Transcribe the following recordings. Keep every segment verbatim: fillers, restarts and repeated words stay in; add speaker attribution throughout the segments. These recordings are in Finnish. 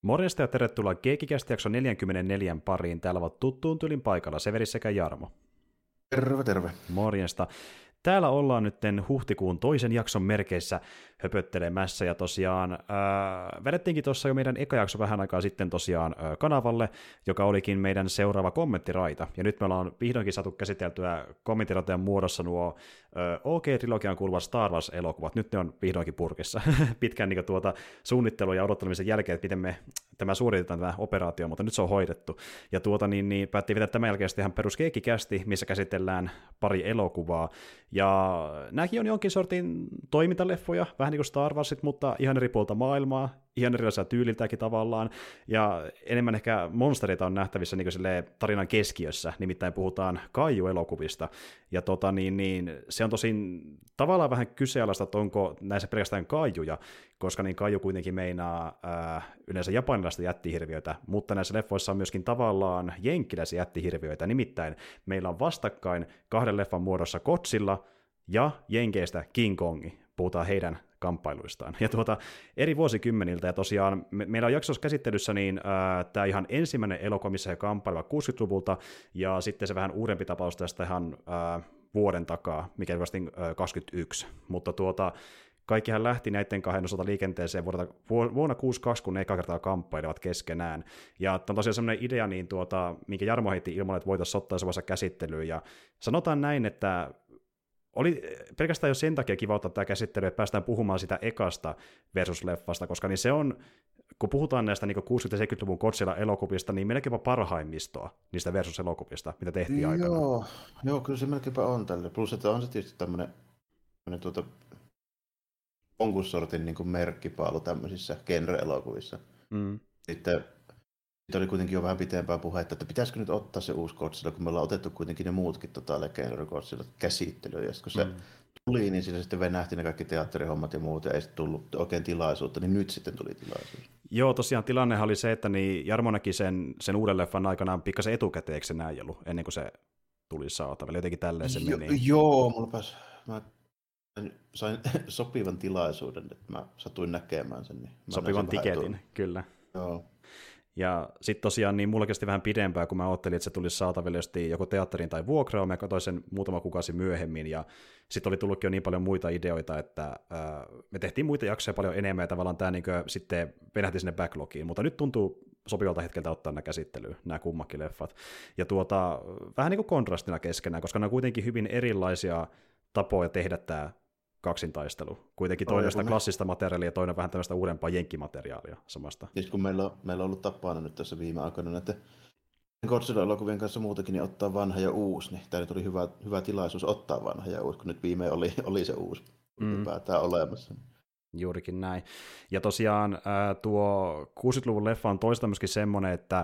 Speaker 1: Morjesta ja tervetuloa Geekikästä jakson neljäkymmentäneljä pariin. Täällä ovat tuttuun tylin paikalla Severi sekä Jarmo.
Speaker 2: Terve, terve.
Speaker 1: Morjesta. Täällä ollaan nyt huhtikuun toisen jakson merkeissä höpöttelemässä, ja tosiaan ää, vedettiinkin tuossa jo meidän eka jakso vähän aikaa sitten tosiaan ää, kanavalle, joka olikin meidän seuraava kommenttiraita, ja nyt me ollaan vihdoinkin saatu käsiteltyä kommenttiraiteen muodossa nuo ää, O G-trilogian kuuluvat Star Wars-elokuvat, nyt ne on vihdoinkin purkissa, pitkän niin tuota, suunnittelun ja odottelemisen jälkeen, että miten me tämä suoritetaan tämä operaatio, mutta nyt se on hoidettu, ja tuota niin, niin päättiin vetää tämän jälkeen ihan perus Geekikästi, missä käsitellään pari elokuvaa, ja nämäkin on jonkin sortin toimintaleffoja, vähän niin kuin Star Warsit, mutta ihan eri puolta maailmaa, ihan erilaisia tyyliltäkin tavallaan, ja enemmän ehkä monstereita on nähtävissä niin kuin tarinan keskiössä, nimittäin puhutaan kaiju-elokuvista, ja tota, niin, niin, se on tosin tavallaan vähän kyseenalaista, että onko näissä pelkästään kaijuja, koska niin kaiju kuitenkin meinaa ää, yleensä japanilaista jättihirviöitä, mutta näissä leffoissa on myöskin tavallaan jenkkiläisiä jättihirviöitä, nimittäin meillä on vastakkain kahden leffan muodossa Godzilla ja jenkeistä King Kongi, puhutaan heidän kamppailuistaan. Ja tuota, eri vuosikymmeniltä, ja tosiaan me, meillä on jaksossa käsittelyssä niin tämä ihan ensimmäinen elokuva, missä he kamppailevat kuusikymmentäluvulta, ja sitten se vähän uudempi tapaus tästä ihan ää, vuoden takaa, mikä oli vasta kaksikymmentäyksi, mutta tuota, kaikkihan lähti näiden kahden osalta liikenteeseen vuonna, vuonna kuusikymmentäkaksi, kun ne eka kertaa kamppailevat keskenään. Ja tämä on tosiaan sellainen idea, niin tuota, minkä Jarmo heitti ilman, että voitaisiin ottaa se käsittelyyn. Ja sanotaan näin, että oli pelkästään jo sen takia kiva ottaa tämä käsittely, että päästään puhumaan sitä ekasta versus leffasta, koska niin se on, kun puhutaan näistä niin kuusikymmentä-seitsemänkymmentäluvun Godzilla-elokuvista, niin melkeinpä parhaimmistoa niistä versus-elokuvista, mitä tehtiin
Speaker 2: joo,
Speaker 1: aikana.
Speaker 2: Joo, kyllä se melkeinpä on tälle. Plus, että on se tietysti tämmöinen, tämmöinen tuota, jonkun sortin niin kuin merkkipaalu tämmöisissä genre-elokuvissa. Mm. Sitten siitä oli kuitenkin jo vähän pitempää puhetta, että pitäisikö nyt ottaa se uusi Godzilla, kun me ollaan otettu kuitenkin ne muutkin tota, Legendary Godzilla käsittelyyn. Ja kun se mm. tuli, niin sillä sitten venähti ne kaikki teatterihommat ja muut, ja ei sitten tullut oikein tilaisuutta, niin nyt sitten tuli tilaisuus.
Speaker 1: Joo, tosiaan tilannehan oli se, että niin Jarmo näki sen, sen uuden leffan aikanaan pikkasen etukäteen, eikö se näin ollut, ennen kuin se tuli saataville. Jotenkin tälleen se
Speaker 2: jo,
Speaker 1: meni.
Speaker 2: Joo, mulla pääsi, mä sain sopivan tilaisuuden, että mä satuin näkemään sen. Niin
Speaker 1: sopivan tiketin, kyllä.
Speaker 2: Joo.
Speaker 1: Ja sitten tosiaan niin mulla kesti vähän pidempään, kun mä ajattelin, että se tulisi saataville joko teatteriin tai vuokraan, mä katsoin sen muutama kuukausi myöhemmin, ja sitten oli tullutkin jo niin paljon muita ideoita, että ää, me tehtiin muita jaksoja paljon enemmän, ja tavallaan tämä niin sitten venähti sinne backlogiin, mutta nyt tuntuu sopivalta hetkeltä ottaa nämä käsittelyyn, nämä kummakin leffat. Ja tuota, vähän niin kuin kontrastina keskenään, koska nämä on kuitenkin hyvin erilaisia tapoja tehdä tämä kaksintaistelu. Kuitenkin toinen on sitä klassista materiaalia ja toinen vähän tämmöistä uudempaa jenkkimateriaalia samasta.
Speaker 2: Siis kun meillä on, meillä on ollut tapana nyt tässä viime aikoina näiden Godzilla-elokuvien kanssa muutakin, niin ottaa vanha ja uusi, niin tämä oli hyvä, hyvä tilaisuus ottaa vanha ja uusi, kun nyt viimein oli, oli se uusi mm. päätään olemassa.
Speaker 1: Juurikin näin. Ja tosiaan ää, tuo kuusikymmentäluvun leffa on toista myöskin semmoinen, että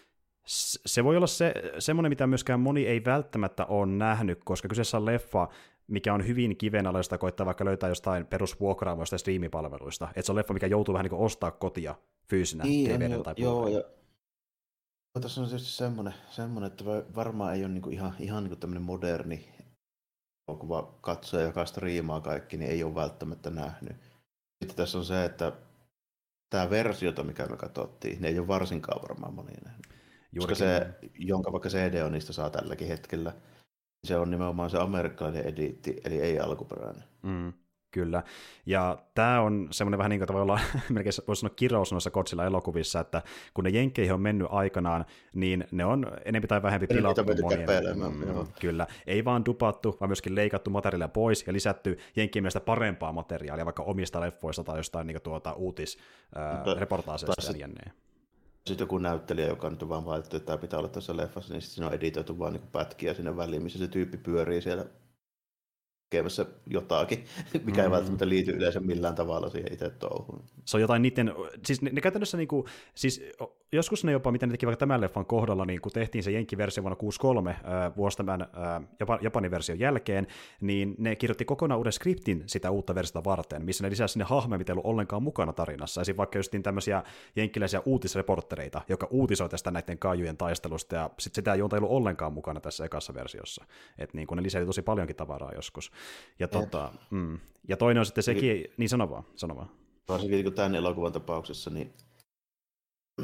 Speaker 1: se voi olla se, semmoinen, mitä myöskään moni ei välttämättä ole nähnyt, koska kyseessä on leffa, mikä on hyvin kivenalaista koittaa vaikka löytää jostain perusvuokraamoista striimipalveluista. Että se on leffa, mikä joutuu vähän niin kuin ostaa kotia fyysinä
Speaker 2: niin,
Speaker 1: T V:llä tai
Speaker 2: joo, ja tässä on tietysti semmoinen, semmoinen että varmaan ei ole niin kuin ihan, ihan niin kuin tämmöinen moderni elokuva katsoja, joka striimaa kaikki, niin ei ole välttämättä nähnyt. Sitten tässä on se, että tämä versiota, mikä me katsottiin, niin ei ole varsinkaan varmaan moni nähnyt. Koska se, jonka vaikka C D on niistä saa tälläkin hetkellä, se on nimenomaan se amerikkalainen ediitti, eli ei alkuperäinen.
Speaker 1: Mm, kyllä. Ja tämä on semmoinen vähän niin kuin tavallaan, melkein voisi sanoa kirous noissa Godzilla-elokuvissa, että kun ne jenkkeihin on mennyt aikanaan, niin ne on enemmän tai vähempi pilattu monien. Mm, kyllä. Ei vaan dupattu, vaan myöskin leikattu materiaalia pois ja lisätty jenkkien mielestä parempaa materiaalia, vaikka omista leffoista tai jostain niin tuota uutisreportaaseista ja jenneen.
Speaker 2: Sitten joku näyttelijä, joka nyt on vaan valittu, että tämä pitää olla tässä leffassa, niin sitten siinä on editoitu vaan niin pätkiä sinne väliin, missä se tyyppi pyörii siellä tekemässä jotakin, mikä mm. ei välttämättä liity yleensä millään tavalla siihen itse touhuun.
Speaker 1: Se on jotain niiden, siis ne, ne käytännössä niinku, siis joskus ne jopa, mitä ne teki vaikka tämän leffan kohdalla, niin kun tehtiin se jenkkiversio vuonna kuusikymmentäkolme äh, vuosi tämän äh, Japanin version jälkeen, niin ne kirjoitti kokonaan uuden skriptin sitä uutta versiota varten, missä ne lisäsi sinne hahmoja, mitä ei ollut ollenkaan mukana tarinassa. Esimerkiksi vaikka justiin tämmöisiä jenkkiläisiä uutisreporttereita, joka uutisoi tästä näiden kaijujen taistelusta, ja sitten sitä ei ollut ollenkaan mukana tässä ekassa versiossa. Että niin kun ne lisäili tosi paljonkin tavaraa joskus. Ja, tota, mm. ja toinen on sitten sekin, niin sano vaan, sano vaan.
Speaker 2: Varsinkin tämän elokuvan tapauksessa, niin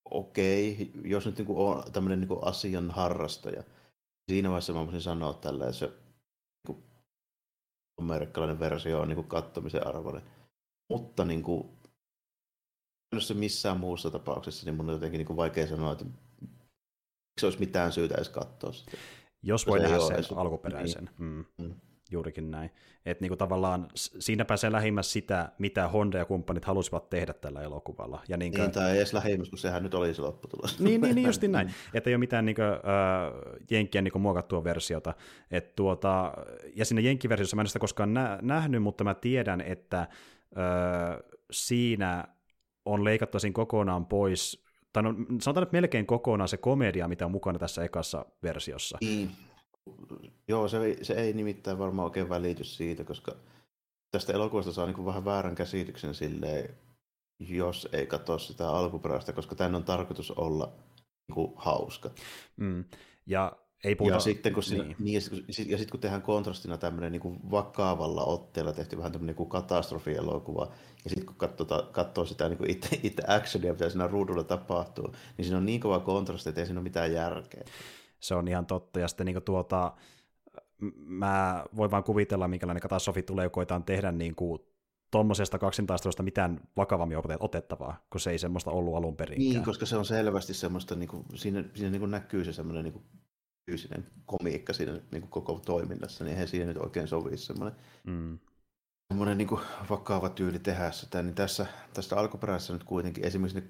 Speaker 2: okei, jos nyt niinku on tämmöinen niinku asian harrastaja, siinä vaiheessa mä voisin sanoa tällä, että se niinku, amerikkalainen versio on niinku kattomisen arvoinen. Mutta niinku, se missään muussa tapauksessa, niin mun on jotenkin niinku vaikea sanoa, että se olisi mitään syytä edes katsoa sitä.
Speaker 1: Jos voi nähdä sen edes alkuperäisen. Niin. Mm. Mm. Juurikin näin. Että niinku tavallaan siinä pääsee lähimmäs sitä, mitä Honda ja kumppanit halusivat tehdä tällä elokuvalla. Ja niinkö...
Speaker 2: Niin, tai ei edes lähimmäs, kun sehän nyt oli se lopputulos.
Speaker 1: Niin, niin, niin justiin näin. Että ei ole mitään niinku, äh, jenkkien niinku muokattua versiota. Et tuota, ja siinä jenkkiversiossa mä en sitä koskaan nä- nähnyt, mutta mä tiedän, että äh, siinä on leikattu siinä kokonaan pois, tai no, sanotaan nyt melkein kokonaan se komedia, mitä on mukana tässä ekassa versiossa.
Speaker 2: Niin. Joo, se, se ei nimittäin varmaan oikein välity siitä, koska tästä elokuvasta saa niin vähän väärän käsityksen silleen, jos ei katso sitä alkuperäistä, koska tämän on tarkoitus olla niin kuin hauska.
Speaker 1: Mm. Ja ei puhuta...
Speaker 2: Ja sitten kun, siinä, niin. Niin, ja sit, ja sit, kun tehdään kontrastina tämmöinen niin kuin vakavalla otteella tehty vähän tämmöinen niin katastrofielokuva, ja sitten kun katsoo, katsoo sitä niin kuin itse, itse actionia, mitä siinä ruudulla tapahtuu, niin siinä on niin kova kontrasti, että ei siinä ole mitään järkeä.
Speaker 1: Se on ihan totta, ja sitten niin tuota, mä voin vaan kuvitella, minkälainen katastrofi tulee, kun koetaan tehdä niin kuin tuommoisesta kaksintaistelusta mitään vakavammin otettavaa, kun se ei semmoista ollut alun perinkään.
Speaker 2: Niin, koska se on selvästi semmoista, niin kuin, siinä, siinä niin kuin näkyy se semmoinen niin kuin fyysinen komiikka siinä niin kuin koko toiminnassa, niin eihän siinä nyt oikein sovi semmoinen,
Speaker 1: mm.
Speaker 2: semmoinen niin kuin vakava tyyli tehdä sitä. Niin tässä, tästä alkuperäisessä nyt kuitenkin esimerkiksi ne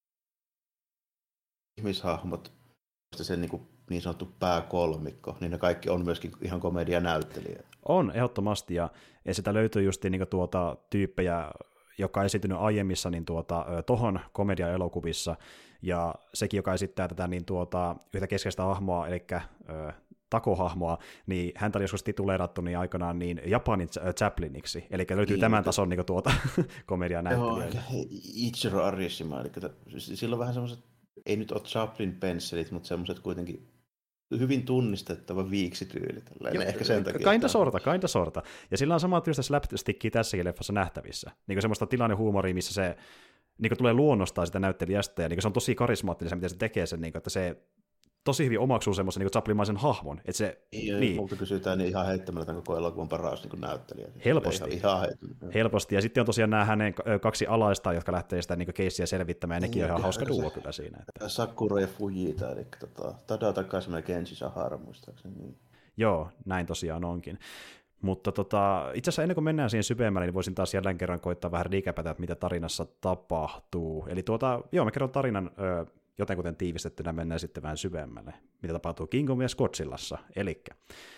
Speaker 2: ihmishahmot, sen niin, kuin niin sanottu pääkolmikko, niin ne kaikki on myöskin ihan komedianäyttelijät.
Speaker 1: On, ehdottomasti, ja, ja sitä löytyy just niin tuota tyyppejä, joka on esiintynyt aiemmissa niin tuota, tohon komedia-elokuvissa, ja sekin, joka esittää tätä niin tuota, yhtä keskeistä hahmoa, eli ö, Tako-hahmoa, niin häntä oli joskus tituleerattu niin aikanaan niin Japanin Chapliniksi, eli löytyy niin, tämän tason niin tuota, komedianäyttelijöitä.
Speaker 2: Joo, Ichiro Arishima, eli sillä on vähän semmoiset, ei nyt ole Chaplin-pensselit, mutta semmoiset kuitenkin hyvin tunnistettava viiksityyli.
Speaker 1: Jo,
Speaker 2: ehkä sen takia.
Speaker 1: Kinda sorta, kinda sorta. Ja sillä on samaa tyylistä slapstickia tässäkin leffassa nähtävissä. Niin semmoista tilannehuumoria, missä se niin tulee luonnostaan sitä näyttelijästä, ja niin se on tosi karismaattinen, miten se tekee sen, niin että se tosi hyvin omaksuu semmoisen niin Chaplin-maisen hahmon. Että se,
Speaker 2: ja niin. Multa kysytään niin ihan heittämällä tämän koko elokuvan paras niin näyttelijä.
Speaker 1: Helposti.
Speaker 2: Ihan
Speaker 1: Helposti. Ja sitten on tosiaan nämä hänen kaksi alaista, jotka lähtee sitä niin keissiä selvittämään, ja nekin on ihan hauska duo kyllä siinä. Että...
Speaker 2: Sakura ja Fujita, eli tota, Tada Takasuma ja Kenji Sahara muistaakseni. Niin.
Speaker 1: Joo, näin tosiaan onkin. Mutta tota, itse asiassa ennen kuin mennään siihen syvemmälle, niin voisin taas jälleen kerran koittaa vähän riikäpätä, mitä tarinassa tapahtuu. Eli tuota, joo, mä kerron tarinan ö, jotenkuten tiivistettynä, mennään sitten vähän syvemmälle, mitä tapahtuu King Kong ja Godzillassa. Elikkä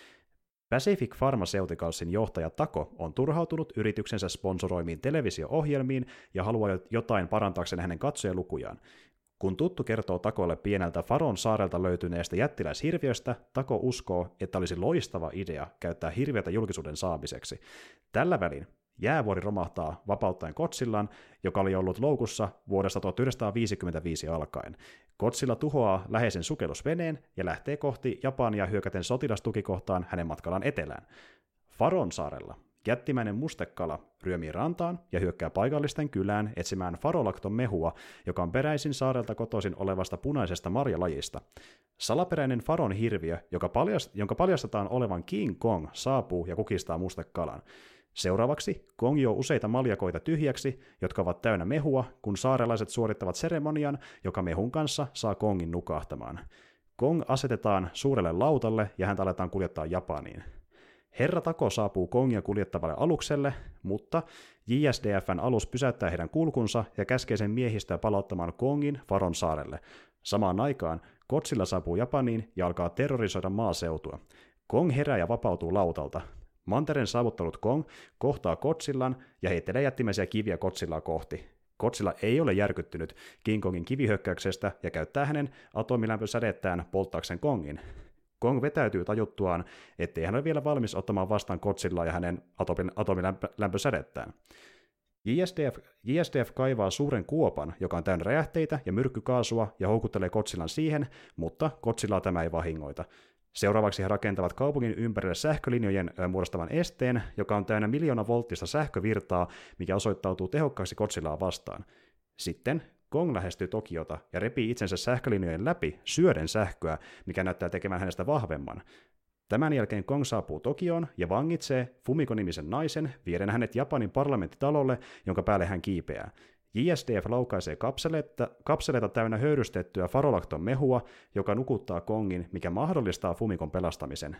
Speaker 1: Pacific Pharmaceuticalsin johtaja Tako on turhautunut yrityksensä sponsoroimiin televisio-ohjelmiin ja haluaa jotain parantaakseen hänen katsojalukujaan. Kun tuttu kertoo Takolle pieneltä Faron saarelta löytyneestä jättiläishirviöstä, Tako uskoo, että olisi loistava idea käyttää hirviötä julkisuuden saamiseksi. Tällä välin jäävuori romahtaa vapauttaen Godzillan, joka oli ollut loukussa vuodesta tuhatyhdeksänsataaviisikymmentäviisi alkaen. Godzilla tuhoaa läheisen sukellusveneen ja lähtee kohti Japania hyökäten sotilastukikohtaan hänen matkallaan etelään. Faron saarella jättimäinen mustekala ryömii rantaan ja hyökkää paikallisten kylään etsimään farolakton mehua, joka on peräisin saarelta kotoisin olevasta punaisesta marjalajista. Salaperäinen Faron hirviö, joka paljast- jonka paljastetaan olevan King Kong, saapuu ja kukistaa mustekalan. Seuraavaksi Kong juo useita maljakoita tyhjäksi, jotka ovat täynnä mehua, kun saarelaiset suorittavat seremonian, joka mehun kanssa saa Kongin nukahtamaan. Kong asetetaan suurelle lautalle ja häntä aletaan kuljettaa Japaniin. Herra Tako saapuu Kongia kuljettavalle alukselle, mutta J S D F:n alus pysäyttää heidän kulkunsa ja käskee sen miehistöä palauttamaan Kongin Faron saarelle. Samaan aikaan Godzilla saapuu Japaniin ja alkaa terrorisoida maaseutua. Kong herää ja vapautuu lautalta. Mantereen saavuttanut Kong kohtaa Godzillan ja heittelee jättimäisiä kiviä Godzillaa kohti. Godzilla ei ole järkyttynyt King Kongin kivihyökkäyksestä ja käyttää hänen atomilämpösädettään polttaakseen Kongin. Kong vetäytyy tajuttuaan, ettei hän ole vielä valmis ottamaan vastaan Godzillaa ja hänen atomilämpösädettään. J S D F, J S D F kaivaa suuren kuopan, joka on täynnä räjähteitä ja myrkkykaasua ja houkuttelee Godzillan siihen, mutta Godzillaa tämä ei vahingoita. Seuraavaksi he rakentavat kaupungin ympärille sähkölinjojen muodostavan esteen, joka on täynnä miljoona volttista sähkövirtaa, mikä osoittautuu tehokkaaksi Godzillaa vastaan. Sitten Kong lähestyy Tokiota ja repii itsensä sähkölinjojen läpi syöden sähköä, mikä näyttää tekemään hänestä vahvemman. Tämän jälkeen Kong saapuu Tokioon ja vangitsee Fumiko-nimisen naisen, vieden hänet Japanin parlamenttitalolle, jonka päälle hän kiipeää. J S D F laukaisee kapseleita, kapseleita täynnä höyrystettyä farolakton mehua, joka nukuttaa Kongin, mikä mahdollistaa Fumikon pelastamisen.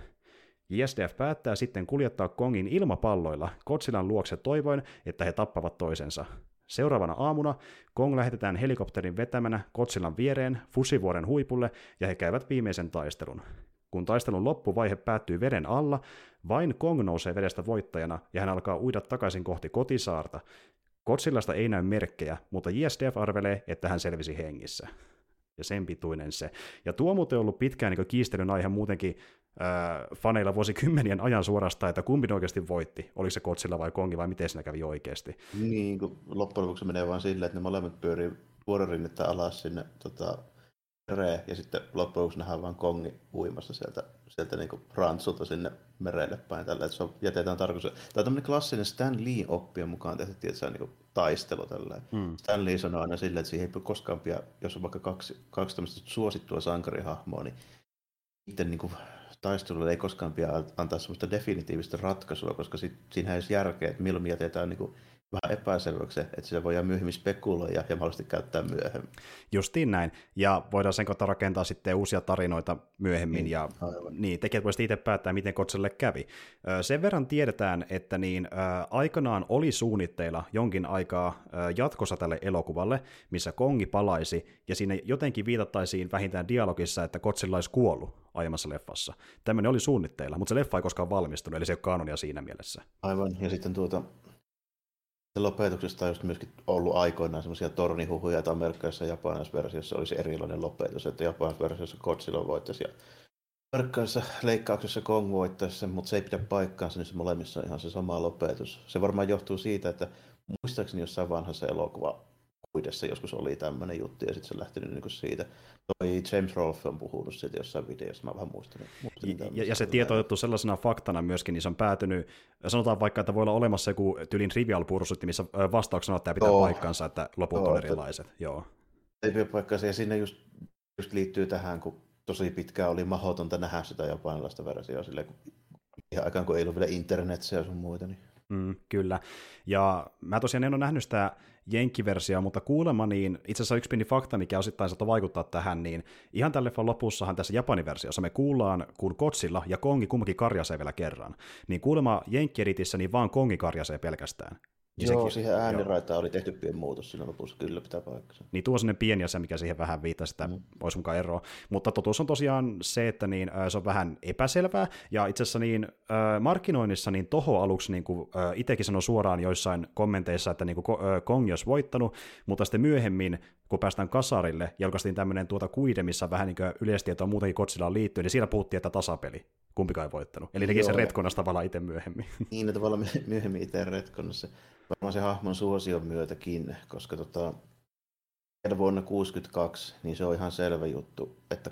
Speaker 1: J S D F päättää sitten kuljettaa Kongin ilmapalloilla Godzillan luokse toivoen, että he tappavat toisensa. Seuraavana aamuna Kong lähetetään helikopterin vetämänä Godzillan viereen Fujivuoren huipulle ja he käyvät viimeisen taistelun. Kun taistelun loppuvaihe päättyy veden alla, vain Kong nousee vedestä voittajana ja hän alkaa uida takaisin kohti kotisaarta. Godzillasta ei näy merkkejä, mutta J S D F arvelee, että hän selvisi hengissä. Ja sen pituinen se. Ja tuo muuten on ollut pitkään niin kiistelyn aihe muutenkin äh, faneilla vuosikymmenien ajan suorastaan, että kumpi oikeasti voitti. Oliko se Godzilla vai Kongi vai miten siinä kävi oikeasti?
Speaker 2: Niin, kun loppujen lopuksi menee vaan silleen, että ne molemmat pyörii vuororinnettä alas sinne tota, mereen, ja sitten loppujen lopuksi nähdään vaan Kongi uimassa sieltä, sieltä niin rantsulta sinne merelle päin. Tällä, että se on, jätetään tarkoitus. Tämä on tämmöinen klassinen Stan Lee-oppien mukaan tehty, että se on niin taistelu. Mm. Stan Lee sanoo aina silleen, että siihen ei koskaan pidä, jos on vaikka kaksi, kaksi tämmöistä suosittua sankarihahmoa, niin niiden niin kuin, taistelulle ei koskaan pidä antaa semmoista definitiivistä ratkaisua, koska sit, siinä ei ole järkeä, että milloin jätetään niin kuin, vähän epäselväksi, että sitä voidaan myöhemmin spekuloida ja mahdollisesti käyttää myöhemmin.
Speaker 1: Justiin näin, ja voidaan sen kautta rakentaa sitten uusia tarinoita myöhemmin, mm, ja niin, tekijät voisivat itse päättää, miten Godzillalle kävi. Sen verran tiedetään, että niin, ä, aikanaan oli suunnitteilla jonkin aikaa ä, jatkossa tälle elokuvalle, missä Kongi palaisi, ja siinä jotenkin viitattaisiin vähintään dialogissa, että Godzilla olisi kuollut aiemmassa leffassa. Tämmöinen oli suunnitteilla, mutta se leffa ei koskaan valmistunut, eli se ei ole kanonia siinä mielessä.
Speaker 2: Aivan, ja sitten tuota lopetuksesta on just myöskin ollut aikoinaan semmoisia tornihuhuja, että amerikkalaisessa ja japanilaisessa versiossa olisi erilainen lopetus, että japanilaisessa versiossa Godzilla voittaisi ja amerikkalaisessa leikkauksessa Kong voittaisi sen, mutta se ei pidä paikkaansa, niin se molemmissa on ihan se sama lopetus. Se varmaan johtuu siitä, että muistaakseni jossain vanhassa elokuva kuidessa joskus oli tämmöinen juttu ja sitten se on lähtenyt niin siitä. Toi James Rolfe on puhunut siitä jossain videossa, mä vähän muistan.
Speaker 1: Ja, ja se tieto on otettu sellaisena faktana myöskin, niin se on päätynyt, sanotaan vaikka, että voi olla olemassa joku tyylin trivial pursuitti, missä vastauksena että tämä pitää oh. paikkansa, että loput oh, on erilaiset. Että... Joo.
Speaker 2: Ei pidä paikkaansa, ja siinä just, just liittyy tähän, kun tosi pitkään oli mahdotonta nähdä sitä japanilaista versiota, silleen, kun ihan aikaan kun ei ollut vielä internetsiä ja sun muita. Niin.
Speaker 1: Mm, kyllä, ja mä tosiaan en ole nähnyt sitä jenkkiversioa, mutta kuulemma niin, itse asiassa yksi pieni fakta, mikä osittain saattaa vaikuttaa tähän, niin ihan tämän leffan lopussahan tässä Japanin versiossa me kuullaan, kun Godzilla ja Kongi kumminkin karjasee vielä kerran, niin kuulemma jenkkieditissä niin vaan Kongi karjasee pelkästään.
Speaker 2: Niin joo, sekin, siihen ääniraitaan oli tehty pieni muutos siinä lopussa, kyllä pitää paikkansa.
Speaker 1: Niin tuo on sellainen pieni asia, mikä siihen vähän viittaa, että mm. olisi mukaan eroa. Mutta totuus on tosiaan se, että niin, se on vähän epäselvää, ja itse asiassa niin, markkinoinnissa niin Toho aluksi niin kuin, itsekin sanoi suoraan joissain kommenteissa, että niin kuin, Kong olisi voittanut, mutta sitten myöhemmin, kun päästään kasarille, julkaistiin tämmöinen tuota kuide, missä vähän niin yleistietoa muutenkin Godzillaan liittyy, niin siellä puhuttiin, että tasapeli. Kumpikaan ei voittanut. Eli teki sen retkonassa tavallaan itse myöhemmin.
Speaker 2: Niin, ne tavallaan myöhemmin itse retkonassa. Varmaan se hahmon suosion myötäkin, koska tota, vuonna kuusikymmentäkaksi, niin se on ihan selvä juttu, että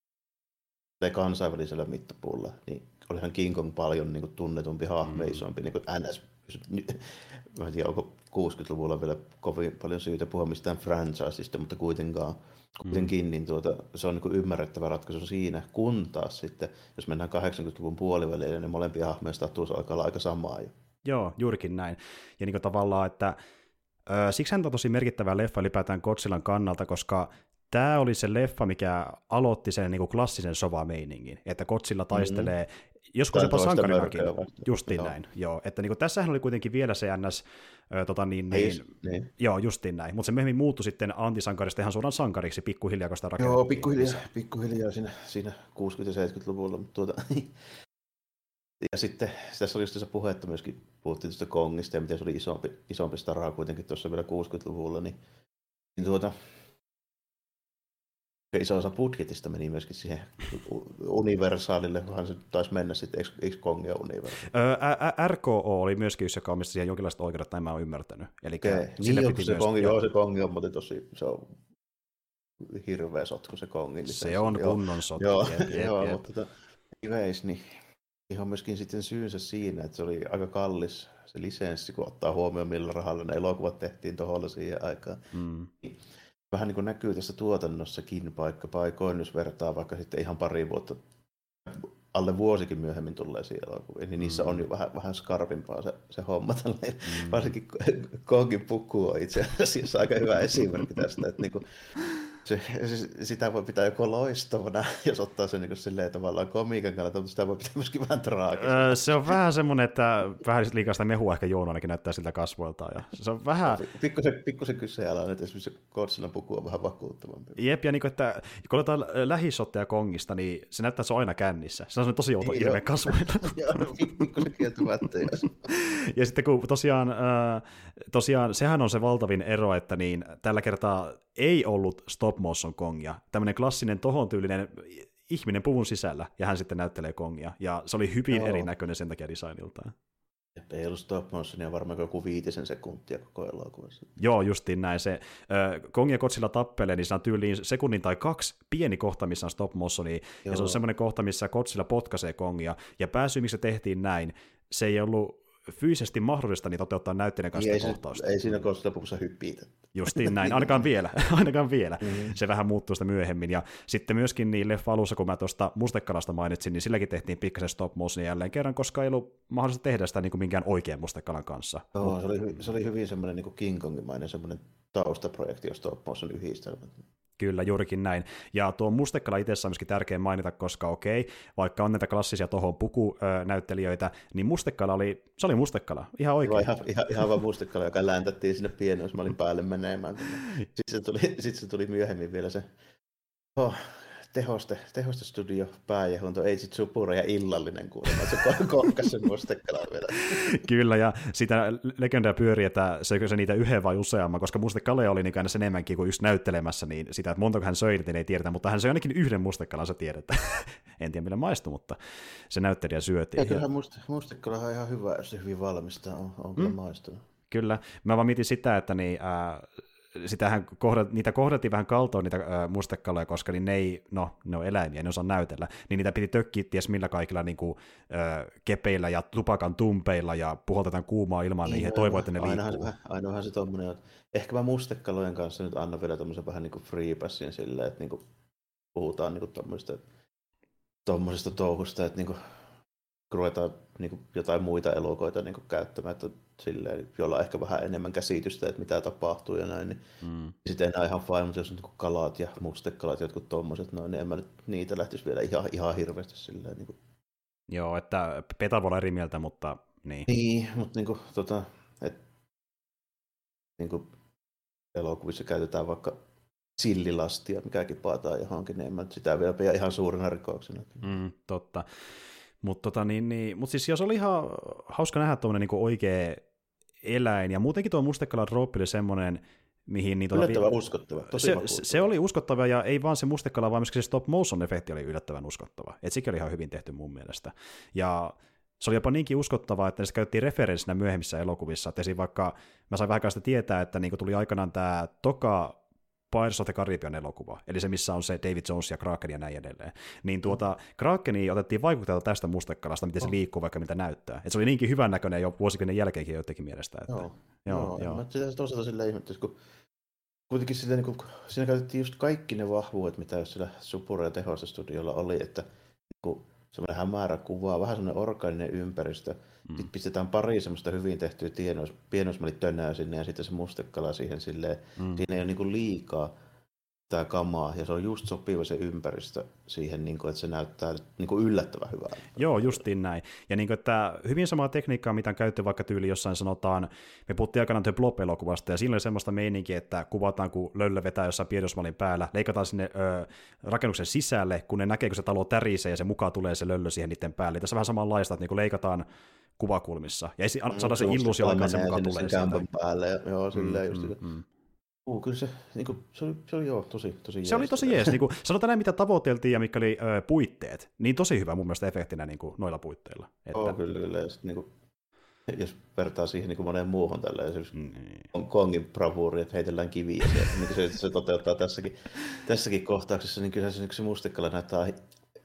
Speaker 2: kansainvälisellä mittapuulla, niin olihan King Kong paljon niin kuin tunnetumpi hahmo, mm. isompi, niin kuin N S. Mä en tiedä, onko kuusikymmentäluvulla vielä kovin paljon syytä puhua mistään franchiseista, mutta kuitenkaan. Kuitenkin niin tuota, se on niin kuin ymmärrettävä ratkaisu siinä, kun taas sitten, jos mennään kahdeksankymmentäluvun puolivälille, niin molempia hahmojen status alkaa olla aika samaa jo.
Speaker 1: Joo, juurikin näin. Ja niin kuin tavallaan, että ö, siksi hän on tosi merkittävä leffa ylipäätään Godzillan kannalta, koska tämä oli se leffa, mikä aloitti sen niin kuin klassisen sova-meiningin, että Godzilla taistelee, mm-hmm. joskus jopa sankarinakin, justiin joo. näin. Joo, että niin kuin, tässähän oli kuitenkin vielä se N S, ö, tota, niin, niin, niin. joo, justiin näin, mutta se myöhemmin muuttui sitten antisankarista ihan suoraan sankariksi pikkuhiljaa, kun sitä rakennettiin.
Speaker 2: Joo, pikkuhiljaa, pikkuhiljaa siinä, siinä kuusikymmentä-seitsemänkymmentäluvulla, mutta tuota, ja sitten tässä oli just tässä puhetta myöskin, puhuttiin tuosta Kongista ja miten se oli isompi, isompi staraa kuitenkin tuossa vielä kuusikymmentäluvulla, niin, niin tuota, iso osa budjetista meni myöskin siihen Universaalille, kunhan se taisi mennä sitten, eikö, eikö Kongia Universaali?
Speaker 1: Öö, R K O oli myöskin yksi, joka omisti siihen jonkinlaista oikeudet, näin mä oon ymmärtänyt. Eli
Speaker 2: okay. Sille niin, piti se, myös... kongi, joo, se Kongi on, mutta tosi, se on hirveä sotku se Kongi.
Speaker 1: Se on kunnon sotku.
Speaker 2: Joo, jep, jep, joo jep. Mutta tota, anyways, niin ihan myöskin sitten syynsä siinä, että se oli aika kallis se lisenssi, kun ottaa huomioon, millä rahalla ne elokuvat tehtiin tuohon siihen aikaan. Mm. vähän niin kuin näkyy tässä tuotannossakin paikka paikoin, jos vertaa vaikka sitten ihan pari vuotta, alle vuosikin myöhemmin tulleisiin elokuviin, niin niissä mm. on jo vähän, vähän skarpimpaa se, se homma. Mm. Varsinkin Kongin puku on itse asiassa aika hyvä esimerkki tästä, että niinku, se, sitä voi pitää joko loistavana, jos ottaa sen niin silleen tavallaan komiikan kannalta, mutta sitä voi pitää myöskin vähän traagisena.
Speaker 1: Öö, se on vähän semmoinen, että vähän liikaa sitä mehua ehkä Joona ainakin näyttää siltä kasvoiltaan. Ja se on vähän...
Speaker 2: Pikkusen, pikkusen kyseenalainen, että esimerkiksi Godzillan puku on vähän vakuuttavampi.
Speaker 1: Jep, ja niin kuin, että kun otetaan lähisotteja Kongista, niin se näyttää, että se on aina kännissä. Se on tosi outo niin, ilme kasvoilla.
Speaker 2: Joo, pikkusen kieltämättä.
Speaker 1: Ja sitten kun tosiaan, äh, tosiaan, sehän on se valtavin ero, että niin tällä kertaa ei ollut stop motion Kongia. Tämmöinen klassinen tohon tyylinen ihminen puvun sisällä, ja hän sitten näyttelee Kongia. Ja se oli hyvin Joo. erinäköinen sen takia designiltaan.
Speaker 2: Ei ollut stop motionia varmaan joku viitisen sekuntia koko elokuvassa.
Speaker 1: Joo, justiin näin. Se äh, Kong ja Godzilla tappelee, niin se on tyyliin sekunnin tai kaksi pieni kohta, missä on stop motionia, ja se on semmoinen kohta, missä Godzilla potkaisee Kongia. Ja pääsy, miksi se tehtiin näin, se ei ollut fyysisesti mahdollista niin toteuttaa näytteiden kanssa
Speaker 2: ei,
Speaker 1: kohtausta.
Speaker 2: Ei siinä Godzilla pukussa hyppiitä.
Speaker 1: Justiin näin, ainakaan vielä. ainakaan vielä. Mm-hmm. Se vähän muuttuu sitä myöhemmin. Ja sitten myöskin niin leffa alussa, kun mä tuosta Mustekalasta mainitsin, niin silläkin tehtiin pikkasen stop motion jälleen kerran, koska ei ollut mahdollista tehdä sitä niin kuin minkään oikean Mustekalan kanssa.
Speaker 2: Joo, Mut... se, oli, se oli hyvin semmoinen niin kuin King Kongimainen semmoinen taustaprojekti, jos stop motion yhdistelmä.
Speaker 1: Kyllä, juurikin näin. Ja tuo Mustekala itsessään on myöskin tärkeä mainita, koska okei, vaikka on näitä klassisia tohon pukunäyttelijöitä, niin Mustekala oli, se oli Mustekala, ihan oikein.
Speaker 2: Ihan, ihan, ihan vaan Mustekala, joka läntättiin sinne pienoismallin päälle menemään. Sitten se tuli, sitten se tuli myöhemmin vielä se oh, tehoste, tehostestudio pääjehunto, ei sit Supura ja illallinen kuulemma, se kohkas sen Mustekalan vielä.
Speaker 1: Kyllä, ja sitä legendaa pyörii, että se, se niitä yhden vai useamman, koska Mustekala oli niin aina sen enemmänkin kuin just näyttelemässä, niin sitä, että montako hän söi, niin ei tiedetä, mutta hän söi ainakin yhden Mustekalan, se tiedetään. En tiedä, millä maistui, mutta se näyttelijä syötiin.
Speaker 2: Ja kyllähän Mustekala on ihan hyvä, jos se hyvin valmistaa, on, on kyllä mm. maistunut.
Speaker 1: Kyllä, mä vaan mietin sitä, että niin, äh, sitähän kohdat, niitä kohdattiin vähän kaltoon niitä äh, mustekaloja, koska niin ne ei, no ne on eläimiä, ne osaa näytellä, niin niitä piti tökkiä ties millä kaikilla niin kuin, äh, kepeillä ja tupakan tumpeilla ja puhaltetaan kuumaa ilmaa niihin ja toivoo, että ne
Speaker 2: ainahan,
Speaker 1: liikkuu.
Speaker 2: Ainoahan se tommoinen, että ehkä mä mustekalojen kanssa nyt annan vielä tommoisen vähän niin kuin free passin silleen, että niin kuin puhutaan niin kuin tommosista, tommosista touhusta, että niin kuin ruvetaan niin kuin jotain muita elokoita niin kuin käyttämään, että silleen, jolla on ehkä vähän enemmän käsitystä, että mitä tapahtuu ja näin, niin mm. sitten enää ihan fine, mutta jos on niin kalat ja mustekalat, jotkut tommoset, noin, niin en mä nyt niitä lähtisi vielä ihan, ihan hirveästi silleen. Niin kuin.
Speaker 1: Joo, että Peta voi olla eri mieltä, mutta niin.
Speaker 2: Niin, mutta niin kuin, tota, että niin kuin elokuvissa käytetään vaikka sillilastia, mikä kipataan johonkin, niin en mä sitä vielä pidä ihan suurena rikoksena.
Speaker 1: Mm, totta. Mutta tota, niin, niin, mut siis jos oli ihan hauska nähdä tuommoinen niinku oikea eläin, ja muutenkin tuo Mustekala droppi oli semmoinen, mihin... Niin,
Speaker 2: yllättävän vi... uskottava, tosi
Speaker 1: se, se oli uskottava, ja ei vaan se Mustekala, vaan myöskin se stop motion efekti oli yllättävän uskottava. Et sekin oli ihan hyvin tehty mun mielestä. Ja se oli jopa niinkin uskottavaa, että se käytettiin referenssinä myöhemmissä elokuvissa. Et esim. Vaikka mä sain vähän sitä tietää, että niin tuli aikanaan tämä toka Pirates of the Caribbean elokuva, eli se, missä on se David Jones ja Kraken ja näin edelleen. Niin tuota, Krakeni otettiin vaikutteelta tästä Mustekalasta, miten se liikkuu, vaikka miltä näyttää. Et se oli niinkin hyvän näköinen jo vuosikymmenen jälkeenkin joidenkin mielestä. Että...
Speaker 2: Joo, joo, joo. Mä sitä toisaalta silleen ihmettelisi, kun kuitenkin silleen, niin kun siinä käytettiin just kaikki ne vahvuudet, mitä sillä Supura- ja tehostestudiolla oli, että niin semmoinen hämärä kuva, vähän semmoinen orgaaninen ympäristö, mm. sitten pistetään pari semmoista hyvin tehtyä pienois, pienoismallitönää sinne ja sitten se Mustekala siihen silleen, mm. siinä ei ole niin kuin liikaa tämä kamaa ja se on just sopiva se ympäristö siihen, niin kuin, että se näyttää niin kuin yllättävän hyvältä.
Speaker 1: Joo, justiin näin. Ja niin kuin, että hyvin samaa tekniikkaa, mitä on käytetty vaikka tyyli jossain sanotaan, me puhuttiin aikanaan The Blob-elokuvasta, ja siinä oli semmoista meininkiä, että kuvataan, kun löllö vetää jossain pienoismallin päällä, leikataan sinne ö, rakennuksen sisälle, kun ne näkee, kun se talo tärisee, ja se mukaan tulee se löllö siihen niiden päälle. Tässä on vähän samanlaista, että niin kuin leikataan kuvakulmissa, ja ei saada se illuusio aikaan, se mukaan tulee sieltä.
Speaker 2: Päälle, ja, joo, silleen mm, just. Mm, Uh, kyllä se, niin kuin, se, oli, se oli joo, tosi, tosi jees.
Speaker 1: Se oli tosi jees. Niin kuin, sanotaan näin, mitä tavoiteltiin ja mitkä oli ö, puitteet, niin tosi hyvä mun mielestä efektinä niin kuin, noilla puitteilla. Että...
Speaker 2: Oh, kyllä, kyllä. Ja sit, niin kuin, jos vertaa siihen niin kuin moneen muuhun tälleen, esimerkiksi mm. Kongin bravuuri, että heitellään kiviä, se, niin se, se toteuttaa tässäkin, tässäkin kohtauksessa, niin kyllä se, se Mustekala näyttää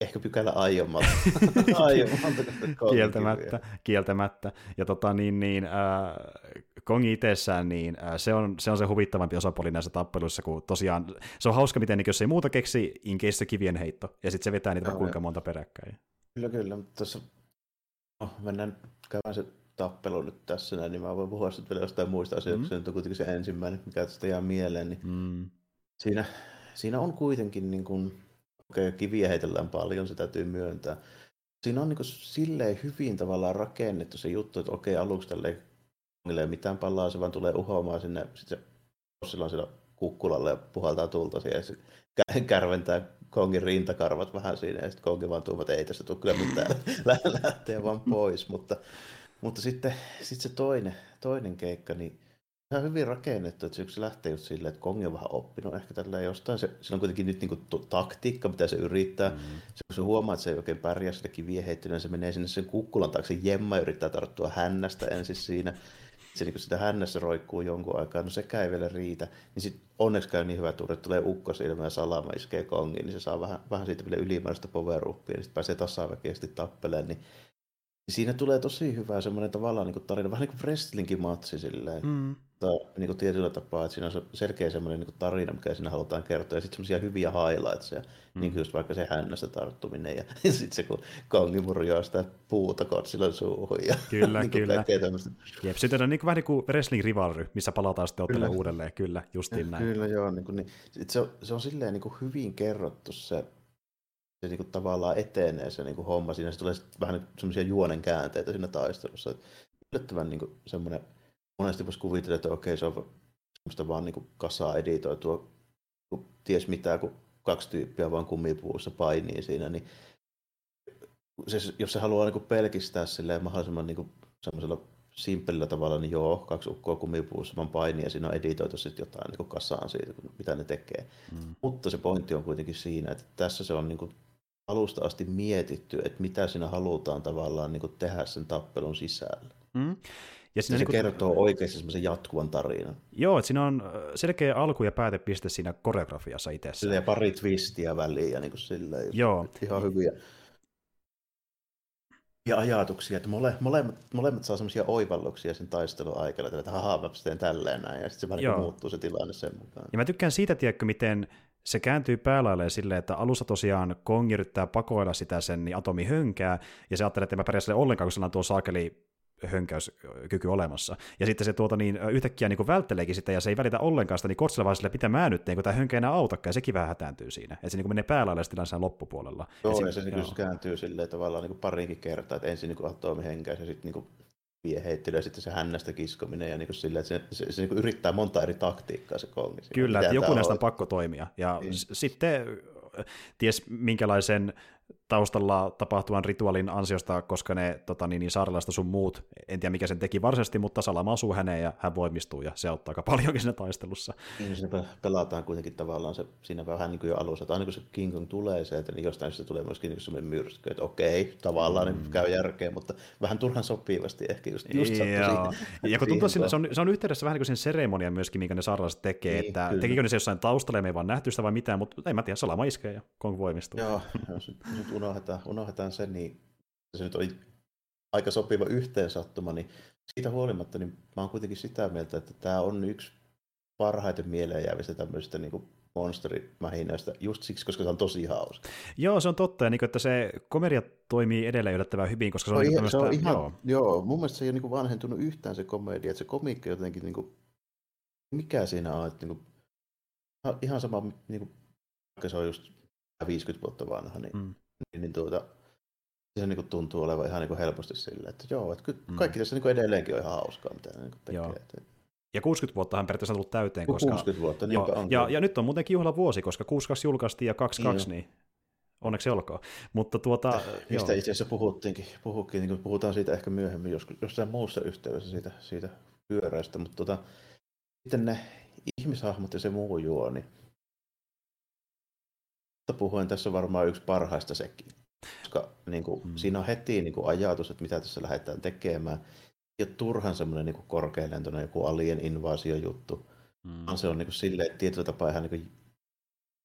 Speaker 2: ehkä pykälä aiemmalta. aiemmalta
Speaker 1: kieltämättä, kieltämättä. Ja tota, niin, niin, äh, Kongi itsessään, niin äh, se, on, se on se huvittavampi osapuoli näissä tappeluissa, kun tosiaan se on hauska, miten niin, jos ei muuta keksi, inkeisi se kivien heitto, ja sitten se vetää niitä no, kuinka monta peräkkäin.
Speaker 2: Kyllä, kyllä, mutta tässä no, mennään käymään se tappelu nyt tässä näin, niin mä voin puhua sitten vielä jostain muista asioista, mm. se on kuitenkin se ensimmäinen, mikä tästä jää mieleen, niin mm. siinä, siinä on kuitenkin niin kuin, okei, okay, kiviä heitellään paljon, se täytyy myöntää. Siinä on niin kuin silleen hyvin tavallaan rakennettu se juttu, että okei, okay, aluksi tälleen ei mitään palaa, se vaan tulee uhoamaan sinne, sitten se bossilla on siellä kukkulalle ja puhaltaa tulta siihen, ja se kärventää Kongin rintakarvat vähän siinä, ja sitten Kongi vaan tuumat, ei tästä tule kyllä mitään, lähtee vaan pois, mutta, mutta sitten, sitten se toinen, toinen keikka, niin ihan hyvin rakennettu, että se lähtee just silleen, että Kongi on vähän oppinut ehkä tälleen jostain, se, sillä on kuitenkin nyt niin kuin taktiikka, mitä se yrittää, mm. se, kun se huomaa, että se ei oikein pärjää sillä kivien heittelyä, se menee sinne sen kukkulan taakse jemma ja yrittää tarttua hännästä ensin siinä, se niin sitä hännässä roikkuu jonkun aikaa, no sekään ei vielä riitä, niin sitten onneksi käy niin hyvä tuuri, että tulee ukkosilmä ja salama iskee Kongiin, niin se saa vähän, vähän siitä vielä ylimääräistä power-uppia, niin sitten pääsee tasaväkeisesti tappelemaan, niin siinä tulee tosi hyvä semmoinen tavallaan niin kuin tarina, vähän niin kuin wrestlingin matsi silleen, mm. tai niin kuin tietyllä tapaa, että siinä on selkeä semmoinen niin kuin tarina, mikä siinä halutaan kertoa, ja sitten semmoisia hyviä highlightsia, mm. niin kuin just vaikka se hännässä tarttuminen, ja sitten se kun Kongi murjoaa sitä puuta kotsilla suuhun, ja
Speaker 1: kyllä,
Speaker 2: niin
Speaker 1: kyllä. Jep, sitten on niin kuin, vähän niin kuin wrestling rivalry, missä palataan sitten ottelemaan uudelleen, kyllä, justiin näin.
Speaker 2: Kyllä, joo, niin kuin, niin, se, on, se on silleen niin kuin hyvin kerrottu se, se niin kuin tavallaan etenee se niin kuin homma siinä, se tulee vähän niin semmoisia juonen käänteitä siinä taistelussa. Että yllättävän niin kuin semmoinen, monesti voisi kuvitella, että okei, se on semmoista vaan niin kuin kasaa editoitua, kun ties mitään, kun kaksi tyyppiä vaan kumipuussa painii siinä, niin se, jos se haluaa niin kuin pelkistää silleen mahdollisimman niin kuin semmoisella simppelillä tavalla, niin joo, kaksi ukkoa kumipuussa vaan painii ja siinä on editoitu sitten jotain niin kuin kasaan siitä, mitä ne tekee. Mm. Mutta se pointti on kuitenkin siinä, että tässä se on niin kuin alusta asti mietitty, että mitä siinä halutaan tavallaan niin kuin tehdä sen tappelun sisällä. Mm. Ja se niin kuin kertoo oikeasti semmoisen jatkuvan tarinan.
Speaker 1: Joo, että siinä on selkeä alku- ja päätepiste siinä koreografiassa itsessään.
Speaker 2: Ja pari twistiä väliin ja niin kuin silleen. Joo. Ihan hyviä. Ja ajatuksia, että mole, molemmat, molemmat saa semmoisia oivalluksia sen taistelun aikana, että haha, mä teen tälleen näin, ja sitten se vähän niin muuttuu se tilanne sen mukaan.
Speaker 1: Ja mä tykkään siitä, tiedätkö, miten se kääntyy päälailleen silleen, että alussa tosiaan Kong yrittää pakoilla sitä sen niin atomihönkää, ja se ajattelee, että mä pärjää sille ollenkaan, kun sillä on tuo saakeli hönkäyskyky olemassa. Ja sitten se tuota, niin, yhtäkkiä niin vältteleekin sitä, ja se ei välitä ollenkaan sitä, niin Kotsilla vaan silleen, mitä mä nyt teen, kun tämä hönkä ei enää autakaan, ja sekin vähän hätääntyy siinä. Että se niin menee päälailleen tilansa loppupuolella.
Speaker 2: Joo, ja, ja se, se niin kääntyy silleen tavallaan niin pariinkin kertaa, että ensin niin atomihönkäys, ja sitten niin vie heittely, ja sitten se hännästä kiskominen, ja niin silleen, että se, se, se niin yrittää monta eri taktiikkaa se Kongi.
Speaker 1: Kyllä, että joku näistä on pakko toimia. Ja niin. s- sitten ties minkälaisen taustalla tapahtuvan rituaalin ansiosta, koska ne tota, niin, niin saarelaista sun muut, en tiedä mikä sen teki varsinaisesti, mutta salama asuu häneen ja hän voimistuu ja se auttaa aika paljonkin siinä taistelussa.
Speaker 2: Niin, siinä pelataan kuitenkin tavallaan se, siinä vähän niin kuin jo alussa, että aina kun se King Kong tulee sieltä, niin jostain se tulee myöskin niin semmoinen myrsky, että okei, tavallaan mm. niin käy järkeä, mutta vähän turhan sopivasti ehkä just, just sattui
Speaker 1: ja kun tuntuu, siinä, se, on, se on yhteydessä vähän niin kuin sen seremonia myöskin, minkä ne saarelaiset tekee, niin, että kyllä. Tekikö ne se jossain taustalla, ja me ei vaan nähty sitä vai mitään, mutta ei mä tiedä, salama iskee ja Kong voimistuu.
Speaker 2: Joo, jos nyt unohdetaan, unohdetaan sen, niin se nyt oli aika sopiva yhteensattuma, niin siitä huolimatta niin mä oon kuitenkin sitä mieltä, että tämä on yksi parhaiten mieleen jäävistä tämmöisistä niin kuin monsterimähinöistä, just siksi, koska se on tosi hauska.
Speaker 1: Joo, se on totta, ja niin kuin, että se komedia toimii edelleen yllättävän hyvin, koska se on,
Speaker 2: no,
Speaker 1: niin
Speaker 2: tämmöistä, se on ihan,
Speaker 1: joo.
Speaker 2: joo, mun mielestä se ei ole niin kuin vanhentunut yhtään se komedia, että se komiikka jotenkin, niin kuin, mikä siinä on, että niin kuin, ihan sama, niin kuin, vaikka se on just viisikymmentä vuotta vanha, niin, mm. niin, niin tuota, se niin kuin tuntuu olevan ihan niin kuin helposti silleen, että joo, että kaikki tässä niin kuin edelleenkin on ihan hauskaa, mitä ne niin kuin tekee. Joo.
Speaker 1: Ja kuusikymmentä vuottahan periaatteessa on tullut täyteen. Koska,
Speaker 2: kuusikymmentä vuotta, niin
Speaker 1: joo, ja, ja nyt on muutenkin juhlavuosi, koska kuusikymmentäkaksi julkaistiin ja kaksikymmentäkaksi, niin, niin onneksi olkoon. Mutta tuota,
Speaker 2: mistä itse asiassa puhuttiinkin, puhuttiin, niin puhutaan siitä ehkä myöhemmin joskus, jossain muussa yhteydessä siitä, siitä pyöräistä, mutta tuota, sitten ne ihmishahmot ja se muu juoni. Puhuin tässä on varmaan yksi parhaista sekin, koska niin kuin, mm. siinä on heti niin kuin, ajatus, että mitä tässä lähdetään tekemään. Ei ole turhan semmoinen niin korkealentoinen joku alien invaasio juttu, mm. vaan se on niin kuin, silleen, että tietyllä tapaa ihan niin kuin,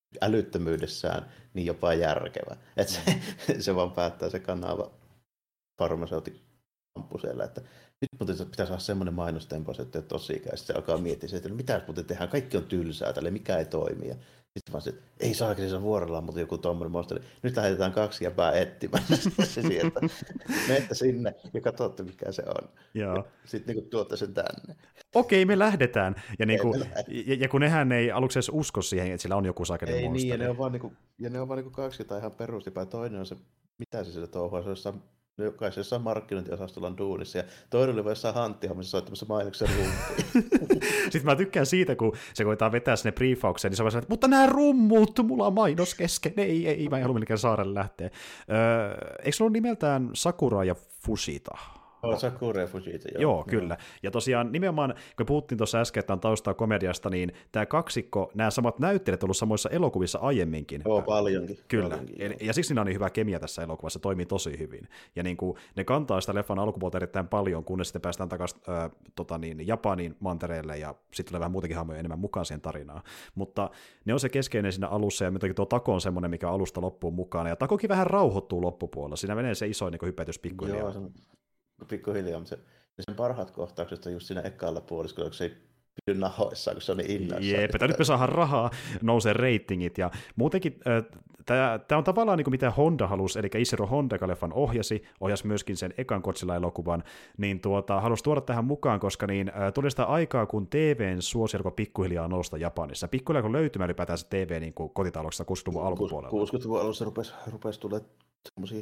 Speaker 2: älyttömyydessään niin jopa järkevä. Että se, mm. se vaan päättää se kanava farmaseutti kampusella, että nyt muuten pitää saada semmoinen mainostempo, että tosi ikään. Sitten se alkaa miettiä, että mitä muuten tehdään, kaikki on tylsää tälle, mikä ei toimi. Ja sitten vaan se, että ei saakin se vuorollaan, mutta joku tuommoinen monsteri. Nyt lähetetään kaksi jäbää etsimään se sieltä. Menette sinne ja katsotte, mikä se on. Sitten niin tuotte sen tänne.
Speaker 1: Okei, me lähdetään. Ja, niin kuin, ja, ja kun nehän ei aluksi edes usko siihen, että sillä on joku sakeli monsteri.
Speaker 2: Ei niin, ja ne on vaan, niin kuin, ja ne on vaan niin kuin kaksi tai ihan perustipäin. Toinen on se, mitä se sillä touhua, se on jossain jokaisessa markkinointiosastolla on duunissa, ja toinen oli vaan jossain hanttihommissa soittamassa mainoksen rumpuun.
Speaker 1: Sitten mä tykkään siitä, kun se koetaan vetää sinne briefaukseen, niin se on vaan, että mutta nämä rummut, mulla on mainos kesken, ei, ei, mä en halua minnekään saarelle lähteä. Öö, eikö se ollut nimeltään Sakura ja Fushita?
Speaker 2: Oh, Sakura ja Fujita, joo.
Speaker 1: Joo, kyllä. Ja tosiaan nimenomaan, kun puhuttiin tuossa äsken, että on taustaa komediasta, niin tämä kaksikko, nämä samat näyttelijät on ollut samoissa elokuvissa aiemminkin.
Speaker 2: Joo, paljonkin.
Speaker 1: Kyllä.
Speaker 2: Paljonkin,
Speaker 1: ja, ja siksi niillä on niin hyvä kemia tässä elokuvassa, toimii tosi hyvin. Ja niin kuin, ne kantaa sitä leffan alkupuolta erittäin paljon, kunnes sitten päästään takaisin äh, tota niin, Japanin mantereelle, ja sitten tulee vähän muutenkin hahmoja enemmän mukaan siihen tarinaan. Mutta ne on se keskeinen siinä alussa, ja jotenkin tuo Tako on semmoinen, mikä on alusta loppuun mukana. Ja Takokin vähän rauhoittuu loppupuolella. Siinä menee se iso niin hypätys pikkuhiljaa.
Speaker 2: Joo, se pikkuhiljaa, mutta se, sen parhaat kohtaukset on just siinä ekalla puoliskolla, kun se ei pidä nahoissaan, kun se on niin innoissaan.
Speaker 1: Jep, nyt me saadaan rahaa, nousee reitingit, ja muutenkin äh, tämä on tavallaan niin kuin mitä Honda halusi, eli Ishiro Honda, joka leffan ohjasi, ohjasi myöskin sen ekan Godzilla-elokuvan, niin tuota, halusi tuoda tähän mukaan, koska niin, äh, tuli sitä aikaa, kun T V:n suosi alkoi pikkuhiljaa nousta Japanissa. Pikkuhiljaa kun löytymään ylipäätään se T V niin kuin kotitalouksessa kuusikymmentäluvun alkupuolella.
Speaker 2: kuusikymmentäluvun alussa rupesi, rupesi tulemaan semmoisia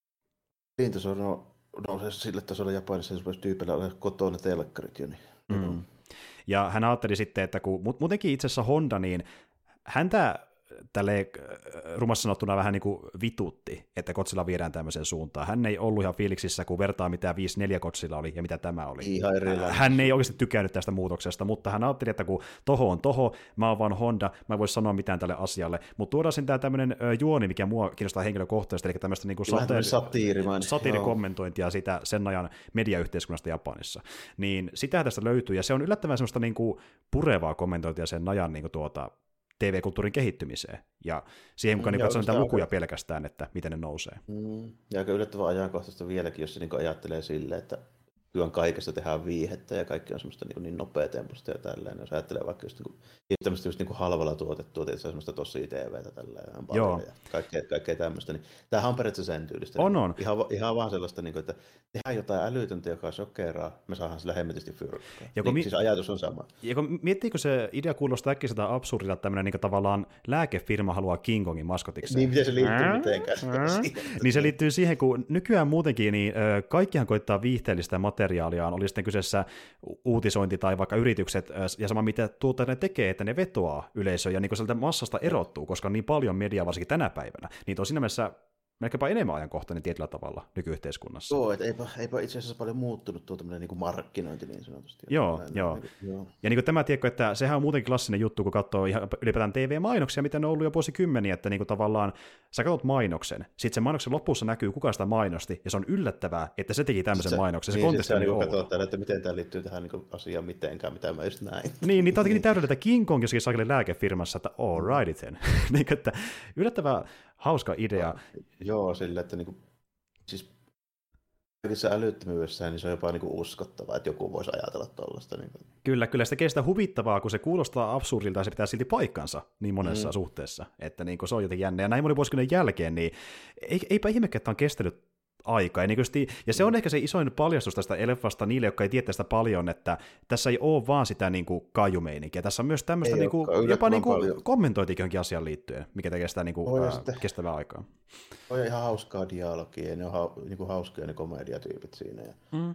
Speaker 2: liintasoria, nousee sille tasolle Japanissa, jos voisi tyypillä olla kotona telkkarit jo. Niin.
Speaker 1: Mm. Ja hän ajatteli sitten, että kun muutenkin itse asiassa Honda, niin häntä tälle rumassa sanottuna vähän niin kuin vitutti, että Godzilla viedään tämmöiseen suuntaan. Hän ei ollut ihan fiiliksissä, kun vertaa mitä viisi neljä Godzilla oli ja mitä tämä oli.
Speaker 2: Ihan erilainen.
Speaker 1: Hän ei oikeasti tykännyt tästä muutoksesta, mutta hän ajatteli, että kun toho on toho, mä oon vaan Honda, mä en voi sanoa mitään tälle asialle, mutta tuodaan sen tää tämmöinen juoni, mikä mua kiinnostaa henkilökohtaisesti, eli tämmöistä niin kuin
Speaker 2: satiiri,
Speaker 1: satiirikommentointia sitä sen ajan mediayhteiskunnasta Japanissa. Niin sitä tästä löytyy, ja se on yllättävän semmoista niin kuin purevaa kommentointia sen ajan niin kuin tuota T V-kulttuurin kehittymiseen, ja siihen mukaan niin katsotaan niitä lukuja aika pelkästään, että miten ne nousee.
Speaker 2: Mm, ja aika yllättävän ajankohtaista vieläkin, jos se niin ajattelee silleen, että kyllä kaikesta tehdään viihettä, ja kaikki on semmoista niin, niin nopeatempoista ja tälleen. Jos ajattelee vaikka just, niin kuin, tämmöistä just niin kuin halvalla tuotettua, tietysti semmoista tosi T V:tä tälleen, ja kaikkea, kaikkea tämmöistä, niin tämähän on periaatteessa sen tyylistä.
Speaker 1: On,
Speaker 2: niin,
Speaker 1: on.
Speaker 2: Ihan, ihan vaan sellaista, niin kuin, että tehdään jotain älytöntä, joka sokeraa, me saadaan sillä hemmetisti fyrkkaa. Niin, mi- siis ajatus on sama.
Speaker 1: Ja kun miettiikö se idea kuulostaa äkkiä sitä absurdilta, että tämmöinen niin tavallaan lääkefirma haluaa King Kongin maskotiksi.
Speaker 2: Niin, miten se liittyy mitenkään.
Speaker 1: Niin se liittyy siihen, kun nykyään muutenkin, niin kaikkihan koittaa viihteellistä materiaaliaan, oli sitten kyseessä uutisointi tai vaikka yritykset, ja sama mitä tuota ne tekee, että ne vetoaa yleisöön, ja niin sieltä massasta erottuu, koska on niin paljon mediaa varsinkin tänä päivänä, niin on siinä mielessä melkeinpä enemmän ajankohtainen tietyllä tavalla nykyyhteiskunnassa.
Speaker 2: Joo, että eipä, eipä itse asiassa paljon muuttunut tuo tämmöinen niin markkinointi niin sanotusti.
Speaker 1: Joo,
Speaker 2: näin,
Speaker 1: joo.
Speaker 2: Niin kuin, joo.
Speaker 1: Ja niin kuin tämä, tiedätkö, että sehän on muutenkin klassinen juttu, kun katsoo ihan ylipäätään T V-mainoksia, mitä ne on ollut jo vuosikymmeniä, että niin kuin tavallaan sä katsot mainoksen, sitten se mainoksen lopussa näkyy, kuka sitä mainosti, ja se on yllättävää, että se teki tämmöisen mainoksen. Se
Speaker 2: niin,
Speaker 1: konteksti on niin
Speaker 2: katsoo täällä, että miten tämä liittyy tähän niin asiaan mitenkään, mitä mä just näin.
Speaker 1: Niin, niin tämä on niin täydellinen, että King Kong jossakin sakelle lääkefirmassa, että all right then. niin, että yllättävää hauska idea.
Speaker 2: Joo, sillä, että niinku, siis kaikissa älyttömyydessään niin se on jopa niinku uskottavaa, että joku voisi ajatella tuollaista. Niinku.
Speaker 1: Kyllä, kyllä sitä kestää huvittavaa, kun se kuulostaa absurdilta ja se pitää silti paikkansa niin monessa mm. suhteessa, että niinku, se on jotenkin jännä. Ja näin monen vuosikymmenen jälkeen, niin eipä ihmekään, että on kestänyt aikaa. Ja se on ehkä se isoin paljastus tästä elefasta niille, jotka ei tiedä tästä paljon, että tässä ei ole vaan sitä niin kuin kaijumeininkiä. Tässä on myös tämmöistä niin kuin, jopa niin kuin kommentointikin johonkin asiaan liittyen, mikä tekee sitä niin kuin, ää, kestävää aikaa.
Speaker 2: On ihan hauskaa dialogia ja ne on ha, niin kuin hauskoja ne komediatyypit siinä. Ja, mm.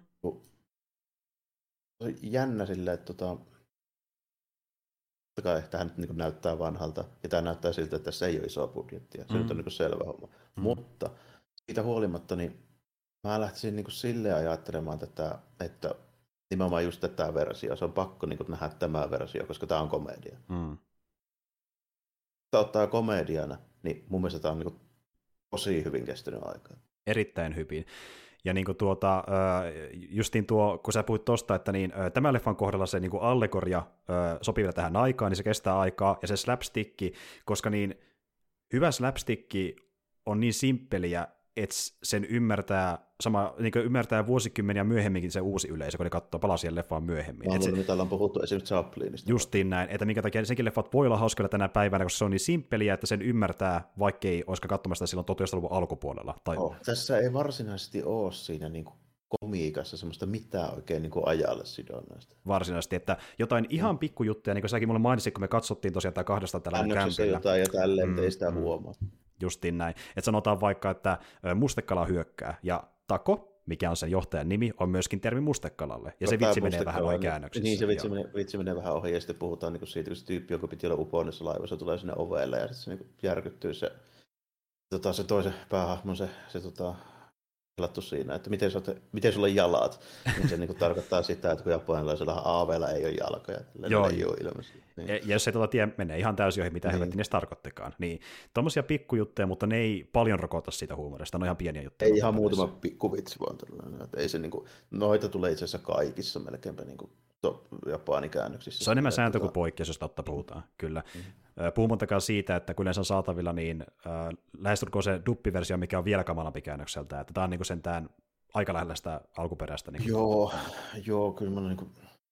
Speaker 2: on jännä silleen, että tota, tähän nyt niin näyttää vanhalta ja tämä näyttää siltä, että tässä ei ole isoa budjettia. Se mm. nyt on niin selvä homma. Mm. Mutta siitä huolimatta, niin mä lähtisin niin kuin silleen ajattelemaan tätä, että nimenomaan just tätä versiota, se on pakko niin kuin nähdä tämä versio, koska tämä on komedia. Mm. Tämä ottaa komediana, niin mun mielestä tämä on niin kuin tosi hyvin kestänyt aikaa.
Speaker 1: Erittäin hyvin. Ja niin kuin tuota, justiin tuo, kun sä puhuit tosta, että niin, tämän leffan kohdalla se niin kuin allegoria sopii vielä tähän aikaan, niin se kestää aikaa, ja se slapsticki, koska niin hyvä slapsticki on niin simppeliä, että sen ymmärtää, sama, niin ymmärtää vuosikymmeniä myöhemminkin se uusi yleisö, kun ne katsoo palasien leffaan myöhemmin.
Speaker 2: Mä luulen, mitä ollaan puhuttu esimerkiksi Chaplinista.
Speaker 1: Justiin näin, että minkä takia senkin leffat voi olla hauskoilla tänä päivänä, koska se on niin simppeliä, että sen ymmärtää, vaikkei olisikaan katsomasta silloin tuhatyhdeksänsataaluvun alkupuolella. Tai...
Speaker 2: Oh, tässä ei varsinaisesti ole siinä niin kuin komiikassa semmoista mitään oikein niin kuin ajalle sidonnaista.
Speaker 1: Varsinaisesti, että jotain ihan pikkujuttuja, niin kuin säkin mulle mainitsit, kun me katsottiin tosiaan tämä kahdesta tällä kämpillä.
Speaker 2: Jotain ja tälleen,
Speaker 1: mm,
Speaker 2: ei sitä
Speaker 1: mm.
Speaker 2: huomaa.
Speaker 1: Justiin näin. Että sanotaan vaikka, että mustekala hyökkää, ja Tako, mikä on sen johtajan nimi, on myöskin termi mustekalalle, ja no, se vitsi menee vähän noin käännöksissä.
Speaker 2: Niin, se vitsi menee, vitsi menee vähän ohi, ja sitten puhutaan niin siitä, kun se tyyppi, joka piti olla uponnissa laivassa, tulee sinne ovelle, ja sitten se niin järkyttyy se, tota, se toisen päähahmon, se, se tota, pelattu siinä, että miten, oot, miten sulla on jalat, niin se niin kuin tarkoittaa sitä, että kun japanilaisella aaveilla ei ole jalkoja,
Speaker 1: joo,
Speaker 2: ei ole ilmeisesti. Niin.
Speaker 1: Ja jos se tuota tie menee ihan täysin ohi, mitä niin. helvettiin edes tarkoittikaan. Niin, tommosia pikkujuttuja, mutta ne ei paljon rokota siitä huumorista, ne on ihan pieniä juttuja.
Speaker 2: Ei ihan muutama pikkuvitsi vaan tällainen, että ei se niinku, noita tulee itse asiassa kaikissa melkeinpä niinku japanikäännöksissä.
Speaker 1: Se on enemmän sääntö kuin poikkeus, jos totta puhutaan, kyllä. Mm-hmm. Puhumattakaan siitä, että kun yleensä on saatavilla, niin äh, lähestulkoon se duppiversio, mikä on vielä kamalampi käännökseltä, että tämä on niinku sentään aika lähellä sitä alkuperäistä. Niin
Speaker 2: joo, joo, kyllä mä niinku...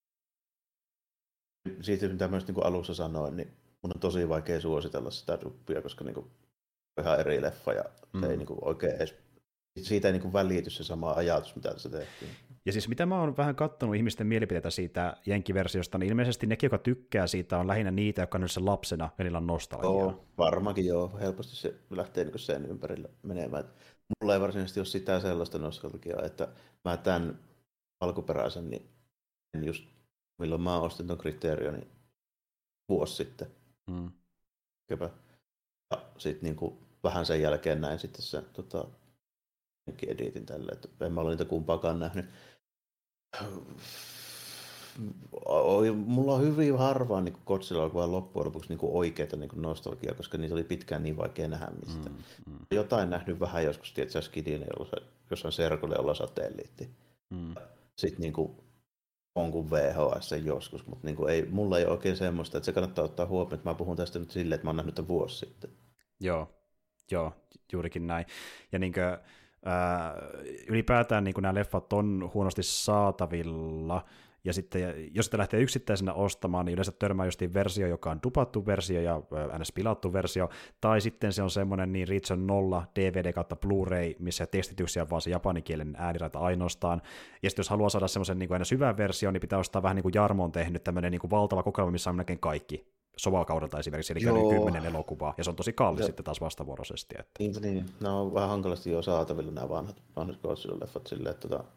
Speaker 2: Siitä, mitä myös niin kuin alussa sanoin, niin mun on tosi vaikea suositella sitä duppia, koska niin kuin, on ihan eri leffa ja mm. se ei niin kuin, oikein edes, siitä ei niin kuin, välity se sama ajatus, mitä tässä tehtiin.
Speaker 1: Ja siis mitä mä oon vähän katsonut ihmisten mielipiteitä siitä jenkkiversiosta, niin ilmeisesti nekin, jotka tykkää siitä, on lähinnä niitä, jotka on sen lapsena ja niillä on nostalgiaa.
Speaker 2: Joo, varmaankin joo. Helposti se lähtee niin sen ympärillä menemään. Mulla ei varsinaisesti ole sitä sellaista nostalgiaa, että mä tämän alkuperäisen, niin just milloin mä ostin ton Criterionin vuosi sitten. Mm. Ja sitten niinku vähän sen jälkeen näin sitten sen tota, editin tälle, että en mä ole niitä kumpaakaan nähnyt. Mulla on hyvin harvaan niin Godzilla-elokuvan loppujen lopuksi niin oikeita niin nostalgiaa, koska niitä oli pitkään niin vaikea nähdä mistä. Mm, mm. Jotain nähnyt vähän joskus, tietysti Skidin jossain serkulle olla satelliitti. Mm. Sitten niin kuin, on kuin V H S joskus, mutta niin kuin ei, mulla ei ole oikein semmoista, että se kannattaa ottaa huomioon, että mä puhun tästä nyt silleen, että mä oon nähnyt tämän vuosi sitten. Joo,
Speaker 1: joo, juurikin näin. Ja niin kuin, ää, ylipäätään niin kuin nämä leffat on huonosti saatavilla, ja sitten jos sitä lähtee yksittäisenä ostamaan, niin yleensä törmää justiin versio, joka on dupattu versio ja ns. Pilattu versio, tai sitten se on semmoinen niin Reach nolla D V D kautta Blu-ray, missä tekstityksiä on vaan se japanikielinen ääniraita ainoastaan. Ja sitten jos haluaa saada semmoisen niin aina syvän version, niin pitää ostaa vähän niin kuin Jarmo on tehnyt tämmöinen niin kuin valtava kokoelma, missä on melkein kaikki. Soval-kaudelta esimerkiksi, eli Joo. kymmenen elokuvaa, ja se on tosi kallis ja sitten taas vastavuoroisesti. Että.
Speaker 2: Niin, niin. Nämä on vähän hankalasti jo saatavilla nämä vanhat, vanhat Godzilla-leffat silleen, että tota,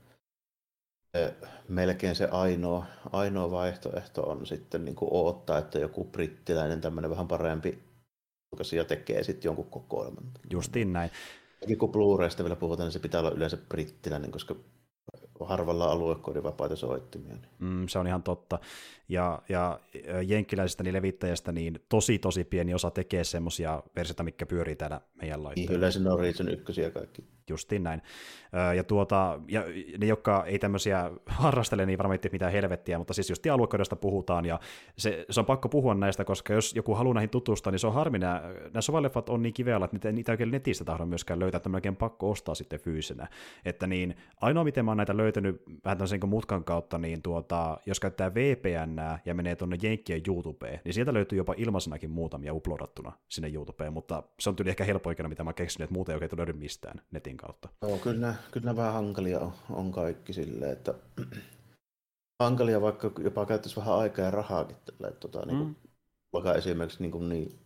Speaker 2: melkein se ainoa, ainoa vaihtoehto on sitten niin kuin odottaa, että joku brittiläinen tämmöinen vähän parempi julkaisija tekee sitten jonkun kokoelman.
Speaker 1: Justiin näin.
Speaker 2: Ja kun Blu-raysta vielä puhutaan, niin se pitää olla yleensä brittiläinen, koska harvalla aluekoodin vapaita soittimia. Niin.
Speaker 1: Mm, se on ihan totta. Ja, ja jenkkiläisistä niin levittäjästä niin tosi tosi pieni osa tekee semmoisia versioita, mitkä pyörii täällä meidän laitteella.
Speaker 2: Niin, yleensä ne on Region ykkösiä kaikki.
Speaker 1: Justiin näin. Ja, tuota, ja ne, jotka ei tämmöisiä harrastele, niin varmaan ei mitään helvettiä, mutta siis just aluekoodista puhutaan, ja se, se on pakko puhua näistä, koska jos joku haluaa näihin tutustua, niin se on harmi, nämä, nämä sovelleffat on niin kiveellä, että niitä, niitä oikein netistä tahdo myöskään löytää, että on melkein pakko ostaa sitten fyysinä. Että niin, ainoa miten mä oon näitä löytänyt vähän tämmöisen niin mutkan kautta, niin tuota, jos käyttää V P N:ää ja menee tuonne Jenkkien YouTubeen, niin sieltä löytyy jopa ilmaisenakin muutamia uploadattuna sinne YouTubeen, mutta se on tyyli ehkä helpoikana, mitä mä keksinyt, että muuta ei oikein löydy mistään netin kautta.
Speaker 2: Joo, kyllä nämä, kyllä nämä vähän hankalia on, on kaikki silleen, että hankalia vaikka jopa käyttäisi vähän aikaa ja rahaakin tällä, että tota, mm. niin kuin, vaikka esimerkiksi niin, kuin niin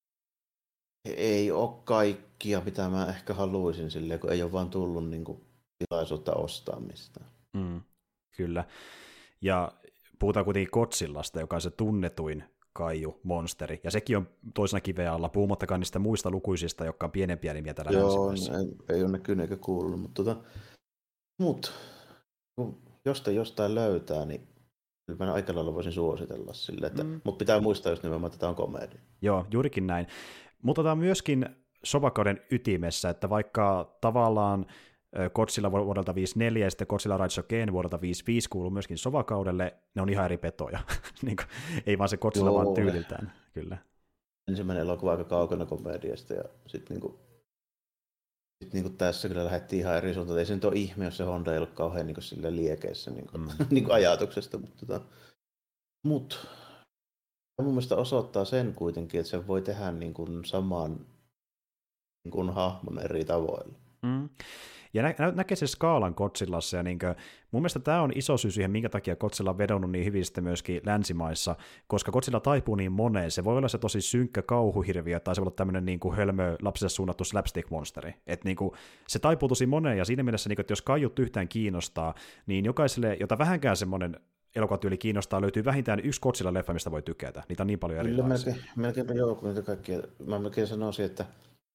Speaker 2: ei ole kaikkia, mitä mä ehkä haluaisin silleen, kun ei ole vaan tullut niin kuin tilaisuutta ostaa mistään.
Speaker 1: Mm, kyllä. Ja puhutaan kuitenkin Godzillasta, joka on se tunnetuin kaiju, monsteri, ja sekin on toisena kiveä alla, puhumattakaan niistä muista lukuisista, jotka on pienempiä nimiä täällä länsimaissa.
Speaker 2: Joo, ei, ei ole näkynyt eikä kuullut, mutta tota, mut, kun jostain jostain löytää, niin mä aika lailla voisin suositella sille, että, mm. mutta pitää muistaa just nimenomaan, että tämä on komedia.
Speaker 1: Joo, juurikin näin. Mutta tämä on myöskin sovakauden ytimessä, että vaikka tavallaan Godzilla vuodelta viisikymmentäneljä ja sitten Godzilla Rise Again vuodelta viisikymmentäviisi kuuluu myöskin sovakaudelle, ne on ihan eri petoja, niin kuin, ei vaan se Godzilla Joo. vaan tyyliltään, kyllä.
Speaker 2: Ensimmäinen elokuva aika kaukana komediasta ja sitten niinku, sit niinku tässä kyllä lähdettiin ihan eri suuntaan. Ei se nyt ole ihme, jos se Honda ei ollut kauhean niinku sille liekeissä niinku, mm. niinku ajatuksesta, mutta tota, mut, mun mielestä osoittaa sen kuitenkin, että se voi tehdä niinku saman niinku hahmon eri tavoilla.
Speaker 1: Mm. Ja nä- nä- näkee se skaalan Godzillassa, ja niinkö, mun mielestä tämä on iso syy siihen, minkä takia Godzilla on vedonnut niin hyvin sitten myöskin länsimaissa, koska Godzilla taipuu niin moneen. Se voi olla se tosi synkkä kauhuhirviö, tai se voi olla tämmöinen niin kuin hölmö lapsille suunnattu slapstick-monsteri. Et niin kuin, se taipuu tosi moneen, ja siinä mielessä, niin kuin, että jos kaiut yhtään kiinnostaa, niin jokaiselle, jota vähänkään semmoinen elokuvatyyli kiinnostaa, löytyy vähintään yksi Godzilla-leffa, mistä voi tykätä. Niitä on niin paljon erilaisia.
Speaker 2: Melkein, melkeinpä joo, kun niitä kaikkia. Mä melkein sanoisin, että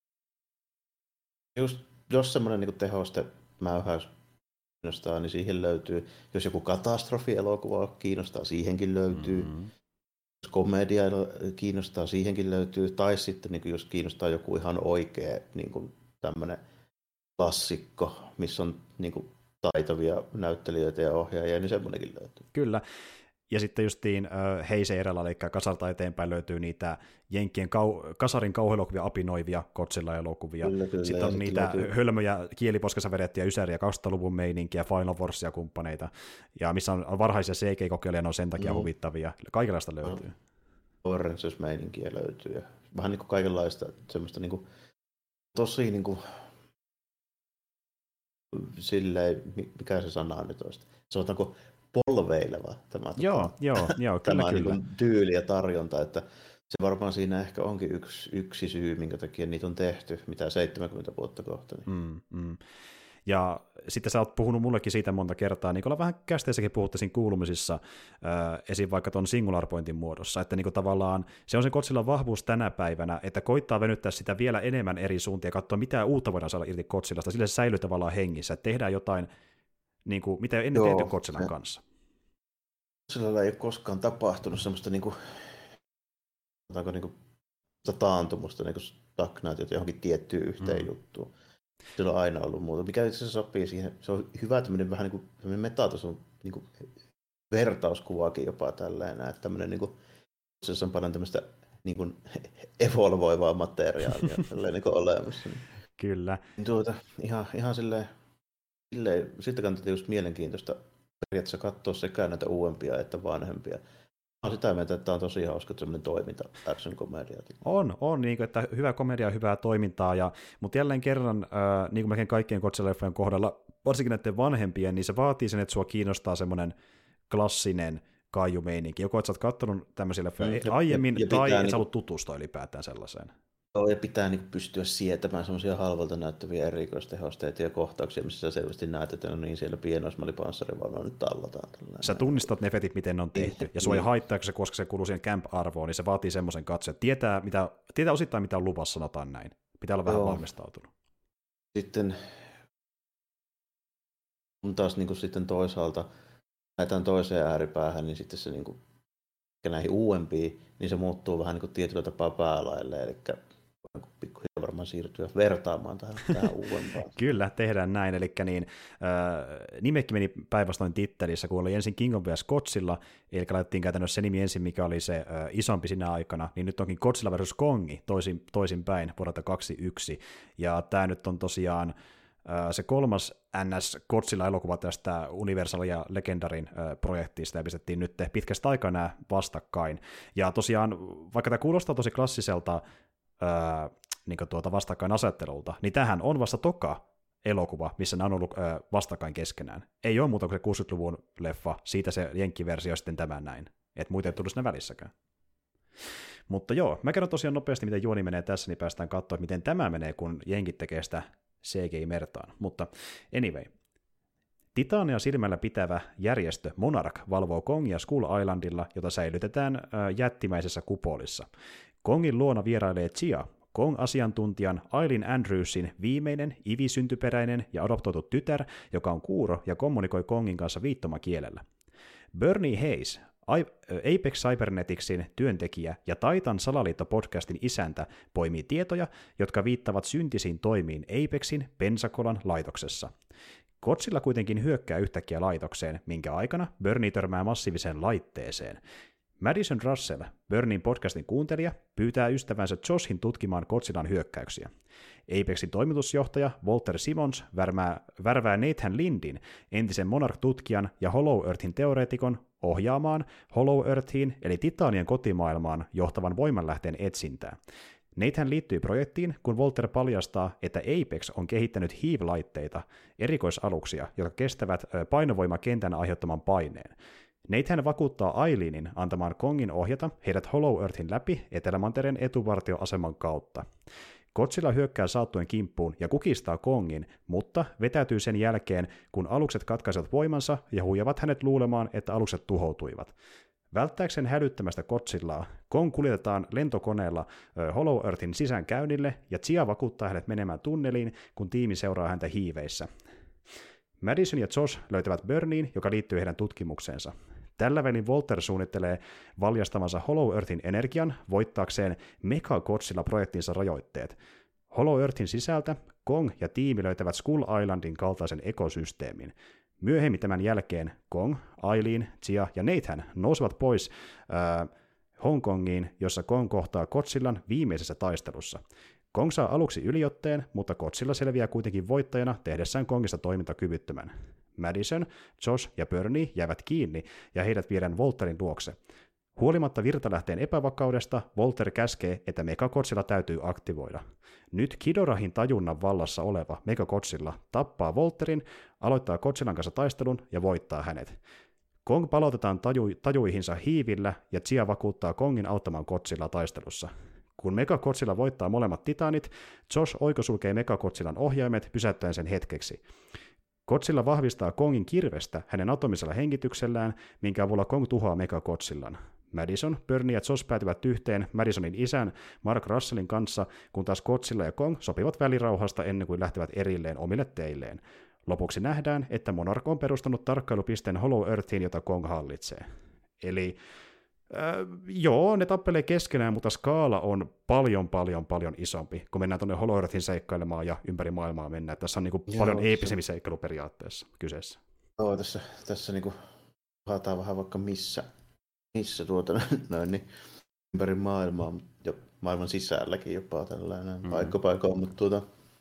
Speaker 2: just jos semmoinen niin tehoste mäyhäys kiinnostaa, niin siihen löytyy. Jos joku katastrofielokuva kiinnostaa, siihenkin löytyy. Mm-hmm. Jos komedia kiinnostaa, siihenkin löytyy. Tai sitten niin jos kiinnostaa joku ihan oikea niin tämmöinen klassikko, missä on niin kuin taitavia näyttelijöitä ja ohjaajia, niin semmoinenkin löytyy.
Speaker 1: Kyllä. Ja sitten justiin äh, Heise erällä, eli kasarta eteenpäin löytyy niitä Jenkkien kau- kasarin kauhuelokuvia apinoivia Godzilla-elokuvia. Kyllä, kyllä, sitten on sitten niitä löytyy hölmöjä kieliposkessa vedettyjä ysäriä kaksituhattaluvun meininkiä, Final Forcea kumppaneita, ja missä on varhaisia C G-kokeiluja, ne on sen takia mm. huvittavia. Kaikenlaista löytyy.
Speaker 2: Power Rangers-meininkiä löytyy, ja vähän niin kuin kaikenlaista semmoista niin kuin, tosi niin kuin, silleen, mikä se sana on nyt olisi, sanotaanko polveileva tämä,
Speaker 1: joo, joo, joo,
Speaker 2: tämä
Speaker 1: kyllä, kyllä.
Speaker 2: Niin tyyli ja tarjonta, että se varmaan siinä ehkä onkin yksi, yksi syy, minkä takia niitä on tehty, mitä seitsemänkymmentä vuotta kohta. Niin.
Speaker 1: Mm, mm. Ja sitten sä oot puhunut mullekin siitä monta kertaa, niin kuin ollaan vähän kästeissäkin puhuttu siinä kuulumisissa, äh, esim. Vaikka tuon singular pointin muodossa, että niin kuin tavallaan se on se Godzillan vahvuus tänä päivänä, että koittaa venyttää sitä vielä enemmän eri suuntia ja katsoa, mitä uutta voidaan saada irti Godzillasta, sillä se säilyy tavallaan hengissä, että tehdään jotain, niin kuin, mitä ei ennen tehty Godzillan se kanssa.
Speaker 2: Godzillalla ei ole koskaan tapahtunut semmoista niin kuin, niin kuin, taantumusta, niin kuin stagnaatiota johonkin tiettyyn yhteen mm. juttuun. Sillä on aina ollut muuta. Mikä itse asiassa sopii siihen, se on hyvä tämmöinen vähän niin kuin metatason niin kuin vertauskuvaakin jopa tällainen, että tämmöinen niin kuin, se on paljon tämmöistä niin kuin evolvoivaa materiaalia tälleen niin kuin olemassa.
Speaker 1: Kyllä.
Speaker 2: Tuota, ihan, ihan silleen, silleen, sitten kannattaa just mielenkiintoista periaatteessa katsoa sekä näitä uudempia että vanhempia. On sitä mieltä, että tämä on tosi hauska semmoinen toiminta action-komedia.
Speaker 1: On, on niin kuin, että hyvä komedia, hyvää toimintaa, ja, mutta jälleen kerran, äh, niin kuin melkein kaikkien Godzilla-leffojen kohdalla, varsinkin näiden vanhempien, niin se vaatii sen, että sua kiinnostaa semmoinen klassinen kaijumeininki. Joko et sä oot katsonut tämmöisiä leffoja mm, aiemmin, ja, ja tai et niin sä ollut tutustua ylipäätään sellaiseen.
Speaker 2: Joo, ja pitää niin pystyä sietämään semmoisia halvalta näyttäviä erikoistehosteita ja kohtauksia, missä sä selvästi näet, että no niin, siellä pienoismallipanssarivaunua nyt tallataan. Tällainen.
Speaker 1: Sä tunnistat ne fetit, miten ne on tehty, niin, ja sua ei haittaa, koska se kuuluu siihen camp-arvoon, niin se vaatii semmoisen katsoa, että tietää, mitä, tietää osittain, mitä on luvassa, sanotaan näin. Pitää olla vähän Joo. valmistautunut.
Speaker 2: Sitten kun taas niin kuin sitten toisaalta lähdetään toiseen ääripäähän, niin sitten se niin kuin, näihin uudempiin, niin se muuttuu vähän niin kuin tietyllä tapaa päälaille, eli pikkuhiljaa varmaan siirtyä vertaamaan tähän, tähän uudempaan.
Speaker 1: Kyllä, tehdään näin, eli niin, äh, nimekin meni päinvastoin tittelissä, kun oli ensin King of Godzilla, eli laitettiin käytännössä se nimi ensin, mikä oli se äh, isompi sinä aikana, niin nyt onkin Godzilla versus Kongi toisin, toisin päin vuodelta kaksikymmentäyksi, ja tämä nyt on tosiaan äh, se kolmas N S-Godzilla-elokuva tästä Universal ja Legendarin äh, projektista, ja pistettiin nyt pitkästä aikaa nämä vastakkain, ja tosiaan, vaikka tämä kuulostaa tosi klassiselta Öö, niin tuota vastakkainasettelulta, niin tämähän on vasta toka elokuva, missä nämä on ollut öö, vastakkain keskenään. Ei ole muuta kuin se kuusikymmentäluvun leffa, siitä se jenkkiversio sitten tämän näin. Että muita ei tullut siinä välissäkään. Mutta joo, mä kerron tosiaan nopeasti, miten juoni menee tässä, niin päästään katsoa, miten tämä menee, kun jenkit tekee sitä C G I-mertaan. Mutta anyway. Titania silmällä pitävä järjestö Monarch valvoo Kongia Skull Islandilla, jota säilytetään öö, jättimäisessä kupolissa. Kongin luona vierailee Chia, Kong-asiantuntijan Aileen Andrewsin viimeinen, ivisyntyperäinen ja adoptoitu tytär, joka on kuuro ja kommunikoi Kongin kanssa viittomakielellä. Bernie Hayes, Apex Cyberneticsin työntekijä ja Taitan salaliitto-podcastin isäntä poimii tietoja, jotka viittavat syntisiin toimiin Apexin Pensacola'n laitoksessa. Godzilla kuitenkin hyökkää yhtäkkiä laitokseen, minkä aikana Bernie törmää massiiviseen laitteeseen. Madison Russell, Bernin podcastin kuuntelija, pyytää ystävänsä Joshin tutkimaan Godzillan hyökkäyksiä. Apexin toimitusjohtaja Walter Simmons värvää, värvää Nathan Lindin, entisen Monarch-tutkijan ja Hollow Earthin teoreetikon, ohjaamaan Hollow Earthiin eli Titanien kotimaailmaan johtavan voimanlähteen etsintää. Nathan liittyy projektiin, kun Walter paljastaa, että Apex on kehittänyt H I V-laitteita, erikoisaluksia, jotka kestävät painovoimakentän aiheuttaman paineen. Nathan vakuuttaa Eileenin antamaan Kongin ohjata heidät Hollow Earthin läpi Etelämantereen etuvartioaseman kautta. Godzilla hyökkää saattuen kimppuun ja kukistaa Kongin, mutta vetäytyy sen jälkeen, kun alukset katkaisevat voimansa ja huijavat hänet luulemaan, että alukset tuhoutuivat. Välttääkseen hälyttämästä Godzillaa, Kong kuljetetaan lentokoneella Hollow Earthin sisäänkäynnille ja Chia vakuuttaa hänet menemään tunneliin, kun tiimi seuraa häntä hiiveissä. Madison ja Josh löytävät Bernien, joka liittyy heidän tutkimukseensa. Tällä välin Walter suunnittelee valjastamansa Hollow Earthin energian voittaakseen Mega Godzilla-projektinsa rajoitteet. Hollow Earthin sisältä Kong ja tiimi löytävät Skull Islandin kaltaisen ekosysteemin. Myöhemmin tämän jälkeen Kong, Eileen, Chia ja Nathan nousevat pois äh, Hongkongiin, jossa Kong kohtaa Godzillan viimeisessä taistelussa. Kong saa aluksi yliotteen, mutta Godzilla selviää kuitenkin voittajana tehdessään Kongista toimintakyvyttömän. Madison, Josh ja Bernie jäävät kiinni ja heidät viedään Walterin luokse. Huolimatta virtalähteen epävakaudesta, Walter käskee, että Megagodzilla täytyy aktivoida. Nyt Kidorahin tajunnan vallassa oleva Megagodzilla tappaa Walterin, aloittaa Godzillan kanssa taistelun ja voittaa hänet. Kong palautetaan taju- tajuihinsa hiivillä ja Chia vakuuttaa Kongin auttamaan Godzillaa taistelussa. Kun Megagodzilla voittaa molemmat titanit, Josh oikosulkee Megagodzillan ohjaimet pysäyttäen sen hetkeksi. Godzilla vahvistaa Kongin kirvestä hänen atomisella hengityksellään, minkä avulla Kong tuhoaa Megagodzillan. Madison, Bernie ja Josh päätyvät yhteen Madisonin isän Mark Russellin kanssa, kun taas Godzilla ja Kong sopivat välirauhasta ennen kuin lähtevät erilleen omille teilleen. Lopuksi nähdään, että Monarch on perustanut tarkkailupisteen Hollow Earthiin, jota Kong hallitsee. Eli Äh, joo, ne tappelee keskenään, mutta skaala on paljon, paljon, paljon isompi, kun mennään tuonne Hollow Earthin seikkailemaan ja ympäri maailmaa mennään. Tässä on niinku paljon eeppisempi seikkailu periaatteessa kyseessä.
Speaker 2: Joo, tässä, tässä niinku haetaan vähän vaikka missä, missä tuota, noin, niin ympäri maailmaa ja maailman sisälläkin jopa tällainen mm. paikka-paikoin, mutta tuota,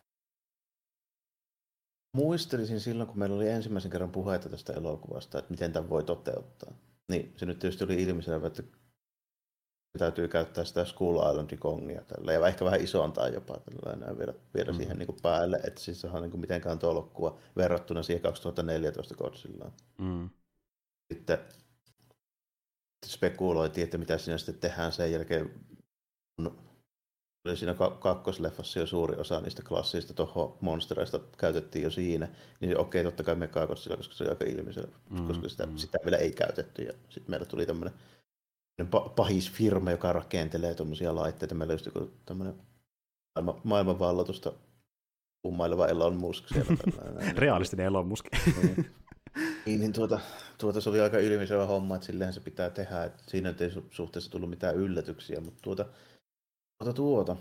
Speaker 2: muistelisin silloin, kun meillä oli ensimmäisen kerran puheita tästä elokuvasta, että miten tämän voi toteuttaa. Niin, se nyt tietysti oli ilmiselvä, että täytyy käyttää sitä Skull Islandin Kongia tällä, ja ehkä vähän isontaa jopa tällä, vielä, vielä mm. siihen niin kuin päälle, että siis se on niin kuin mitenkään tolkkua verrattuna siihen kaksituhattaneljätoista Godzillaan. Mm. Sitten spekuloitiin, että mitä siinä sitten tehdään sen jälkeen, kun oli siinä kakkosleffassa jo suuri osa niistä klassisista toho monstereista käytettiin jo siinä, niin okei, totta kai Megagodzilla, koska se oli aika ilmiselvä, mm, koska sitä, mm. sitä vielä ei käytetty. Ja sitten meillä tuli tämmöinen pahis firma, joka rakentelee tuommoisia laitteita. Meillä just joku tämmöinen maailman, maailmanvallatusta ummaileva Elon Musk siellä.
Speaker 1: Realistinen Elon Musk.
Speaker 2: niin, niin tuota, tuota se oli aika ilmiselvä homma, että silleen se pitää tehdä. Että siinä ei suhteessa tullut mitään yllätyksiä, mutta tuota, tuota, tuota.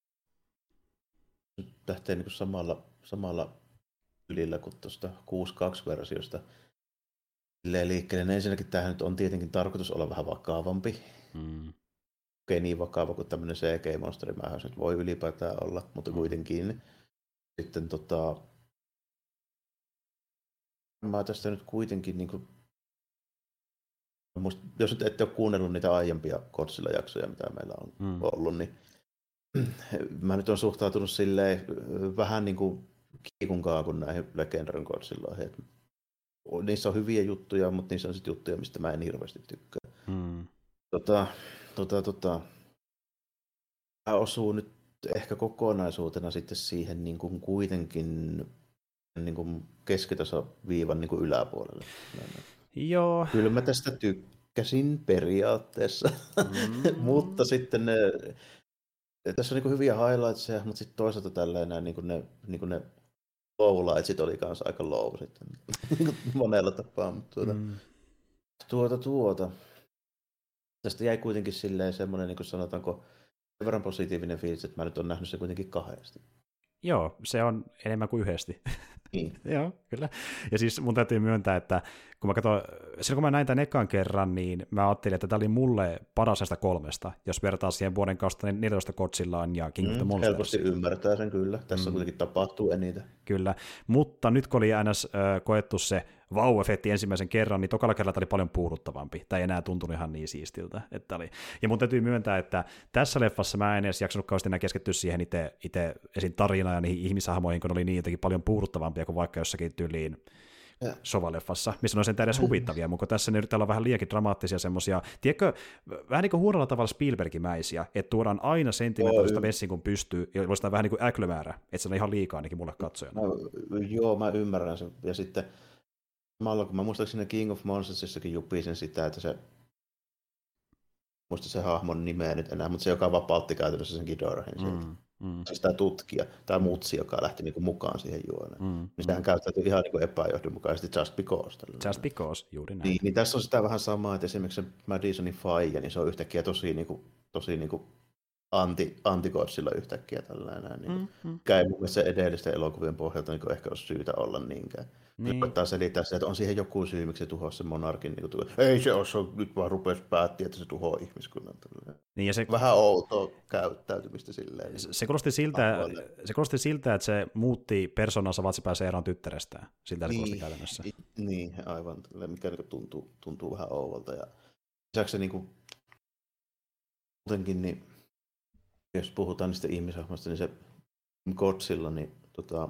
Speaker 2: Nyt lähtee niin kuin samalla, samalla ylillä kuin tuosta kuusi kaksi-versiosta liikkeelle. Ensinnäkin tämähän nyt on tietenkin tarkoitus olla vähän vakavampi. Mm. Okei, niin vakava kuin tämmöinen C G-monsterimääräys nyt voi ylipäätään olla, mutta mm. kuitenkin. Sitten tota, mä tästä nyt kuitenkin, niin kuin, jos nyt ette ole kuunnellut niitä aiempia Godzilla-jaksoja, mitä meillä on mm. ollut, niin mä nyt on suhtautunut silleen vähän niin kuin kiikun kaakun näihin Legendaren Godzilloihin. Niissä on hyviä juttuja, mutta niissä on sitten juttuja, mistä mä en hirveästi tykkää. Mm. Tota, tota, tota. Tämä osuu nyt ehkä kokonaisuutena sitten siihen niin kuin kuitenkin niin kuin keskitasoviivan niin kuin yläpuolelle.
Speaker 1: Joo.
Speaker 2: Kyllä mä tästä tykkäsin periaatteessa, mm. mutta sitten ne, tässä on niin kuin hyviä highlightseja, mutta sitten toisaalta tällainen niin kuin ne, niin kuin ne lowlightsit oli kanssa aika low sitten monella tapaa. Mutta tuota, mm. tuota, tuota. tästä jäi kuitenkin silleen semmoinen, niin kuin sanotaanko, sen verran positiivinen fiilis, että mä nyt olen nähnyt se kuitenkin kahdesti.
Speaker 1: Joo, se on enemmän kuin yhdesti.
Speaker 2: Niin.
Speaker 1: Joo, kyllä. Ja siis mun täytyy myöntää, että kun mä katsoin, silloin kun mä näin tämän ekan kerran, niin mä ajattelin, että tämä oli mulle paras näistä kolmesta, jos vertaa siihen vuoden kaksituhattaneljätoista Godzillaan ja King of the
Speaker 2: Mm,
Speaker 1: Monsters.
Speaker 2: helposti ymmärtää sen kyllä. Tässä
Speaker 1: Mm.
Speaker 2: kuitenkin tapahtuu eniten.
Speaker 1: Kyllä, mutta nyt kun oli aina äh, koettu se vau-efekti ensimmäisen kerran, niin tokalla kerralla tämä oli paljon puuduttavampi. Tämä ei enää tuntunut ihan niin siistiltä. Että oli. Ja mun täytyy myöntää, että tässä leffassa mä en edes jaksanut kauheasti enää keskittyä siihen itse, itse esim. Tarinaan ja niihin ihmishahmoihin, kun ne oli niin jotenkin paljon puuduttavampia kuin vaikka jossakin tyyliin Sova-leffassa, missä on sen edes huvittavia, mutta tässä ne yritetään olla vähän liiankin dramaattisia semmoisia, tiedätkö, vähän niin kuin huonolla tavalla Spielbergimäisiä, että tuodaan aina sentimentaalista vessin, kun pystyy, ja voisi vähän niin kuin äklömäärä, että se on ihan liikaa ainakin mulle katsojana.
Speaker 2: Mä, joo, mä ymmärrän sen. Ja sitten samalla, kun mä muistaakseni King of Monstersissakin jupisin sitä, että se muista se hahmon nimeä nyt enää, mutta se, joka vapautti käytännössä sen Ghidorah'n sieltä. Mm. Mm. Siis tämä tutkija, tämä mutsi, joka lähti niinku mukaan siihen juoneen. Mm. Niin mm. sehän käyttäytyi ihan niinku epäjohdonmukaisesti just because. Tällainen.
Speaker 1: Just because, juuri näin.
Speaker 2: Niin, niin tässä on sitä vähän samaa, että esimerkiksi se Madisonin faija, niin se on yhtäkkiä tosi, niinku, tosi niinku anti, antikotsilla yhtäkkiä tällainen. Niin mm. Mm. Mikä ei mun mielestä edellisten elokuvien pohjalta niin ehkä olisi syytä olla niinkään. Niin. Koittaa selittää se, että on siihen joku syy, miksi se tuhosi se monarkin. Niin kuin, ei se ole, se on, nyt vaan rupesi päätti, että se tuhoaa ihmiskunnan.
Speaker 1: Niin ja se,
Speaker 2: vähän outoa käyttäytymistä silleen. Niin
Speaker 1: se, kuulosti siltä, se kuulosti siltä, että se muutti persoonansa, vaan se pääsee eroon tyttärestään. Siltä niin, se kuulosti käytännössä.
Speaker 2: Niin, aivan. Mikä niin tuntuu, tuntuu vähän ouvolta. Ja lisäksi se niin kuin, muutenkin, niin, jos puhutaan niistä ihmishahmoista, niin se Godzilla, niin tota,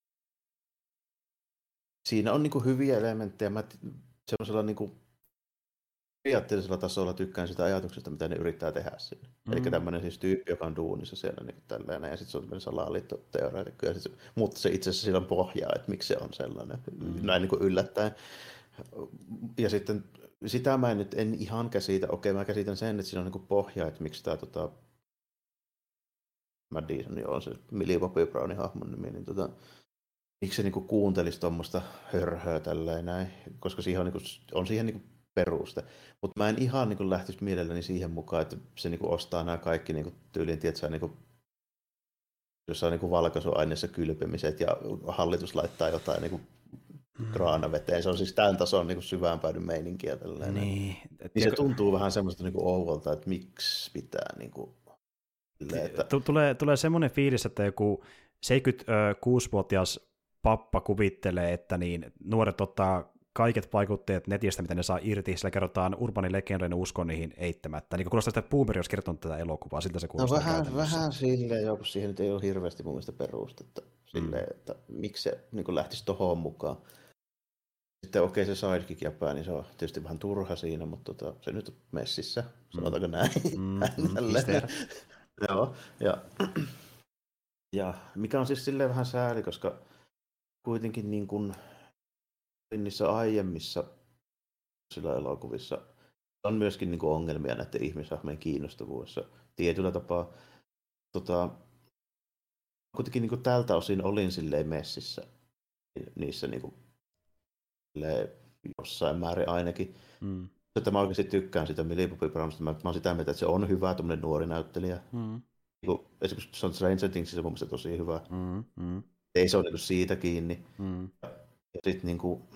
Speaker 2: siinä on niinku hyviä elementtejä. Mä semmoisella niinku periaatteellisella tasolla tykkään sitä ajatuksesta, mitä ne yrittää tehdä sinne. Mm. Eli tämmöinen siis tyyppi, joka on duunissa siellä niinku tällainen, ja sitten se on tämmöinen salaliittoteoreetikko, ja sit se, mutta se itse asiassa sillä on pohjaa, että miksi se on sellainen, mm. näin niinku yllättäen. Ja sitten sitä mä en nyt en ihan käsitä, okei mä käsitän sen, että siinä on niinku pohjaa, että miksi tämä tota, Madison on se Millie Bobby Brownin hahmon nimi, niin tota, miksi se niinku kuuntelisi tuommoista hörhöä tälleen näin, koska siihen on, niinku, on siihen niinku peruste. Mutta mä en ihan niinku lähtisi mielelläni siihen mukaan, että se niinku ostaa nämä kaikki niinku tyyliin, tietsä, niinku, jossa on niinku valkaisuaineessa kylpemiset ja hallitus laittaa jotain niinku kraanaveteen. Se on siis tämän tason niinku syväänpäin meininkiä tälleen.
Speaker 1: Niin,
Speaker 2: niin se tuntuu vähän semmoista niinku ouvolta, että miksi pitää niinku
Speaker 1: että Tulee, tulee semmoinen fiilis, että joku seitsemänkymmentäkuusivuotias pappa kuvittelee, että niin nuoret ottaa kaiket vaikutteet netistä, mitä ne saa irti, sillä kerrotaan urbanin legendojen uskon niihin eittämättä. Niin kuulostaa sitä, että Boomer olisi kertonut tätä elokuvaa, siltä se kuulostaa.
Speaker 2: No vähän, vähän silleen, joo, kun siihen nyt ei ole hirveästi mun mielestä perustetta. Silleen, mm. että miksi se niin lähtisi tohon mukaan. Sitten okei, okay, se sidekick jäpää, niin se on tietysti vähän turha siinä, mutta tota, se nyt on messissä, sanotaanko näin. Mm, mm, Joo, ja, ja mikä on siis silleen vähän sääli, koska kuitenkin niin kuin niissä aiemmissa sillä elokuvissa on myöskin niin kuin ongelmia näiden ihmishahmojen kiinnostavuudessa tietyllä tapaa. Tota, kuitenkin niin kuin tältä osin olin silleen messissä niissä niin kuin, jossain määrin ainakin. Mm. Että mä oikeasti tykkään sitä Millie Bobby Brownista. Mä, mä oon sitä mieltä, että se on hyvä tuommoinen nuori näyttelijä. Mm. Niin esimerkiksi se on Stranger Thingsissä mun mielestä tosi hyvä. Mm, mm. Ei se ole niin siitä kiinni. Mm. Ja, ja sitten niin kuin,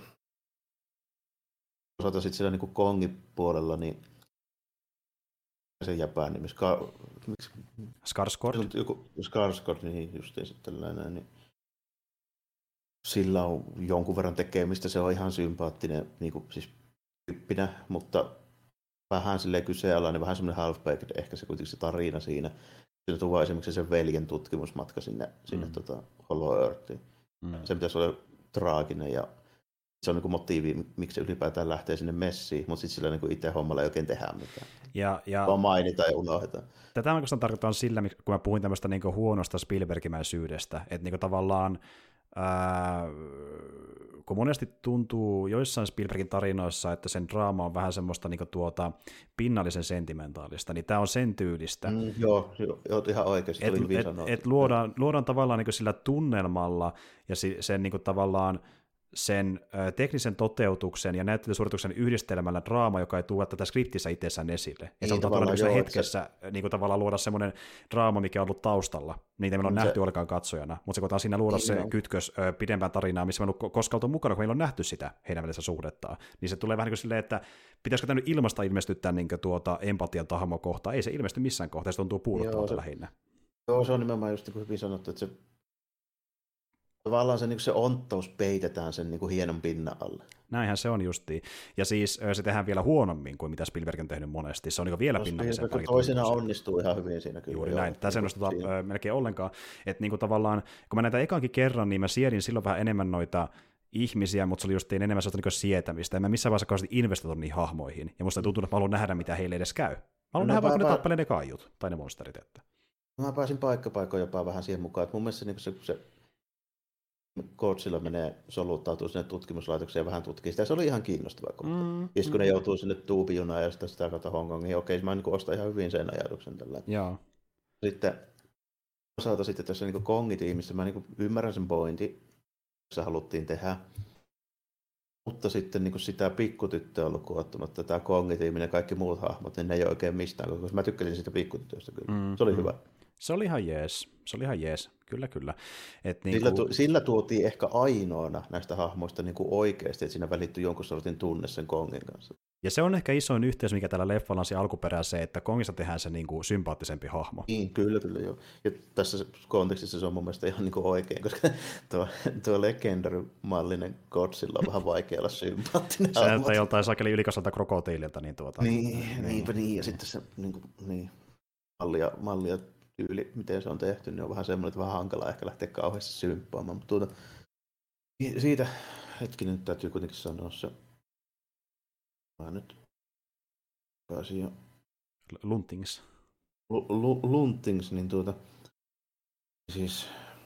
Speaker 2: osalta sitten siellä niin kuin Kongin puolella, niin se jäpää nimi. Ska,
Speaker 1: Skarsgård?
Speaker 2: Joku Skarsgård, niin justiin sitten tällainen. Niin sillä on jonkun verran tekemistä. Se on ihan sympaattinen, niin kuin, siis tyyppinä, mutta vähän silleen kyseenalainen, vähän semmoinen half-baked ehkä se kuitenkin se tarina siinä. Siinä tuo esimerkiksi sen veljen tutkimusmatka sinne, sinne mm. tota Hollow Earthiin. Mm. Se pitäisi olla traaginen ja se on niin kuin motiivi, miksi se ylipäätään lähtee sinne messiin, mutta sitten sillä niin itse hommalla ei oikein tehdä mitään.
Speaker 1: Ja, ja
Speaker 2: vaan mainitaan ja unohdetaan.
Speaker 1: Tätä oikeastaan tarkoitan sillä, kun mä puhuin tämmöistä niin huonosta Spielbergimäisyydestä, että niin tavallaan Ää, kun monesti tuntuu joissain Spielbergin tarinoissa, että sen draama on vähän semmoista niin tuota, pinnallisen sentimentaalista, niin tämä on sen tyylistä.
Speaker 2: Mm, joo, joo, ihan oikeasti.
Speaker 1: Et, et, et luodaan, luodaan tavallaan niin sillä tunnelmalla ja sen niin tavallaan sen ö, teknisen toteutuksen ja näyttelysuorituksen yhdistelmällä draama, joka ei tuo tätä skriptissä itsessään esille. Niin, että halutaan tuolla niin hetkessä se... niin kuin tavallaan luoda semmoinen draama, mikä on ollut taustalla. Niitä meillä on se... nähty ollenkaan katsojana, mutta se koetaan siinä luoda niin, se no. kytkös ö, pidempään tarinaa, missä me on koskaan oltu mukana, kun meillä on nähty sitä heidän välissä suhdettaan. Niin se tulee vähän niin kuin silleen, että pitäisikö tämä nyt ilmasta ilmestyttää niin tuota empatian tahmokohtaa. Ei se ilmesty missään kohtaa, se tuntuu puuduttavalta lähinnä.
Speaker 2: Joo, se on nimenomaan just niin hyvin sanottu, että se tavallaan se, niin se onttous peitetään sen niin kuin hienon pinnan alle.
Speaker 1: Näinhän se on justiin. Ja siis se tehdään vielä huonommin kuin mitä Spielberg on tehnyt monesti. Se on niin vielä no, pinnallisempaa.
Speaker 2: Toisena onnistuu ihan hyvin siinä kyllä.
Speaker 1: Juuri näin. Tässä ei onnistuta melkein ollenkaan. Että niin kuin tavallaan, kun mä näitä ekankin kerran, niin mä siedin silloin vähän enemmän noita ihmisiä, mutta se oli justiin enemmän sellaista niin sietämistä. En mä missään vaiheessa kauheasti investoitu niihin hahmoihin. Ja musta tuntuu, että mä haluan nähdä, mitä heille edes käy. Mä haluan no, nähdä vaikka ne tappelee ne kaijut tai ne monsterit. Että.
Speaker 2: Mä pääsin paikkapaikoin jopa vähän siihen mukaan. Että mun mielestä niin se, se Godzilla menee soluttautuu sinne tutkimuslaitokseen ja vähän tutkii sitä. Se oli ihan kiinnostava kohta. Mm, ja kun mm. ne joutuu sinne tuubijunaan ja sitä, sitä kautta Hongkongiin, okei, mä niin ostan ihan hyvin sen ajatuksen tällä.
Speaker 1: Joo.
Speaker 2: Sitten osalta sitten tässä niin Kongitiimissä mä niin ymmärrän sen pointin, se haluttiin tehdä. Mutta sitten niin sitä pikkutyttöä on lukuun ottamatta, tämä Kongitiimi ja kaikki muut hahmot, niin ne ei oikein mistään, koska mä tykkäsin siitä pikkutytöstä kyllä. Mm, se oli mm. hyvä.
Speaker 1: Se oli ihan jees, se oli ihan jees, kyllä kyllä. Et niin
Speaker 2: sillä,
Speaker 1: kuin...
Speaker 2: tu- sillä tuotiin ehkä ainoana näistä hahmoista niin kuin oikeasti, että siinä välittyi jonkun sortin tunne sen Kongin kanssa.
Speaker 1: Ja se on ehkä isoin yhteys, mikä tällä leffalla on siinä alkuperään se, että Kongissa tehdään se niin kuin sympaattisempi hahmo.
Speaker 2: Niin, kyllä, kyllä joo. Ja tässä kontekstissa se on mun mielestä ihan niin kuin oikein, koska tuo, tuo legendary-mallinen Godzilla on vähän vaikea olla sympaattinen.
Speaker 1: Se näyttää joltain sakeli ylikasvalta krokotiililta. Niin, tuota,
Speaker 2: niin, niin, niinpä niin, ja sitten se niin kuin, niin, mallia, mallia tyyli, miten se on tehty, niin on vähän semmoinen, että vähän hankala ehkä lähteä kauheasti symppaamaan. Mutta tuota, siitä hetkinen nyt täytyy kuitenkin sanoa se. Mä nyt pääsin jo.
Speaker 1: Luntings.
Speaker 2: L- L- Luntings, niin tuota, siis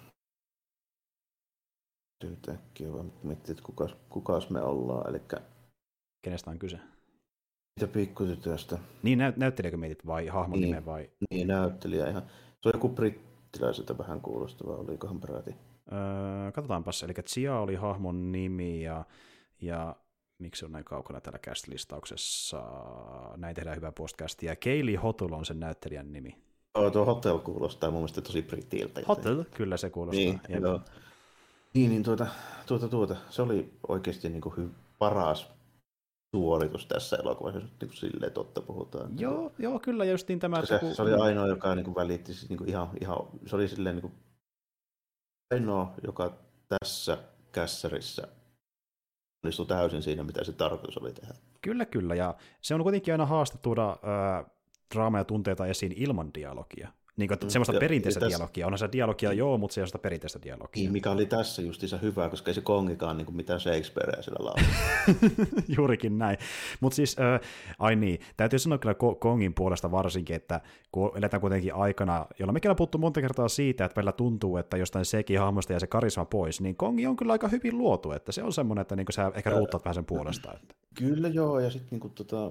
Speaker 2: nyt äkkiä vaan miettiä, että kukas, kukas me ollaan, elikkä
Speaker 1: kenestä on kyse?
Speaker 2: Mitä pikkutytöstä.
Speaker 1: Niin, näyt, näyttelijäkö mietit vai hahmon
Speaker 2: niin,
Speaker 1: nimen vai?
Speaker 2: Niin, näyttelijä ihan. Se on joku brittiläiseltä vähän kuulostava, olikohan peräti.
Speaker 1: Öö, katsotaanpas, eli Chia oli hahmon nimi ja, ja miksi on näin kaukana täällä cast-listauksessa? Näin tehdään hyvää podcastia. Kaylee Hotul on sen näyttelijän nimi.
Speaker 2: Oh, tuo Hotel kuulostaa mun mielestä tosi brittiiltä.
Speaker 1: Hotel, kyllä se kuulostaa.
Speaker 2: Niin, joo. Niin, niin tuota, tuota, tuota, se oli oikeasti niin kuin hy- paras suoritus tässä elokuvassa, jos niin silleen totta puhutaan.
Speaker 1: Joo, joo kyllä, justiin tämä.
Speaker 2: Se, se, se oli ainoa, joka niin kuin välitti, niin kuin ihan, ihan, se oli silleen niin kuin ainoa, joka tässä kässärissä onnistui täysin siinä, mitä se tarkoitus oli tehdä.
Speaker 1: Kyllä, kyllä, ja se on kuitenkin aina haaste tuoda äh, draamaa ja tunteita esiin ilman dialogia. Niin kuin, semmoista ja, perinteistä ja dialogia. Onhan se dialogia mm. joo, mutta se ei ole sitä perinteistä dialogia.
Speaker 2: Niin, mikä oli tässä justiinsa hyvä, koska ei se Kongikaan niin kuin mitään Shakespearea sillä laulaa.
Speaker 1: Juurikin näin. Mutta siis, äh, ai niin, täytyy sanoa kyllä Kongin puolesta varsinkin, että kun eletään kuitenkin aikana, jolla mekin on puhuttu monta kertaa siitä, että välillä tuntuu, että jostain sekin hahmosta ja se karisma pois, niin Kongi on kyllä aika hyvin luotu, että se on semmoinen, että niin sä ehkä ruuttaat vähän sen puolesta. Että.
Speaker 2: Kyllä joo, ja sitten niin tota...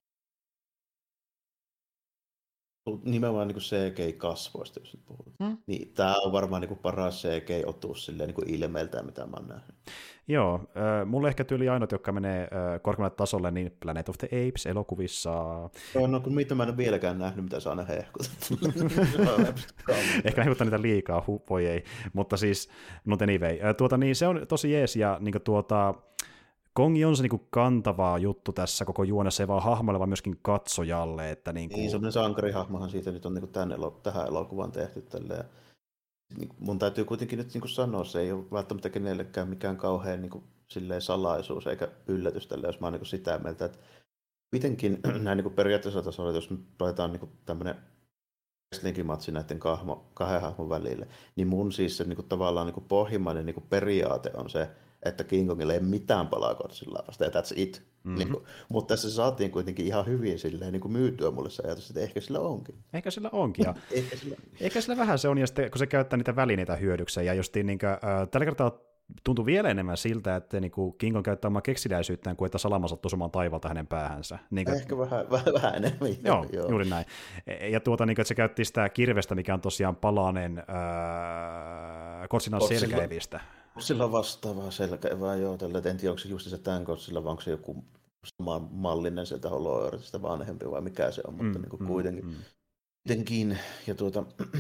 Speaker 2: nimenomaan niin C G I-kasvoista, jos nyt puhutaan. Hmm? Niin, tämä on varmaan niin paras C G I-otus silleen, niin ilmeiltään, mitä mä oon nähnyt.
Speaker 1: Joo, äh, mulle ehkä tyyli ainut, jotka menee äh, korkeammalle tasolle, niin Planet of the Apes elokuvissa.
Speaker 2: Joo, no kun mitä mä en ole vieläkään nähnyt, mitä saa aina hehkutettu.
Speaker 1: Ehkä hehkuttaa niitä liikaa, hu, voi ei. Mutta siis, not anyway. Äh, tuota, niin se on tosi jees, ja niin tuota... Kongi on se niinku kantava juttu tässä koko juonessa, ei vaan hahmoille, vaan myöskin katsojalle. Että niinku...
Speaker 2: Niin, semmoinen sankarihahmohan siitä nyt on niinku tämän elo- tähän elokuvaan tehty. Tälleen. Mun täytyy kuitenkin nyt niinku sanoa, se ei ole välttämättä kenellekään mikään kauhean niinku, salaisuus eikä yllätys, tälleen, jos mä oon niinku sitä mieltä, että mitenkin näin niinku periaatteessa tasolla, jos me laitetaan niinku tämmöinen wrestling-matsi näiden kahmo, kahden hahmon välille, niin mun siis se niinku, tavallaan niinku, pohjimmainen niinku, periaate on se, että King Kongilla ei mitään palaa Godzillaa vasta, ja that's it. Mm-hmm. Niin kuin, mutta tässä saatiin kuitenkin ihan hyvin silleen, niin kuin myytyä mulle se ajatus, että ehkä sillä onkin.
Speaker 1: Ehkä sillä onkin, ja
Speaker 2: ehkä, sillä...
Speaker 1: ehkä sillä vähän se on, ja sitten kun se käyttää niitä välineitä hyödykseen, ja justiin niin kuin, äh, tällä kertaa tuntui vielä enemmän siltä, että niin kuin King Kong käyttää omaa keksiläisyyttään, kuin että salama sattuu sumaan taivalta hänen päähänsä. Niin kuin...
Speaker 2: Ehkä vähän, vähän, vähän enemmän.
Speaker 1: Joo, joo, juuri näin. Ja tuota, niin kuin, että se käytti sitä kirvestä, mikä on tosiaan palanen äh, Godzillan selkäevistä.
Speaker 2: Sillä on vastaavaa selkäevää joo, tällä, en tiedä onko se just se tämän Godzilla, vai onko se joku sama mallinen sieltä Hollow Earthistä vanhempi vai mikä se on, mutta mm, niin kuin mm, kuitenkin. Mm. Kuitenkin, ja tuota,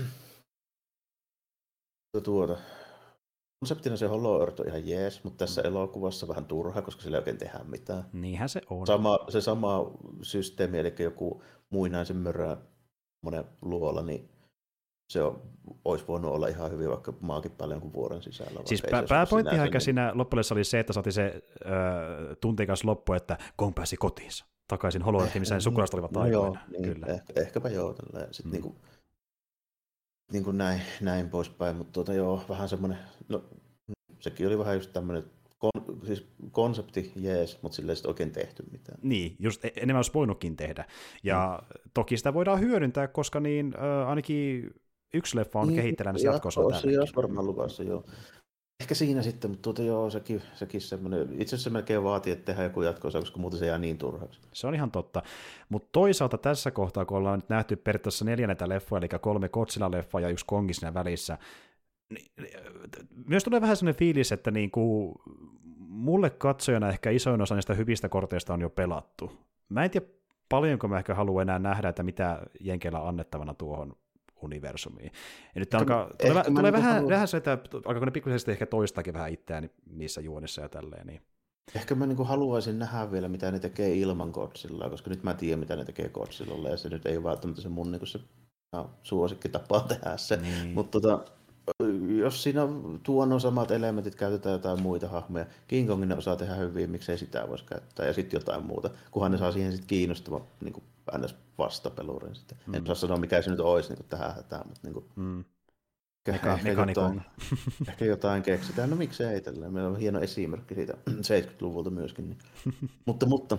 Speaker 2: tuota, konseptina se Hollow Earth on ihan jees, mutta tässä mm. elokuvassa vähän turha, koska sillä ei oikein tehdä mitään.
Speaker 1: Niinhän se on.
Speaker 2: Sama, se sama systeemi, eli joku muinaisen mörö monen luola, niin se on, olisi voinut olla ihan hyvin vaikka maakin paljon kuin vuoden sisällä.
Speaker 1: Siis pä- pääpointtihan niin... siinä loppujen oli se, että saatiin se äh, tuntikas loppu, että Kong pääsi kotiinsa takaisin Hollow Earthiin, missä ne sukulaiset olivat no aikoina.
Speaker 2: Joo, niin, kyllä. Ehkä, ehkäpä joo. Sitten mm. niin kuin, niin kuin näin, näin poispäin, mutta tuota, joo, vähän semmoinen, no sekin oli vähän just tämmöinen kon, siis konsepti jees, mutta sillä ei sitten oikein tehty mitään.
Speaker 1: Niin, just enemmän olisi voinutkin tehdä. Ja mm. toki sitä voidaan hyödyntää, koska niin äh, ainakin yksi leffa on niin, kehittelemään jatkossa.
Speaker 2: Se olisi varmaan luvassa, joo. Ehkä siinä sitten, mutta tuota, joo, sekin, sekin semmoinen, itse asiassa melkein vaatii, että tehdään joku jatkossa, koska muuten se jää niin turhaksi.
Speaker 1: Se on ihan totta, mutta toisaalta tässä kohtaa, kun ollaan nyt nähty periaatteessa neljä näitä leffoja, eli kolme Godzilla-leffaa ja yksi Kongi siinä välissä, niin, myös tulee vähän sellainen fiilis, että niinku, mulle katsojana ehkä isoin osa niistä hyvistä korteista on jo pelattu. Mä en tiedä paljonko mä ehkä haluan enää nähdä, että mitä Jenkeillä on annettavana tuohon universumiin. Ja nyt alkaa, tulee, tulee vähän, haluan... vähän se, että alkaako ne pikkuisesti ehkä toistakin vähän itseään niissä juonissa ja tälleen. Niin.
Speaker 2: Ehkä mä niin haluaisin nähdä vielä, mitä ne tekee ilman Godzillaa, koska nyt mä tiedän, mitä ne tekee Godzillalle, ja se nyt ei ole välttämättä se mun niin se no, suosikki tapa tehdä se. Niin. Mutta tota, jos siinä tuon on samat elementit, käytetään jotain muita hahmoja. King Kongin ne osaa tehdä hyvin, miksei sitä voisi käyttää, ja sitten jotain muuta, kunhan ne saa siihen sitten kiinnostavan niin kuin ns. Vastapelurin. Sitten. Mm. En osaa sanoa, mikä se nyt olisi niin kuin tähän hätään, mutta niin kuin, mm. ehkä, ehkä, jotain, ehkä jotain keksitään. No miksei tällä. Meillä on hieno esimerkki siitä seitsemänkymmentäluvulta myöskin. Niin. mutta, mutta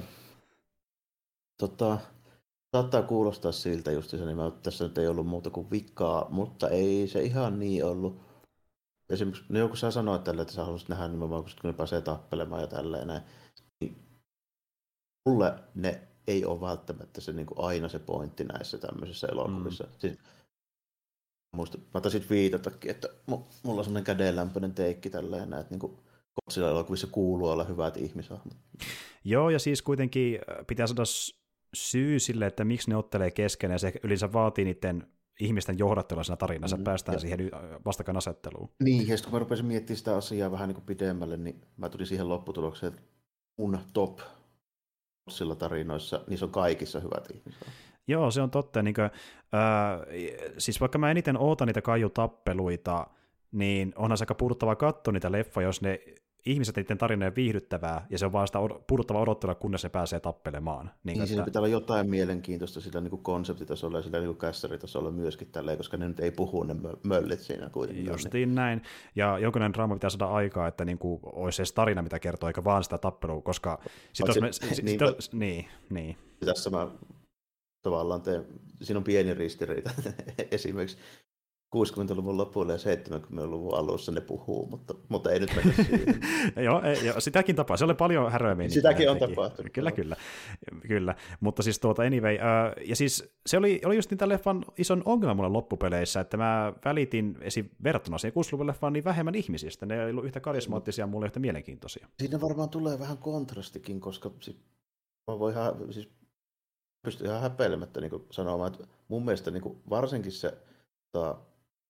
Speaker 2: tota, saattaa kuulostaa siltä just se, niin tässä nyt ei ollut muuta kuin vikkaa, mutta ei se ihan niin ollut. Esimerkiksi, no joku sä sanoit tällä, että sä haluaisit nähdä nimenomaan, kun ne pääsee tappelemaan ja tälleen näin. Niin mulle ne ei ole välttämättä se niin kuin aina se pointti näissä tämmöisissä elokuvissa. Mm. Siis, muista, mä taisin viitatakin, että mulla on semmoinen kädenlämpöinen teikki tälleen näin, että niin Godzilla-elokuvissa kuuluu olla hyvät ihmishahmot.
Speaker 1: Joo, ja siis kuitenkin pitää saada syy sille, että miksi ne ottelee kesken, ja se yleensä vaatii niiden ihmisten johdattelua siinä tarinassa, mm, päästään ja siihen vastakkainasetteluun.
Speaker 2: Niin, ja sitten kun mä rupesin miettimään sitä asiaa vähän niin kuin pidemmälle, niin mä tulin siihen lopputulokseen, että mun top sillä tarinoissa, niissä on kaikissa hyvät ihmiset.
Speaker 1: Joo, se on totta. Niin kuin, äh, siis vaikka mä eniten ootan niitä kaijutappeluita, niin onhan se aika puuduttavaa katsoa niitä leffoja, jos ne ihmiset niiden tarinoiden viihdyttävää, ja se on vaan sitä puuduttavaa odottelua, kunnes ne pääsee tappelemaan. Niin,
Speaker 2: niin että siinä pitää olla jotain mielenkiintoista sillä niin kuin konseptitasolla ja sillä niin kuin kässäritasolla myöskin tälleen, koska ne nyt ei puhu ne möllit siinä kuitenkin.
Speaker 1: Justiin niin. Näin. Ja jonkinlainen draama pitää saada aikaa, että niin kuin olisi edes tarina, mitä kertoo, eikä vaan sitä tappelua, koska sit se, me, sit, niin, sit, niin, niin.
Speaker 2: Tässä mä tavallaan teen, siinä on pieni ristiriita esimerkiksi. kuusikymmentäluvun lopulla ja seitsemänkymmentäluvun alussa ne puhuu, mutta, mutta ei nyt mennä siihen.
Speaker 1: joo, ei, jo, sitäkin tapaa. Se oli paljon häröämmin.
Speaker 2: Sitäkin on tapahtunut.
Speaker 1: Kyllä, kyllä, kyllä. Mutta siis tuota anyway, uh, ja siis se oli, oli just niitä leffan ison ongelma mulle loppupeleissä, että mä välitin esim. Verrattuna siihen kuusikymmentäluvun leffaan niin vähemmän ihmisistä. Ne ei ollut yhtä karismaattisia, mulle yhtä mielenkiintoisia.
Speaker 2: Siinä varmaan tulee vähän kontrastikin, koska siis, mä voin ihan, siis pystyn ihan häpeilemättä niin sanomaan, että mun mielestä niin varsinkin se ta,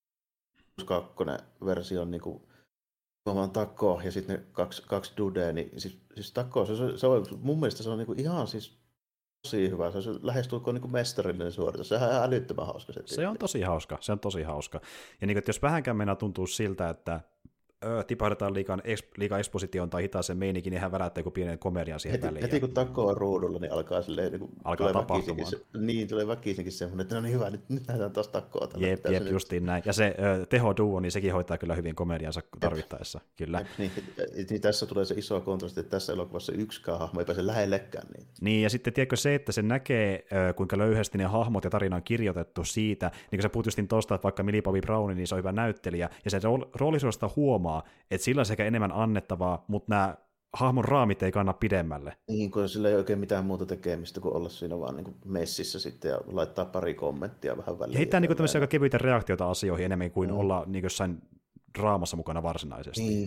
Speaker 2: kakkonen versio on niinku oman Tako ja sitten ne kaksi, kaksi Dudea, niin siis, siis Tako, se, se on, mun mielestä se on niinku ihan siis tosi hyvä, se on lähestulkoon niinku mestarillinen suoritus, sehän on ihan älyttömän hauska. Se,
Speaker 1: se on tosi hauska, se on tosi hauska. Ja niinku, jos vähänkään mennään tuntuu siltä, että öö, tipahdetaan liikaa, liikaa ekspositioon tai hitaaseen meinikin, niin hän välättää joku pienen komedian siihen
Speaker 2: heti,
Speaker 1: väliin.
Speaker 2: Heti kun Tako on ruudulla, niin alkaa silleen, niin
Speaker 1: alkaa tapahtumaan.
Speaker 2: Se, niin, tulee väkisinkin semmoinen, että no niin hyvä, nyt, nyt nähdään taas Takoa.
Speaker 1: Jep, jep, nyt... justiin näin. Ja se ö, teho-duo, niin sekin hoitaa kyllä hyvin komediansa tarvittaessa. Kyllä.
Speaker 2: Jep, niin, niin, tässä tulee se iso kontrasti, että tässä elokuvassa yksikään hahmo ei pääse lähellekään niitä.
Speaker 1: Niin, ja sitten tiedätkö se, että se näkee, kuinka löyhästi ne hahmot ja tarina on kirjoitettu siitä, niin kuin sä puhut justiin tosta, että vaikka Millie Bobby Brown, niin se on hyvä näyttelijä, ja se roolisuudesta huomaa, että sillä on sekä enemmän annettavaa, mutta nämä hahmon raamit ei kanna pidemmälle.
Speaker 2: Niin, kun sillä ei oikein mitään muuta tekemistä kuin olla siinä vaan niin messissä sitten ja laittaa pari kommenttia vähän väliin.
Speaker 1: Ja heittää niin tämmöisiä aika kevyitä reaktioita asioihin enemmän kuin mm. olla niin jossain draamassa mukana varsinaisesti.
Speaker 2: Niin,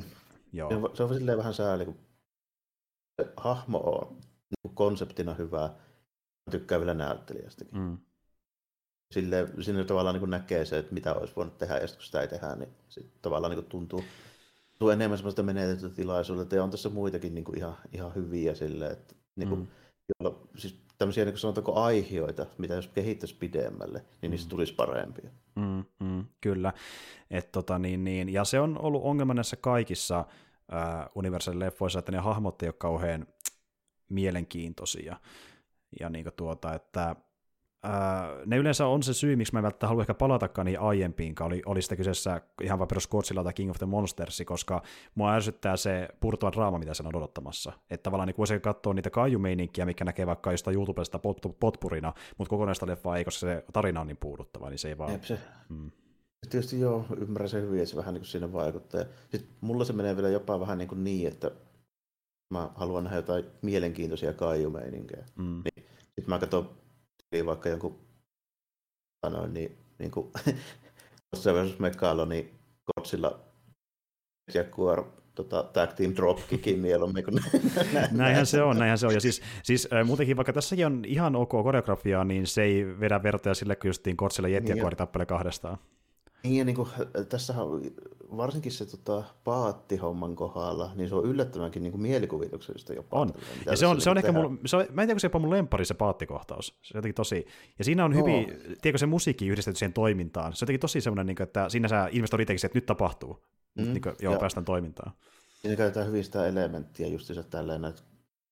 Speaker 1: joo.
Speaker 2: Se on, se on silleen vähän sääli, kun se hahmo on niin konseptina hyvä, mä tykkään vielä näyttelijästäkin. Mm. Silleen, siinä tavallaan niin näkee se, että mitä olisi voinut tehdä, ja kun sitä ei tehdä, niin sit tavallaan niin tuntuu, tuntuu enemmän semmoista menetettyä tilaisuudelta, ja on tässä muitakin niin ihan, ihan hyviä silleen, että niin kuin, mm. jolla, siis tämmöisiä niin sanotaanko aihioita, mitä jos kehittäisi pidemmälle, niin mm. niistä tulisi parempia.
Speaker 1: Mm, mm, kyllä, Et, tota, niin, niin. ja se on ollut ongelma näissä kaikissa äh, Universal-leffoissa, että ne hahmot ei ole kauhean mielenkiintoisia, ja niin kuin tuota, että Öö, ne yleensä on se syy, miksi mä en välttämättä halua ehkä palatakaan niihin aiempiinkaan, oli, oli sitä kyseessä ihan vaan perus Godzilla tai King of the Monsters, koska mua ärsyttää se purtuva draama, mitä sen on odottamassa. Että tavallaan niin voisi katsoa niitä kaijumeininkiä, mikä näkee vaikka jostain YouTubesta pot, potpurina, mutta kokonaista leffaa ei, koska se tarina on niin puuduttava, niin se ei vaan...
Speaker 2: Se. Mm. Tietysti joo, ymmärrän sen hyvin, että se vähän niin kuin siinä vaikuttaa. Sitten mulla se menee vielä jopa vähän niin, kuin niin että mä haluan nähdä jotain mielenkiintoisia kaijumeininkiä. Mm. Niin, sitten mä katson vaikka jonkun sanoin, niin, niin kuin Godzilla versus. Megalo, niin Godzilla Jaguar tota, tag team dropkickin mieluummin kuin
Speaker 1: näinhän se on, näinhän se on. Ja siis, siis äh, muutenkin, vaikka tässäkin on ihan ok koreografiaa, niin se ei vedä vertoja sille, kun justiin Godzilla Jet Jaguar tappele kahdestaan.
Speaker 2: Niin, ja niin kuin, tässähän varsinkin se tota, paattihomman kohdalla, niin se on yllättävänkin niin kuin mielikuvituksellista jopa.
Speaker 1: On, ja se on, se on ehkä mulla, se on, mä en tiedä, kun se jopa mun lemppari se paattikohtaus. Se on jotenkin tosi, ja siinä on hyvin, no. tiedätkö se musiikki yhdistetty siihen toimintaan. Se on jotenkin tosi semmoinen, että siinä sä investoit itsekin, että nyt tapahtuu, mm, niin kuin, joo, päästään toimintaan.
Speaker 2: Siinä käytetään hyvin sitä elementtiä justiinsa tälleen, että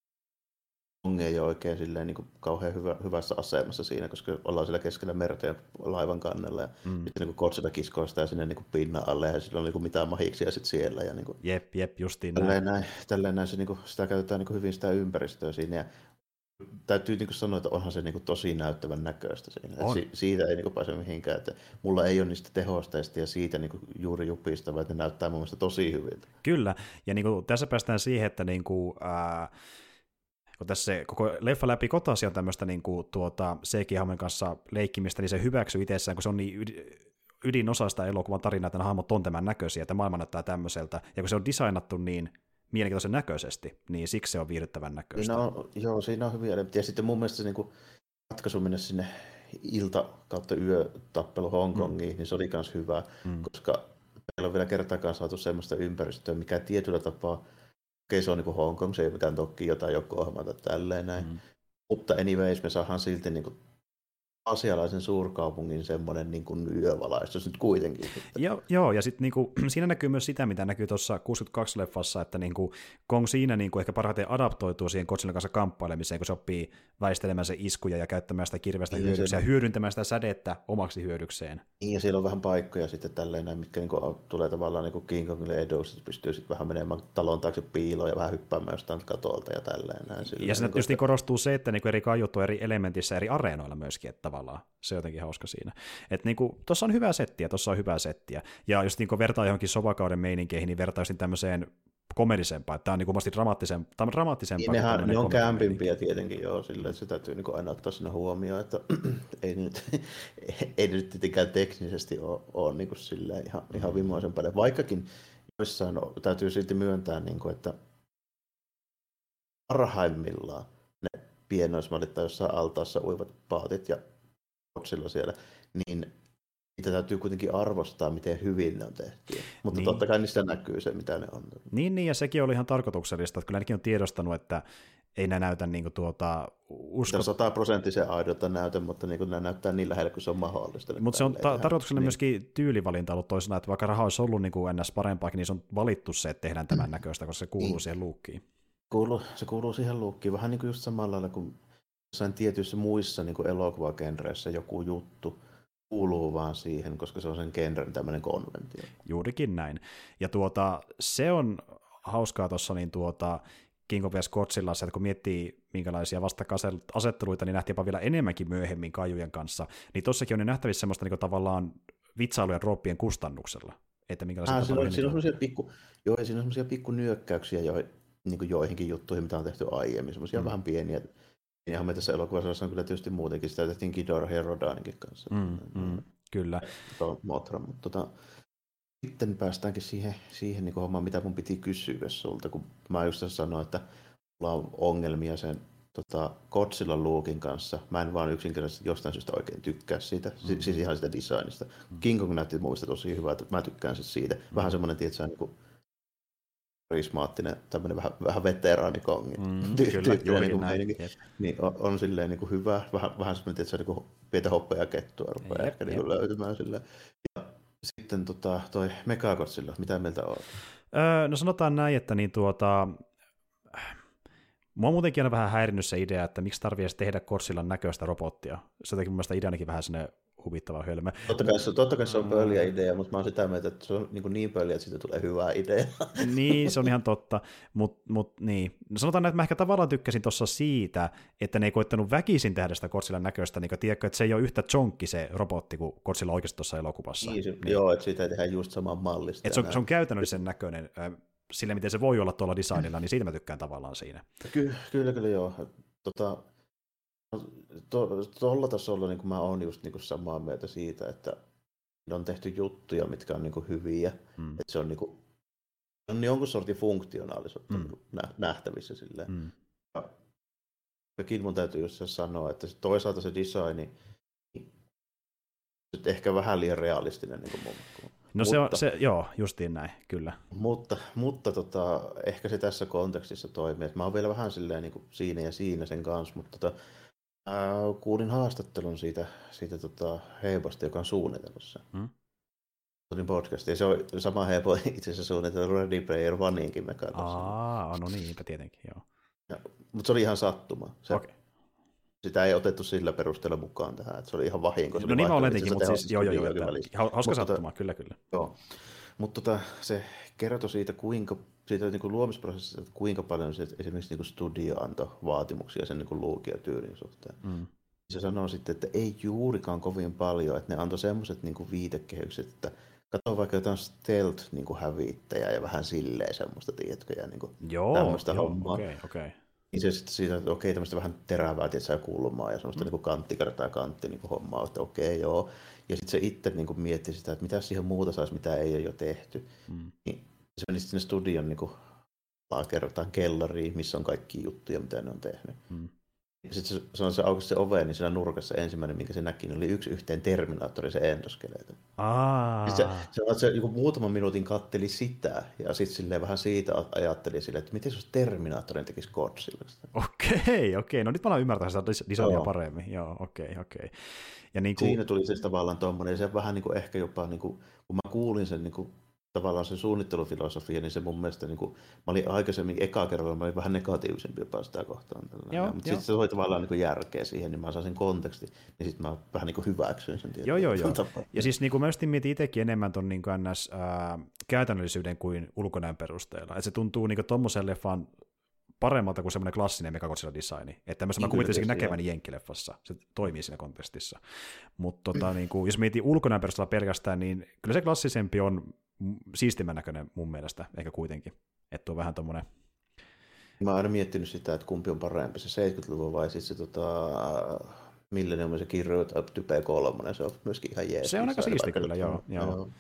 Speaker 2: Kong ei ole oikein silleen, niin kuin kauhean hyvä, hyvässä asemassa siinä, koska ollaan siellä keskellä merta ja laivan kannella. Ja mm. sitten niin Godzilla kiskoo sitä sinne niin pinnan alle ja sillä on niin mitään mahiksia sitten siellä. Ja niin kuin,
Speaker 1: jep, jep, justiin
Speaker 2: tälleen näin. Tälleen näin se, niin kuin, sitä käytetään niin kuin hyvin sitä ympäristöä siinä. Ja täytyy niin kuin sanoa, että onhan se niin kuin tosi näyttävän näköistä siinä. Si- siitä ei niin kuin pääse mihinkään. Että mulla ei ole niistä tehosteista ja siitä niin kuin juuri jupista, vaan ne näyttää mun mielestä tosi hyviltä.
Speaker 1: Kyllä, ja niin kuin, tässä päästään siihen, että niin kuin, ää... kun tässä koko leffa läpi kotasi on tämmöistä niin kuin, tuota, C G-hahmojen kanssa leikkimistä, niin se hyväksyy itsessään, kun se on niin ydinosa sitä elokuvan tarinaa, että nämä hahmot on tämän näköisiä, että maailma näyttää tämmöiseltä, ja kun se on designattu niin mielenkiintoisen näköisesti, niin siksi se on viihdyttävän näköistä.
Speaker 2: Siinä on, joo, siinä on hyviä elementtejä, ja sitten mun mielestä se niin kuin ratkaisu mennä sinne ilta- kautta yötappelu Hongkongiin, mm. niin se oli myös hyvä, mm. koska meillä on vielä kertaakaan saatu semmoista ympäristöä, mikä tietyllä tapaa okei, se on niin kuin Hongkong, se ei mikään Tokio tai Yokohama tai tälleen näin. Mm. Mutta anyways, me saadaan silti niin kuin asialaisen suurkaupungin semmoinen niin kuin yövalaistus nyt kuitenkin.
Speaker 1: Joo, joo, ja sitten niinku, siinä näkyy myös sitä, mitä näkyy tuossa kuusikymmentäkaksi-leffassa, että niinku, Kong siinä niinku ehkä parhaiten adaptoituu siihen Godzillan kanssa kamppailemiseen, kun se oppii väistelemään se iskuja ja käyttämään sitä kirvestä niin, hyödyksi ja hyödyntämään sitä sädettä omaksi hyödykseen.
Speaker 2: Niin, ja siellä on vähän paikkoja sitten tälleen näin, mitkä niinku tulee tavallaan niinku King Kongille eduksi, että pystyy sitten vähän menemään talon taakse piiloon ja vähän hyppäämään jostain katolta ja tälleen näin.
Speaker 1: Ja siinä tietysti että korostuu se, että niinku eri kaiut on eri elementissä eri areenoilla myöskin, että tavallaan se on jotenkin hauska siinä. Että niinku, tuossa on hyvää settiä, tuossa on hyvää settiä. Ja jos niinku vertaa johonkin sovakauden meininkeihin, niin vertaisin tämmöiseen komedisempaa, että tämä on niinku omasti dramaattisempaa. dramaattisempaa
Speaker 2: niin nehän, ne on kämpimpiä tietenkin, joo, sillä että se täytyy niinku aina ottaa sinne huomioon, että ei nyt, ei nyt tietenkään teknisesti ole, ole niinku ihan, ihan vimoisen paljon. Vaikkakin joissain on, täytyy silti myöntää, niinku, että parhaimmillaan ne pienoismallit tai jossain altaassa uivat paatit ja Godzilla siellä, niin niitä täytyy kuitenkin arvostaa, miten hyvin ne on tehty. Mutta niin. Totta kai niistä näkyy se, mitä ne on.
Speaker 1: Niin, niin ja sekin oli ihan tarkoituksellista, että kyllä nekin on tiedostanut, että ei ne näytä niin kuin tuota...
Speaker 2: Usko... sataprosenttisen aidolta näytä, mutta niin kuin ne näyttää niin lähellä, kun se on mahdollista.
Speaker 1: Mutta se on ta- tarkoituksellinen niin. Myöskin tyylivalinta ollut toisena, että vaikka raha olisi ollut niin kuin ennäs parempaakin, niin se on valittu se, että tehdään tämän näköistä, koska se kuuluu niin. siihen luukkiin.
Speaker 2: Kuuluu, se kuuluu siihen luukkiin, vähän niin kuin just samalla lailla kuin jossain tietyissä muissa niin kuin elokuvagenreissä joku juttu kuuluu vaan siihen, koska se on sen genren tämmöinen konventio.
Speaker 1: Juurikin näin. Ja tuota, se on hauskaa tuossa niin tuota King of Godzillassa, että kun miettii minkälaisia vastakkainasetteluita, niin nähtiin jopa vielä enemmänkin myöhemmin kaijujen kanssa, niin tossakin on ne nähtävissä semmoista niin kuin tavallaan vitsailujen drooppien kustannuksella. Että minkälaisia ah,
Speaker 2: siinä on, siinä on semmoisia pikku, joo, siinä on semmoisia pikku nyökkäyksiä jo, niin kuin joihinkin juttuihin, mitä on tehty aiemmin, semmoisia mm. vähän pieniä. Ihan me tässä elokuvassa on kyllä tietysti muutenkin, sitä tehtiin Ghidorah ja Rodaninkin kanssa.
Speaker 1: Mm, mm, kyllä.
Speaker 2: Mothra, mutta tota, sitten päästäänkin siihen, siihen niin hommaan, mitä mun piti kysyä sulta, kun mä just sanoin, että mulla on ongelmia sen tota, Godzillan lookin kanssa. Mä en vaan yksinkertaisesti jostain syystä oikein tykkää siitä, mm-hmm. siis ihan sitä designista. Mm-hmm. King Kong näytti muista tosi hyvää, että mä tykkään siis siitä. Mm-hmm. Vähän semmoinen, tietysti, niin karismaattinen, tämmöinen vähän, vähän veteraani Kongi.
Speaker 1: Mm, Ty- kyllä,
Speaker 2: niin näin, niin on, on silleen niin kuin hyvä, vähän, vähän semmoinen, että se niin pientä hoppaa ja kettua rupeaa ehkä niin löytymään silleen. Ja sitten tota, toi Mechagodzilla, mitä mieltä on?
Speaker 1: Öö, no sanotaan näin, että niin tuota, mua on muutenkin aina vähän häirinnyt se idea, että miksi tarvitsisi tehdä Godzillan näköistä robottia. Se teki mun mielestä ideanakin vähän sinne huvittava hölmö.
Speaker 2: Totta kai se, totta kai se on pöliä idea, mutta mä oon sitä mieltä, että se on niin, niin pöliä, että siitä tulee hyvää idea.
Speaker 1: Niin, se on ihan totta, mutta mut, niin. No sanotaan, että mä ehkä tavallaan tykkäsin tuossa siitä, että ne ei koittanut väkisin tehdä sitä Godzillan näköistä, niin tiedätkö, että se ei ole yhtä chonkki se robotti kuin Godzilla oikeasti tuossa elokuvassa.
Speaker 2: Niin, se,
Speaker 1: niin.
Speaker 2: Joo, että siitä ei tehdä just saman mallista.
Speaker 1: Että se on, se on käytännöllisen näköinen, sille miten se voi olla tuolla designilla, niin siitä mä tykkään tavallaan siinä.
Speaker 2: Ky- kyllä, kyllä joo. Tota, to, tuolla tasolla niin mä oon just niin samaa mieltä siitä, että on tehty juttuja, mitkä on niin hyviä. Mm. Että se on, niin kuin, on jonkun sortin funktionaalisuutta mm. nähtävissä silleen. Mm. Ja mun täytyy just sanoa, että toisaalta se designi on ehkä vähän liian realistinen niin kuin mun.
Speaker 1: No mutta, se on, se, joo, justiin näin, kyllä.
Speaker 2: Mutta, mutta tota, ehkä se tässä kontekstissa toimii. Että mä oon vielä vähän silleen niin kuin siinä ja siinä sen kanssa, mutta tota, ää, kuulin haastattelun siitä, siitä tota, Heibosta, joka on suunnitellut sen. Hmm? Podcastia. Se on sama Heibo itse asiassa suunnitellut Ready Player Oneinkin Mechagodzilla.
Speaker 1: Aa, no niinpä tietenkin, joo.
Speaker 2: Ja, mutta se oli ihan sattuma. Se,
Speaker 1: okay.
Speaker 2: Sitä ei otettu sillä perusteella mukaan tähän, että se oli ihan vahinko.
Speaker 1: No niin mä oletinkin, mutta siis joo, joo, joo, hauska mutta, sattuma, kyllä, kyllä.
Speaker 2: Joo, mutta tota, se kertoi siitä, kuinka, siitä niin kuin luomisprosessista, että kuinka paljon se, esimerkiksi niin kuin studio antoi vaatimuksia sen niin kuin luukin ja tyylin suhteen. Mm. Se sanoi sitten, että ei juurikaan kovin paljon, että ne antoi semmoiset niin kuin viitekehykset, että katso vaikka jotain stealth-hävittäjää ja vähän silleen semmoista, tiedätkö, ja niin kuin
Speaker 1: joo,
Speaker 2: tämmöistä
Speaker 1: joo,
Speaker 2: hommaa.
Speaker 1: okei, okay, okei. Okay.
Speaker 2: Niin se sitten siitä, että okei, tämmöistä vähän terävää, tietysti ja kulmaa ja semmoista mm. niin kantti kertaa kantti niin hommaa, että okei, joo. Ja sitten se itse niin kuin mietti sitä, että mitä siihen muuta saisi, mitä ei ole jo tehty. Mm. Niin se meni sitten sinne studion niin kerrotaan kellariin, missä on kaikki juttuja, mitä ne on tehnyt. Mm. Ja sitten se, se, se aukasi se ove, niin siinä nurkassa ensimmäinen, minkä se näki, niin oli yksi yhteen Terminaattori, se endoskeleeto.
Speaker 1: Ah.
Speaker 2: Se, se, se, se niin muutaman minuutin katteli sitä, ja sitten silleen vähän siitä ajatteli silleen, että miten jos Terminaattorin tekisi Godzillasta.
Speaker 1: Okei, okei. No nyt mä alan ymmärtää sitä designia paremmin. Joo, okei, okei. Ja niin kuin...
Speaker 2: Siinä tuli siis tavallaan tommoinen, ja se vähän niin kuin ehkä jopa, niin kuin, kun mä kuulin sen niin kuin, tavallaan sen suunnittelufilosofia, niin se mun mielestä, niin kuin, mä olin aikaisemmin ekaa kerralla, mä olin vähän negatiivisempi jopa sitä kohtaan. Joo, mutta sitten se oli tavallaan niin kuin järkeä siihen, niin mä saan sen kontekstin, niin sitten mä vähän niin kuin hyväksyin sen.
Speaker 1: Joo, joo, joo. Ja siis niin kuin mä just mietin itsekin enemmän ton niin kuin ns. Ää, käytännöllisyyden kuin ulkonäön perusteella. Että se tuntuu niin kuin tommoselle leffan paremmalta kuin semmoinen klassinen Mechagodzilla-designi. Että tämmöistä mä kuvittelisinkin näkeväni jenkkileffassa. Se toimii siinä kontekstissa. Mutta tota, niin kuin, jos mietin ulkonäön perusteella pelkästään, niin kyllä se klassisempi on siistimän näköinen mun mielestä, eikä kuitenkin. Että on vähän tommoinen...
Speaker 2: Mä oon aina miettinyt sitä, että kumpi on parempi, se seitsemänkymmentäluvun vai sitten se tota, Millennium, se kirjoita Type kolme, se on myöskin ihan jees.
Speaker 1: Se on aika siisti kyllä, joo. joo. joo.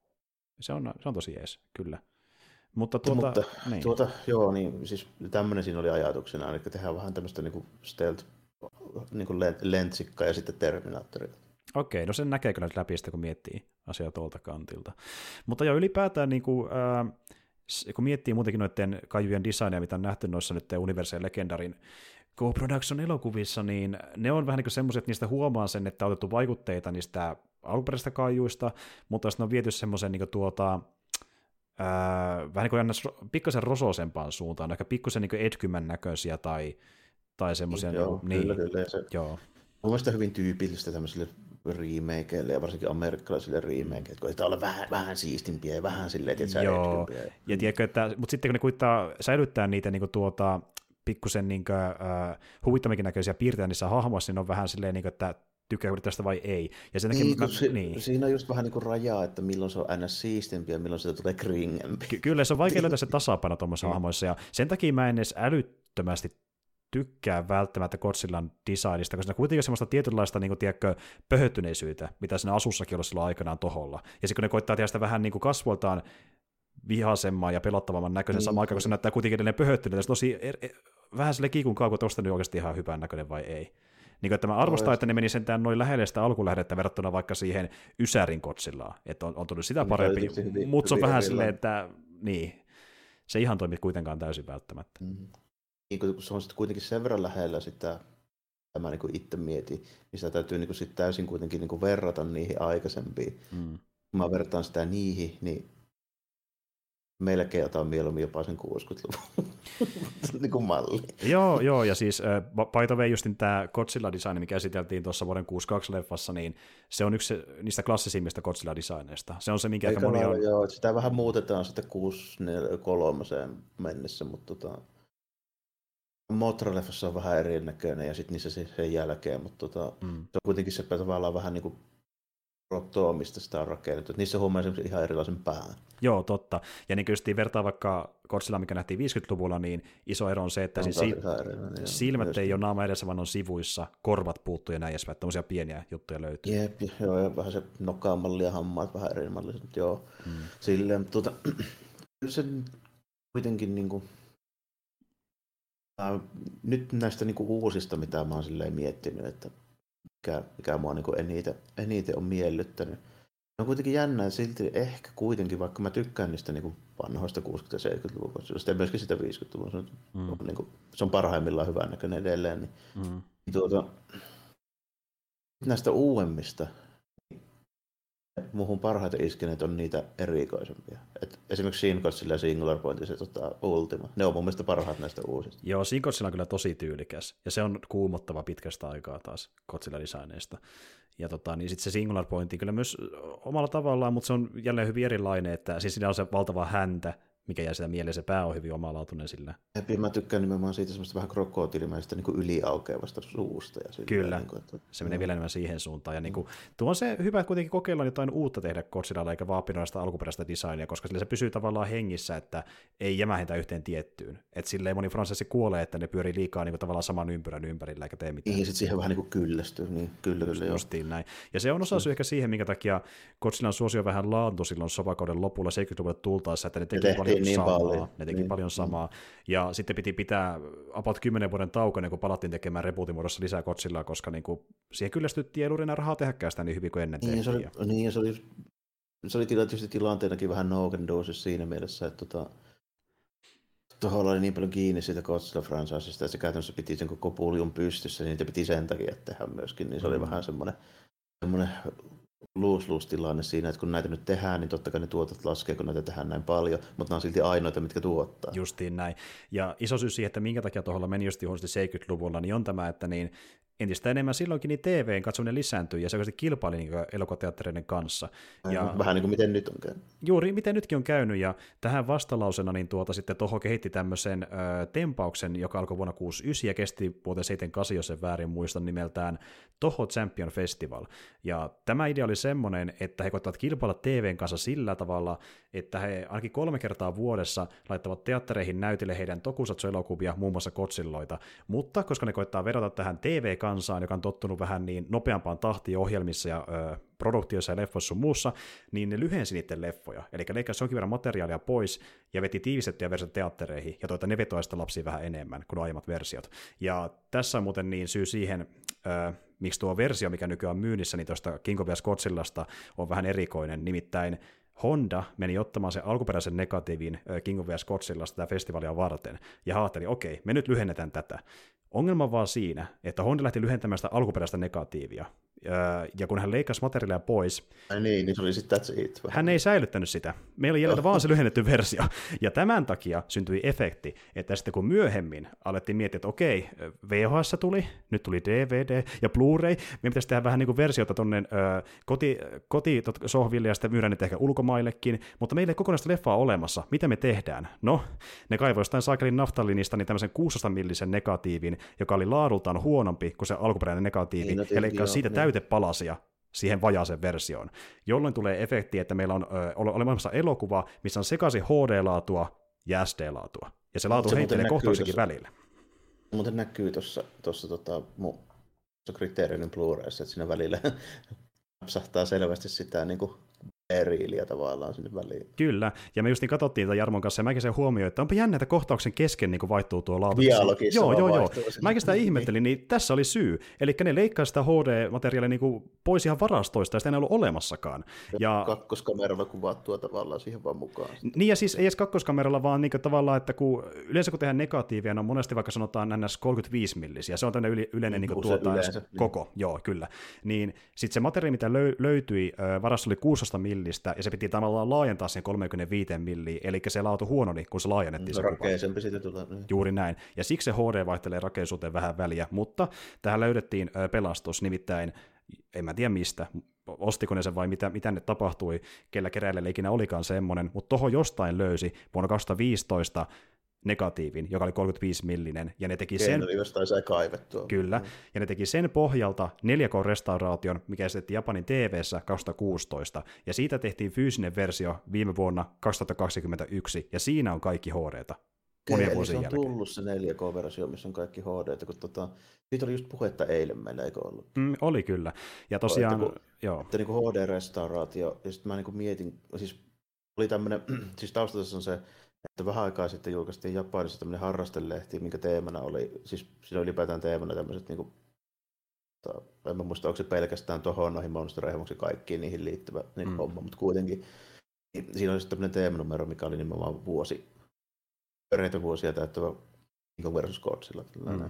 Speaker 1: Se, on, se on tosi jees, kyllä. Mutta tuota...
Speaker 2: Mutta,
Speaker 1: niin.
Speaker 2: tuota joo, niin siis tämmöinen siinä oli ajatuksena, eli tehdään vähän tämmöistä niinku stealth, niinku lentsikkaa ja sitten Terminaattoria.
Speaker 1: Okei, no sen näkee kyllä läpi sitä, kun miettii asiaa tuolta kantilta. Mutta jo ylipäätään, niin kuin, ää, kun miettii muutenkin noiden kaijujen designia, mitä on nähty noissa nyt Universal Legendarin Co-Production-elokuvissa, niin ne on vähän niin kuin semmoiset, että niistä huomaa sen, että on otettu vaikutteita niistä alkuperäisistä kaijuista, mutta sitten on viety semmoisen niin tuota, ää, vähän niin kuin pikkasen rosoisempaan suuntaan, ehkä pikkusen niin edkymän näköisiä tai, tai semmoisia.
Speaker 2: Joo,
Speaker 1: niin,
Speaker 2: kyllä, kyllä. Ja se,
Speaker 1: joo.
Speaker 2: Mun mielestä hyvin tyypillistä tämmöisille remakeille ja varsinkin amerikkalaisille remakeille, kun pitää olla vähän, vähän siistimpiä ja vähän silleen, että sä edkympiä.
Speaker 1: Ja tiedätkö, että, mutta sitten kun ne kuittaa säilyttää niitä niin kuin tuota, pikkusen niin kuin, uh, huvittamikin näköisiä piirteitä niissä hahmoissa, niin on vähän silleen, niin kuin, että tykkääkö tästä vai ei. Ja sen
Speaker 2: niin,
Speaker 1: mä,
Speaker 2: si-
Speaker 1: niin.
Speaker 2: Siinä on just vähän niin kuin rajaa, että milloin se on aina siistimpi ja milloin siitä tulee kringempi.
Speaker 1: Ky- kyllä, se on vaikea löytää se tasapaino tuommoisissa hahmoissa, ja sen takia mä en edes älyttömästi tykkää välttämättä Godzillan designista, koska se on kuitenkin semmoista tietynlaista niin kuin, tiedätkö, pöhöttyneisyyttä, mitä siinä asussakin ollut silloin aikanaan toholla. Ja sitten kun ne koittaa tehdä sitä vähän niin kuin kasvoiltaan vihaisemman ja pelottavamman näköisen mm. samaan aikaan, kun se näyttää kuitenkin edelleen pöhöttyneeltä, se tosi er, er, vähän sille kiikun kauko, että onko nyt oikeasti ihan hyvän näköinen vai ei. Niin kuin, että mä arvostan, no, että ne meni sentään noin lähelle sitä alkulähdettä verrattuna vaikka siihen Ysärin Godzillaan, että on, on tullut sitä parempi, mutta se on vähän silleen, että niin, se ihan toimii kuitenkaan täysin välttämättä.
Speaker 2: Mm. Niin kun se on sitten kuitenkin sen verran lähellä sitä, mitä mä niin itse mietin, niin sitä täytyy niin sit täysin kuitenkin niin verrata niihin aikaisempiin. Mm. Kun mä vertaan sitä niihin, niin melkein otan mieluummin jopa sen kuusikymmentäluvun niin kuin malli.
Speaker 1: Joo, joo, ja siis uh, by the way, justin tämä Godzilla-design, mikä esiteltiin tuossa vuoden kuusikymmentäkaksi-leffassa, niin se on yksi niistä klassisimmista Godzilla-designeista. Se on se, minkä aika moni on...
Speaker 2: Joo, sitä vähän muutetaan sitten kuusikymmentäkolme mennessä, mutta tota... Motra-leffassa on vähän erinäköinen ja sitten niissä sen jälkeen, mutta tota, mm. se on kuitenkin se tavallaan vähän niin kuin protoa, mistä sitä on rakennettu. Niissä huomaa esimerkiksi ihan erilaisen pään.
Speaker 1: Joo, totta. Ja niin kyllä vertaa vaikka Godzilla, mikä nähtiin viisikymmentäluvulla, niin iso ero on se, että on siis si- silmät joo, ei ole naama edessä, vaan on sivuissa, korvat puuttuu ja näin edespäin. Tämmöisiä pieniä juttuja löytyy.
Speaker 2: Jep, joo, ja vähän se nokkamalli ja hammaat vähän eri malliset, joo. Mm. Silleen, tuota, kyllä se kuitenkin niin kuin nyt näistä niinku uusista, mitä mä oon silleen miettinyt, että mikä, mikä mua niinku eniten, eniten on miellyttänyt. On kuitenkin jännä, että silti ehkä kuitenkin, vaikka mä tykkään niistä niinku vanhoista kuusikymmentä- ja seitsemänkymmentäluvun Godzillasta ja myöskin sitä viisikymmentäluvun, se on, mm. niinku, se on parhaimmillaan hyvän näköinen edelleen, niin mm. tuota, näistä uudemmista muuhun parhaiten iskeneet on niitä erikoisempia. Et esimerkiksi Shin Godzilla ja Singular Point ja se tota, Ultima. Ne on mun mielestä parhaat näistä uusista.
Speaker 1: Joo, Shin Godzilla on kyllä tosi tyylikäs. Ja se on kuumottava pitkästä aikaa taas Godzilla-designeista. Ja tota, niin sitten se Singular Point kyllä myös omalla tavallaan, mutta se on jälleen hyvin erilainen, että siis siinä on se valtava häntä, mikä jää sitä mieleen, se pää on hyvin omalaatuinen sillä.
Speaker 2: Ja mä tykkään nimenomaan siitä semmoista vähän krokotiilimäistä niin yliaukeavasta suusta. Ja sillä,
Speaker 1: kyllä,
Speaker 2: niin kuin, että,
Speaker 1: se menee vielä enemmän siihen suuntaan. Ja mm. niin kuin, tuo on se hyvä, että kuitenkin kokeillaan jotain uutta tehdä Godzillalla, eikä vaan pinoista alkuperäistä designia, koska sillä se pysyy tavallaan hengissä, että ei jämähentä yhteen tiettyyn. Että silleen moni fransessi kuolee, että ne pyörii liikaa niin kuin, tavallaan saman ympyrän ympärillä, eikä tee mitään.
Speaker 2: Niin, sitten siihen vähän niin kuin kyllästyy. Niin, kyllä, kyllä,
Speaker 1: justiin näin. Ja se on osa syy ehkä siihen, minkä takia Godzillan suosio vähän laantui silloin sovakauden lopulla seitsemänkymmentäluvulle tultaessa, että ne teki paljon niin samaa. Paljon. Ne teki niin, paljon samaa. Ja sitten piti pitää about kymmenen vuoden tauko, kun palattiin tekemään rebootin muodossa lisää Godzillaa, koska niin kuin, siihen kyllästyttiin, ei ollut enää rahaa tehdäkään sitä niin hyvin kuin ennen
Speaker 2: niin,
Speaker 1: tehtiin.
Speaker 2: Se oli, niin, se oli, se oli tietysti tilanteenakin vähän no-can-do siinä mielessä, että tota, tuolla oli niin paljon kiinni siitä Godzilla-franchisesta, että se käytännössä piti sen koko puljun pystyssä, niin niitä piti sen takia tehdä myöskin, niin se oli mm. vähän semmoinen, semmoinen lose-lose-tilanne siinä, että kun näitä nyt tehdään, niin totta kai ne tuotot laskee, kun näitä tehdään näin paljon, mutta nämä on silti ainoita, mitkä tuottaa.
Speaker 1: Justiin näin. Ja iso syy siihen, että minkä takia tuolla meni just huonosti seitsemänkymmentäluvulla, niin on tämä, että niin entistä enemmän silloinkin niin T V:n katsominen lisääntyy, ja se oikeasti kilpaili niin elokuvateattereiden kanssa. Ja
Speaker 2: vähän niin kuin miten nyt on käynyt.
Speaker 1: Juuri, miten nytkin on käynyt, ja tähän vastalausena niin tuota sitten Toho kehitti tämmöisen ö, tempauksen, joka alkoi vuonna kuusikymmentäyhdeksän ja kesti vuoteen seitsemänkymmentäkahdeksan, jos en väärin muistan nimeltään Toho Champion Festival. Ja tämä idea oli semmoinen, että he koittavat kilpailla T V:n kanssa sillä tavalla, että he ainakin kolme kertaa vuodessa laittavat teattereihin näytille heidän tokusatsu-elokuvia, muun muassa Godzilloita, mutta koska ne koittaa verrata tähän T V-kansaan, joka on tottunut vähän niin nopeampaan tahtiin ohjelmissa ja ö, produktioissa ja leffoissa sun muussa, niin ne lyhensi niiden leffoja. Eli leikkasi jonkin verran materiaalia pois ja veti tiivistettyjä versioita teattereihin, ja toita ne vetoa sitä lapsia vähän enemmän kuin aiemmat versiot. Ja tässä on muuten niin syy siihen, ö, miksi tuo versio, mikä nykyään on myynnissä, niin tuosta King of Godzillasta on vähän erikoinen, nimittäin Honda meni ottamaan sen alkuperäisen negatiivin King of Godzillasta tätä festivalia varten, ja ajatteli, okei, me nyt lyhennetään tätä. Ongelma vaan siinä, että Honda lähti lyhentämään sitä alkuperäistä negatiivia, ja kun hän leikkasi materiaalia pois,
Speaker 2: Ai niin, niin se oli sitten that's it.
Speaker 1: Hän ei säilyttänyt sitä. Meillä oli jäljellä vaan se lyhennetty versio. Ja tämän takia syntyi efekti, että sitten kun myöhemmin alettiin miettiä, että okei, V H S tuli, nyt tuli D V D ja Blu-ray, me pitäisi tehdä vähän niin kuin versiota tuonne koti, kotisohville ja sitten myydään niitä ehkä ulkomaillekin, mutta meillä ei kokonaista leffaa olemassa. Mitä me tehdään? No, ne kaivoi jostain saakelin naftalinista niin tämmöisen kuusitoista millisen negatiivin, joka oli laadultaan huonompi kuin se alkuperäinen negatiivi, niin, no, eli joo, siitä niin. täytepalasia siihen vajaaseen versioon, jolloin tulee efekti, että meillä on ö, olemassa elokuva, missä on sekaisin H D-laatua ja S D-laatua, ja se laatu heittelee kohtauksenkin välillä.
Speaker 2: muuten näkyy tuossa tuossa tota, mun Criterionin Blu-rayssa, että siinä välillä napsahtaa selvästi sitä niin kuin eriiliä tavallaan sinne väliin.
Speaker 1: Kyllä, ja me just niin katsottiin tätä Jarmon kanssa, ja mäkin sen huomioin, että onpa jännä, että kohtauksen kesken niin vaihtuu tuo lauta.
Speaker 2: Dialogissa
Speaker 1: joo, joo, joo.
Speaker 2: Sinne.
Speaker 1: Mäkin sitä ihmettelin, niin tässä oli syy. Eli ne leikkaa sitä H D-materiaalia niin pois ihan varastoista, ja sitä ei ollut olemassakaan. Ja
Speaker 2: kakkoskameralla kuvattua tavallaan siihen vaan mukaan.
Speaker 1: Niin, ja siis ei edes kakkoskameralla, vaan niin tavallaan, että kun yleensä kun tehdään negatiivia, no monesti vaikka sanotaan ns kolmekymmentäviisi millisiä, se on tämmöinen yleinen niin tuota, yleensä, koko, niin. Joo, kyllä. Niin sitten se materiaali, mitä löy- löytyi, varasto oli kuusitoista millistä, ja se piti tavallaan laajentaa sen kolmekymmentäviisi milliä, eli se laatu huononi, kun se laajennettiin.
Speaker 2: No, rakeisempi siitä tulee. Niin.
Speaker 1: Juuri näin. Ja siksi se H D vaihtelee rakeisuuteen vähän väliä, mutta tähän löydettiin pelastus, nimittäin, en mä tiedä mistä, ostiko ne sen vai mitä, mitä ne tapahtui, kellä keräilijällä ikinä olikaan semmoinen, mutta toho jostain löysi vuonna kaksituhattaviisitoista negatiivin, joka oli kolmekymmentäviisi millinen, ja ne teki sen...
Speaker 2: Keino, jostain sai kaivettua.
Speaker 1: Kyllä, mm. ja ne teki sen pohjalta neljä K-restauraation, mikä esitettiin Japanin T V:ssä kaksituhattakuusitoista, ja siitä tehtiin fyysinen versio viime vuonna kaksituhattakaksikymmentäyksi, ja siinä on kaikki H D:tä.
Speaker 2: Monien Eli se on jälkeen. Tullut se neljä K-versio, missä on kaikki H D, kun tota, siitä oli just puhetta eilen meillä, eikö ollut?
Speaker 1: Mm, oli kyllä, ja tosiaan...
Speaker 2: No, että kun,
Speaker 1: joo.
Speaker 2: Että niin kuin H D-restauraatio, ja sitten mä niin kuin mietin, siis oli tämmöinen, siis taustassa on se, että vähän aikaa sitten julkaistiin Japanissa tämmöinen harrastelehti, minkä teemana oli, siis siinä oli ylipäätään teemana tämmöiset, niin kuin, en mä muista, onko se pelkästään tuohon noihin monstereihin, onko se kaikkiin niihin liittyvä niin mm. homma, mutta kuitenkin siinä oli sitten tämmöinen teemanumero, mikä oli nimenomaan vuosi, perheitä vuosia täyttävä niin versus Godzilla. Mm.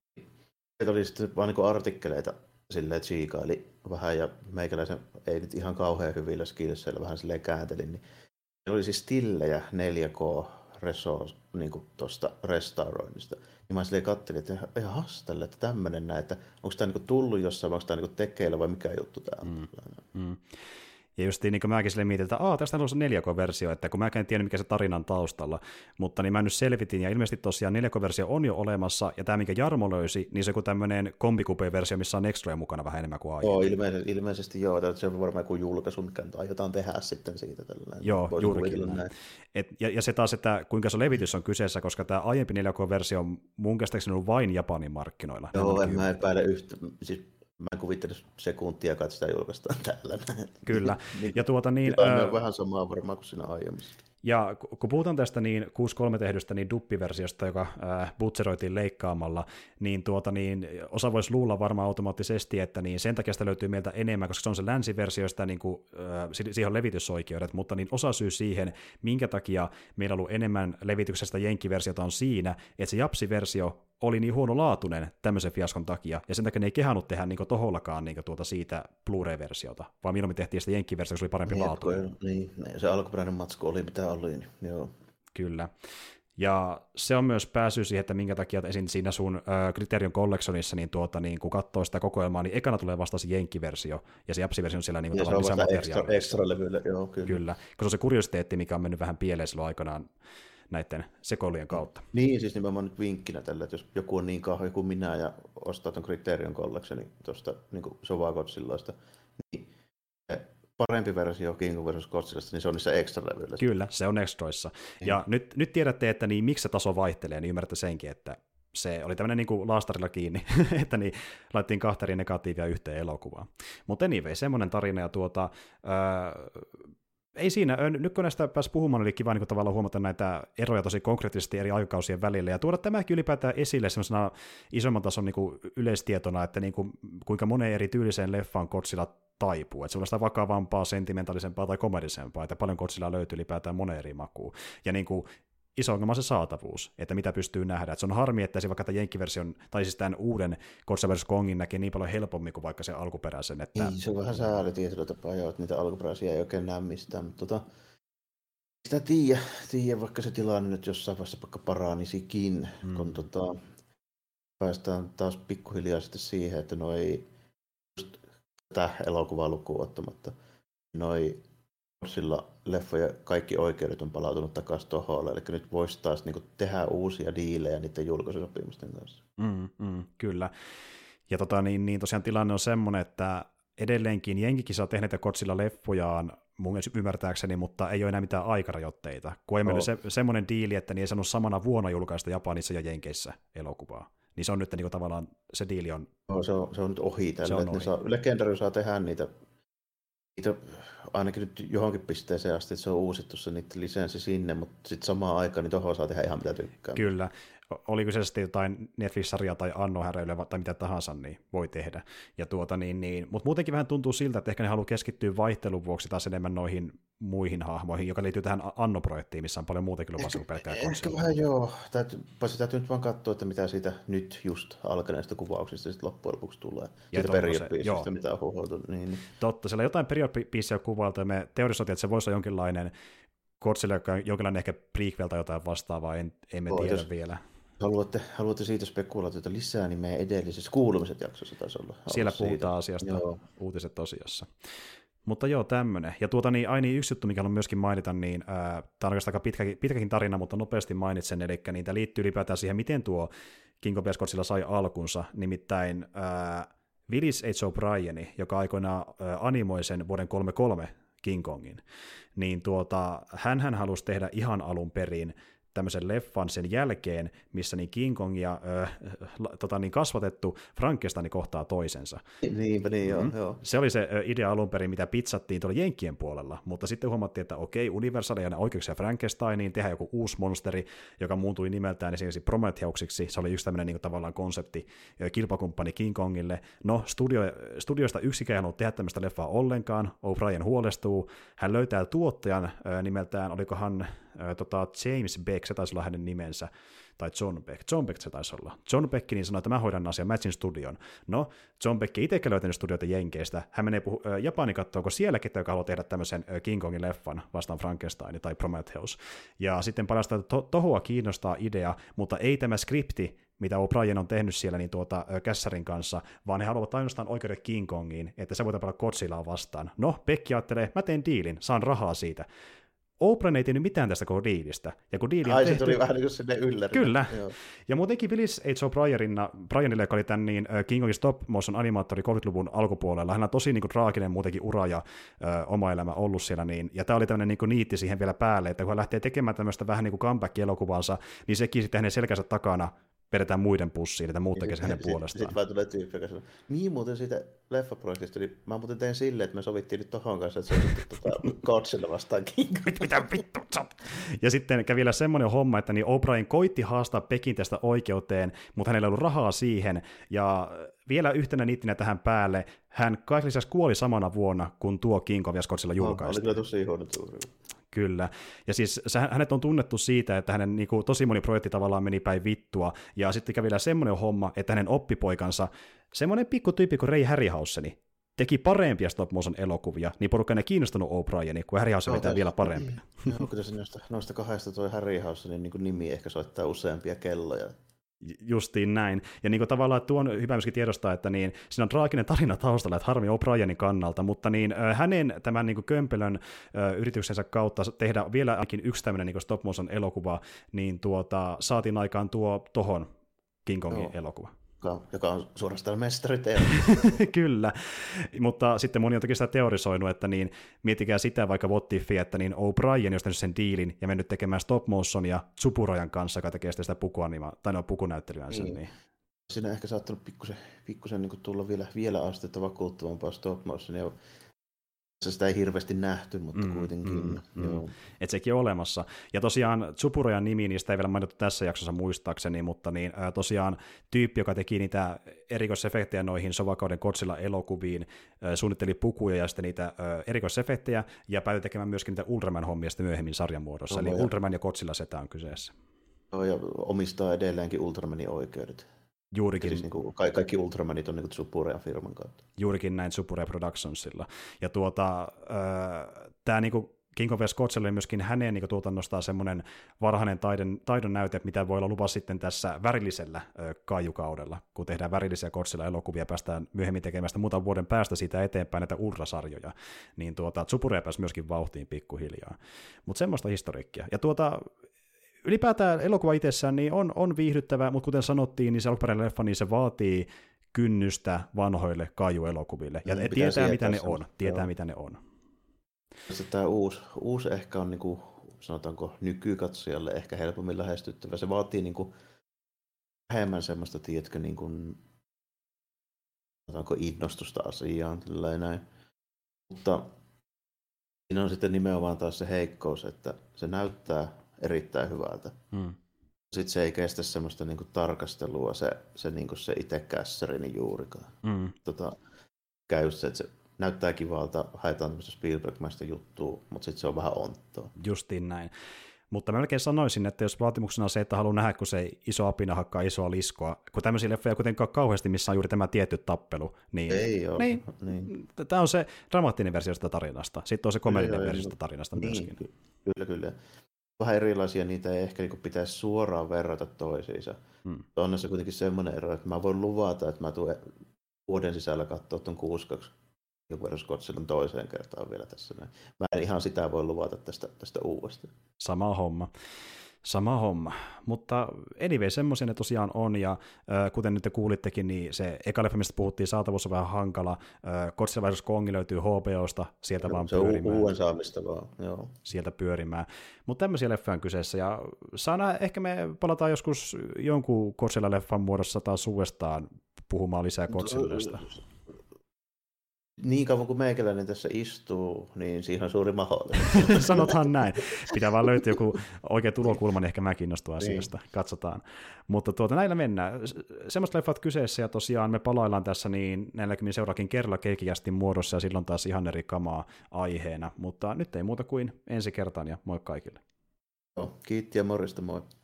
Speaker 2: Se oli sitten vaan niin artikkeleita silleen tsiikaili vähän ja meikäläisen ei nyt ihan kauhean hyvillä skillseillä vähän silleen kääntelin, niin se oli siis tillejä neljä K-reso niin tuosta restauroinnista. Niin mä silleen kattelin, että ihan hastelle, että tämmöinen näin, että onko tämä niin tullut jossain, vai onko tämä niin tekeillä vai mikä juttu tämä on. Mm. Mm.
Speaker 1: Ja justiin niin kuin mäkin sille mietin, että Aa, tästä on ollut neljä K-versio, että kun mä en tiedä mikä se tarinan taustalla, mutta niin mä nyt selvitin, ja ilmeisesti tosiaan neljä K-versio on jo olemassa, ja tämä mikä Jarmo löysi, niin se on tämmöinen kombikupe-versio, missä on extroja mukana vähän enemmän kuin aiemmin.
Speaker 2: Joo, ilmeisesti, ilmeisesti joo, se on varmaan joku julkaisu, mikä aiotaan tehdä sitten siitä. Tällainen.
Speaker 1: Joo, juurikin näin. Et, ja, ja se taas, että kuinka se levitys on kyseessä, koska tämä aiempi neljä K-versio on mun käsittääkseni ollut vain Japanin markkinoilla.
Speaker 2: Joo, en mä epäile yhtä, siis mä en kuvittele sekuntia, että sitä julkaistaan tällä.
Speaker 1: Kyllä.
Speaker 2: niin,
Speaker 1: ja tuota niin...
Speaker 2: Ää... on vähän samaa varmaan kuin siinä aiemmissa.
Speaker 1: Ja kun puhutaan tästä niin kuusikymmentäkolme tehdystä niin duppiversiosta, joka äh, butseroitiin leikkaamalla, niin, tuota, niin osa voisi luulla varmaan automaattisesti, että niin sen takia sitä löytyy meiltä enemmän, koska se on se länsiversio, sitä niin kuin, äh, siihen on levitysoikeudet, mutta niin osa syy siihen, minkä takia meillä on ollut enemmän levityksestä jenkkiversiota on siinä, että se japsiversio oli niin huonolaatuinen tämmöisen fiaskon takia, ja sen takia ne ei kehannut tehdä niin tohollakaan niin tuota siitä Blu-ray-versiota, vaan milloin me tehtiin sitä jenkkiversiota, se oli parempi
Speaker 2: niin,
Speaker 1: laatu.
Speaker 2: Niin, se alkuperäinen matsku oli mitä oli, niin joo.
Speaker 1: Kyllä. Ja se on myös pääsy siihen, että minkä takia esim. Siinä sun äh, Criterion Collectionissa, niin, tuota, niin kun katsoo sitä kokoelmaa, niin ekana tulee vasta se jenkkiversio, ja se japsiversio on siellä niin
Speaker 2: ja
Speaker 1: tavallaan lisämateriaalia.
Speaker 2: Extra, extra levyllä, joo, kyllä.
Speaker 1: Kyllä, koska se on se kuriositeetti, mikä on mennyt vähän pieleen silloin aikanaan näiden sekoilujen kautta.
Speaker 2: Niin, siis nimenomaan nyt vinkkinä tällä, että jos joku on niin kahvi kuin minä ja ostaa ton Criterion Collectionin tuosta niin Sova Godzillaista, niin parempi versio King versus Godzillasta, niin se on niissä extra-levyillä.
Speaker 1: Kyllä, se on extroissa. Mm. Ja nyt, nyt tiedätte, että niin, miksi se taso vaihtelee, niin ymmärrätte senkin, että se oli tämmöinen niin kuin laastarilla kiinni, että niin laitettiin kahta eri negatiivia yhteen elokuvaan. Mutta anyway, semmoinen tarina, ja tuota, ää, ei siinä, nyt kun näistä pääsi puhumaan, oli kiva niin kuin tavallaan huomata näitä eroja tosi konkreettisesti eri aikakausien välillä, ja tuoda tämäkin ylipäätään esille semmoisena isomman tason niin kuin yleistietona, että niin kuin, kuinka moneen eri tyyliseen leffaan Godzilla taipuu, että se on sitä vakavampaa, sentimentaalisempaa tai komedisempaa, että paljon Godzilla löytyy ylipäätään moneen eri makuun, ja niin kuin iso ongelma on se saatavuus, että mitä pystyy nähdä. Että se on harmi, että se vaikka tämän jenkkiversion, tai siis tämän uuden Godzilla versus. Kongin näkee niin paljon helpommin kuin vaikka se alkuperäisen. Että...
Speaker 2: Niin, se on vähän sääli tietyllä tapaa jo, että niitä alkuperäisiä ei oikein näe mistään, mutta tota, sitä tiedä, tiedä, vaikka se tilanne nyt jossain vaiheessa vaikka paranisikin, hmm. kun tota, päästään taas pikkuhiljaa sitten siihen, että noi, just tätä elokuvaa lukuun ottamatta, noi sillä leffoja kaikki oikeudet on palautunut takaisin toholle, eli nyt voisi taas niin kuin, tehdä uusia diilejä niiden julkaisusopimusten kanssa.
Speaker 1: Mm, mm, kyllä. Ja tota, niin, niin tosiaan tilanne on semmoinen, että edelleenkin jenkikin saa tehdä näitä Godzilla-leffojaan mun ymmärtääkseni, mutta ei ole enää mitään aikarajoitteita, kun ei oh. meillä se, semmoinen diili, että niin ei saanut samana vuonna julkaista Japanissa ja Jenkeissä elokuvaa. Niin se on nyt niin tavallaan, se diili on...
Speaker 2: No, se, on se on nyt ohi tällä, että saa, Legendary saa tehdä niitä, niitä ainakin nyt johonkin pisteeseen asti, että se on uusittu se niiden lisenssi sinne, mutta sitten samaan aikaan niin tohon saa tehdä ihan mitä tykkää.
Speaker 1: Kyllä. Oli kyseisesti jotain Netflix-sarjaa tai Anno-häröilyä tai mitä tahansa, niin voi tehdä. Ja tuota, niin, niin. Mutta muutenkin vähän tuntuu siltä, että ehkä ne haluaa keskittyä vaihtelun vuoksi taas enemmän noihin muihin hahmoihin, joka liittyy tähän Anno-projektiin, missä on paljon muutakin luvassa kuin pelkkää Godzilla.
Speaker 2: Ehkä vähän joo. Täytyy, paitsi täytyy nyt vaan katsoa, että mitä siitä nyt just alkaneista kuvauksista sitten loppujen lopuksi tulee. Ja siitä periodpiisistä, mitä on huohoutunut. Niin.
Speaker 1: Totta, siellä jotain periodpiisiä kuvailtu, ja me teorisoitiin, että se voisi olla jonkinlainen Godzilla, joka on jonkinlainen ehkä prequel tai jotain vastaavaa, en, emme tiedä jos... vielä.
Speaker 2: Haluatte, haluatte siitä spekulaatiota lisää, niin meidän edellisessä kuulumiset jaksossa taisi olla.
Speaker 1: Siellä puhutaan siitä asiasta, joo. Uutiset osiossa. Mutta joo, tämmöinen. Ja tuota niin, aina yksi juttu, mikä haluan myöskin mainita, niin äh, tämä on oikeastaan aika pitkäkin, pitkäkin tarina, mutta nopeasti mainitsen, eli niitä liittyy ylipäätään siihen, miten tuo King of Godzilla sai alkunsa, nimittäin äh, Willis H. O'Brien, joka aikoinaan äh, animoi sen vuoden kolmekymmentäkolme King Kongin, niin tuota, hänhän halusi tehdä ihan alun perin tämmöisen leffan sen jälkeen, missä niin King Kong ja ö, tota, niin kasvatettu Frankenstein kohtaa toisensa.
Speaker 2: Niinpä niin, joo, mm. joo.
Speaker 1: Se oli se ö, idea alun perin, mitä pizzattiin tuolla Jenkkien puolella, mutta sitten huomattiin, että okei, Universal ei oikeuksia Frankensteiniin, tehdään joku uusi monsteri, joka muuntui nimeltään esimerkiksi Prometheuksiksi. Se oli yksi tämmöinen niin kuin, tavallaan konsepti, ö, kilpakumppani King Kongille. No, studio, studioista yksikään ei halunnut tehdä tämmöistä leffaa ollenkaan. O'Brien huolestuu. Hän löytää tuottajan ö, nimeltään, olikohan ö, tota, James Beck, se taisi olla hänen nimensä, tai John Beck. John Beck se taisi olla. John Beck niin sanoi, että mä hoidan asian, mä etsin studion. No, John Beck ei itsekään löytänyt studioita Jenkeistä. Hän menee puhu, äh, Japani katsoa, onko siellä ketään, joka haluaa tehdä tämmöisen äh, King Kongin leffan vastaan Frankenstein tai Prometheus. Ja sitten paljastaa, että to- tohoa kiinnostaa idea, mutta ei tämä skripti, mitä O'Brien on tehnyt siellä niin tuota, äh, Kässärin kanssa, vaan he haluavat ainoastaan oikeudet King Kongiin, että se voidaan palata Godzillaa vastaan. No, Beck ajattelee, mä teen diilin, saan rahaa siitä. O'Brien ei tiennyt mitään tästä koko diilistä. Ja kun diili on
Speaker 2: Ai,
Speaker 1: tehty...
Speaker 2: se tuli vähän niin kuin sinne yllärinä.
Speaker 1: Kyllä. Joo. Ja muutenkin Willis H. O'Brienille, joka oli tämän niin, King Kongin stop motion animaattori kolmekymmentäluvun alkupuolella, hän on tosi niin kuin, traaginen muutenkin ura ja ö, oma elämä ollut siellä. Niin, ja tämä oli tämmöinen niin kuin, niitti siihen vielä päälle, että kun hän lähtee tekemään tämmöistä vähän niin kuin comeback-elokuvansa, niin sekin sitten hänen selkänsä takana vedetään muiden pussiin, että muut tekee sen hänen puolestaan.
Speaker 2: Sitten vaan tulee tyyppi, joka sanoo, niin muuten siitä leffaprojektista, niin mä muuten tein silleen, että me sovittiin nyt tohon kanssa, että se on sitten tota Godzilla vastaan King Kong.
Speaker 1: Mitä vittu? Ja sitten kävi vielä semmoinen homma, että niin O'Brien koitti haastaa Pekin tästä oikeuteen, mutta hänellä ei ollut rahaa siihen, ja vielä yhtenä niittinä tähän päälle, hän kaiken lisäksi kuoli samana vuonna, kun tuo King Kong Godzilla julkaistiin.
Speaker 2: Oli kyllä tosi huono tuuri.
Speaker 1: Kyllä. Ja siis hänet on tunnettu siitä, että hänen niin kuin, tosi moni projekti tavallaan meni päin vittua, ja sitten kävi vielä semmoinen homma, että hänen oppipoikansa, semmoinen pikku tyyppi kuin Ray Harryhauseni, teki parempia stop motion elokuvia, niin porukka ei kiinnostunut O'Brieni, kun Harryhausen vetää vielä parempia.
Speaker 2: Joo, kyllä se noista, noista kahdesta toi Harryhausenin niin nimi ehkä soittaa useampia kelloja.
Speaker 1: Justiin näin. Ja niin kuin tavallaan tuon hyvä myöskin tiedostaa, että niin, siinä on traaginen tarina taustalla, että harmi O'Brienin kannalta, mutta niin, äh, hänen tämän niin kuin kömpelön äh, yrityksensä kautta tehdä vielä ainakin yksi tämmöinen niin kuin stop motion elokuva, niin tuota, saatiin aikaan tuo tohon King Kongin no. elokuva.
Speaker 2: Joka on suorastaan mestariteos.
Speaker 1: Kyllä, mutta sitten moni on toki sitä teorisoinut, että niin, miettikää sitä vaikka what if, että niin O'Brien on tehnyt sen diilin ja mennyt tekemään stop motionia Tsuburojan kanssa, joka tekee sitä pukuanima, tai no pukunäyttelyänsä. Niin. Niin.
Speaker 2: Siinä ehkä saattanut pikkusen, pikkusen niin tulla vielä, vielä astetta vakuuttavampaa stop motionia. Sitä ei hirveästi nähty, mutta mm, kuitenkin. Mm, joo.
Speaker 1: Mm. Että sekin on olemassa. Ja tosiaan Tsuburojan nimi, niistä ei vielä mainittu tässä jaksossa muistaakseni, mutta niin, ä, tosiaan tyyppi, joka teki niitä erikoisefektejä noihin Sovakauden Godzilla-elokuviin, ä, suunnitteli pukuja ja sitten niitä ä, erikoisefektejä, ja päätyi tekemään myöskin niitä Ultraman-hommia sitten myöhemmin sarjan muodossa. No, eli ja... Ultraman ja Godzilla-setä on kyseessä.
Speaker 2: Joo, ja omistaa edelleenkin Ultramanin oikeudet.
Speaker 1: Juurikin.
Speaker 2: Siis niin kuin kaikki, kaikki Ultramanit on niin kuin Tsuburojan firman kautta.
Speaker 1: Juurikin näin Tsuburoja Productionsilla. Ja tuota, äh, tämä niin kuin King of Godzilla oli myöskin hänen niin kuin tuotannostaan semmoinen varhainen taidon, taidon näyte, mitä voi olla lupa sitten tässä värillisellä äh, kaijukaudella, kun tehdään värillisiä Godzilla-elokuvia, päästään myöhemmin tekemästä muutaman vuoden päästä siitä eteenpäin näitä ultrasarjoja, niin tuota, Tsuburoja pääsi myöskin vauhtiin pikkuhiljaa. Mutta semmoista historiikkia. Ja tuota, ylipäätään elokuva itsessään niin on, on viihdyttävä, mutta kuten sanottiin, niin se alkuperäinen leffa, niin se vaatii kynnystä vanhoille kaiuelokuville. Ja
Speaker 2: Pitää
Speaker 1: tietää, mitä ne
Speaker 2: semmoista.
Speaker 1: on. Tietää,
Speaker 2: Joo.
Speaker 1: mitä ne on.
Speaker 2: Tämä uusi, uusi ehkä on, niin kuin, sanotaanko, nykykatsojalle ehkä helpommin lähestyttävä. Se vaatii niin kuin, vähemmän semmoista, tiedätkö, niin kuin, sanotaanko, innostusta asiaan. Näin. Mutta siinä on sitten nimenomaan taas se heikkous, että se näyttää erittäin hyvältä. Hmm. Sitten se ei kestä semmoista niin kuin, tarkastelua, se, se, niin kuin, se itse kässäri niin juurikaan. Hmm. Tota, käy se, että se näyttää kivalta, haetaan tämmöistä Spielberg-mäistä juttua, mutta sitten se on vähän onttoa.
Speaker 1: Justiin näin. Mutta mä melkein sanoisin, että jos vaatimuksena on se, että haluaa nähdä, kun se iso apina hakkaa isoa liskoa, kun tämmöisiä leffoja kuitenkaan kauheasti, missä on juuri tämä tietty tappelu, niin,
Speaker 2: ei ole.
Speaker 1: niin,
Speaker 2: niin.
Speaker 1: Tämä on se dramaattinen versio sitä tarinasta. Sitten on se komedinen versio sitä tarinasta
Speaker 2: niin,
Speaker 1: myöskin.
Speaker 2: Kyllä, kyllä. Vähän erilaisia, niitä ei ehkä niin pitäisi suoraan verrata toisiinsa. Hmm. On se kuitenkin semmoinen ero, että mä voin luvata, että mä tulen vuoden sisällä katsoa tuon kuusikymmentäkaksi versus Godzillan toiseen kertaan vielä tässä. Näin. Mä en ihan sitä voi luvata tästä, tästä uudesta.
Speaker 1: Sama homma. Sama homma. Mutta anyway, semmoisia ne tosiaan on, ja äh, kuten nyt te kuulittekin, niin se eka leffa, mistä puhuttiin, saatavuus on vähän hankala. Äh, Godzilla versus. Kong löytyy H B O:sta, sieltä
Speaker 2: no,
Speaker 1: vaan
Speaker 2: se
Speaker 1: pyörimään.
Speaker 2: Se uuden saamista vaan, joo.
Speaker 1: Sieltä pyörimään. Mutta tämmöisiä leffoja on kyseessä, ja saa nähdä, ehkä me palataan joskus jonkun Godzilla-leffan muodossa taas uudestaan puhumaan lisää Godzillasta.
Speaker 2: Niin kauan kuin meikäläinen tässä istuu, niin siinä on suuri mahdollisuus.
Speaker 1: Sanotaan näin. Pitää vaan löytyä joku oikea tulokulma, niin ehkä mä kiinnostun asiasta. Niin. Katsotaan. Mutta tuota, näillä mennään. Semmoista leffat kyseessä, ja tosiaan me palaillaan tässä niin neljäkymmentä seuraakin kerralla keikijästin muodossa, ja silloin taas ihan eri kamaa aiheena. Mutta nyt ei muuta kuin ensi kertaan, ja moi kaikille.
Speaker 2: No, kiitti ja morjesta, moi.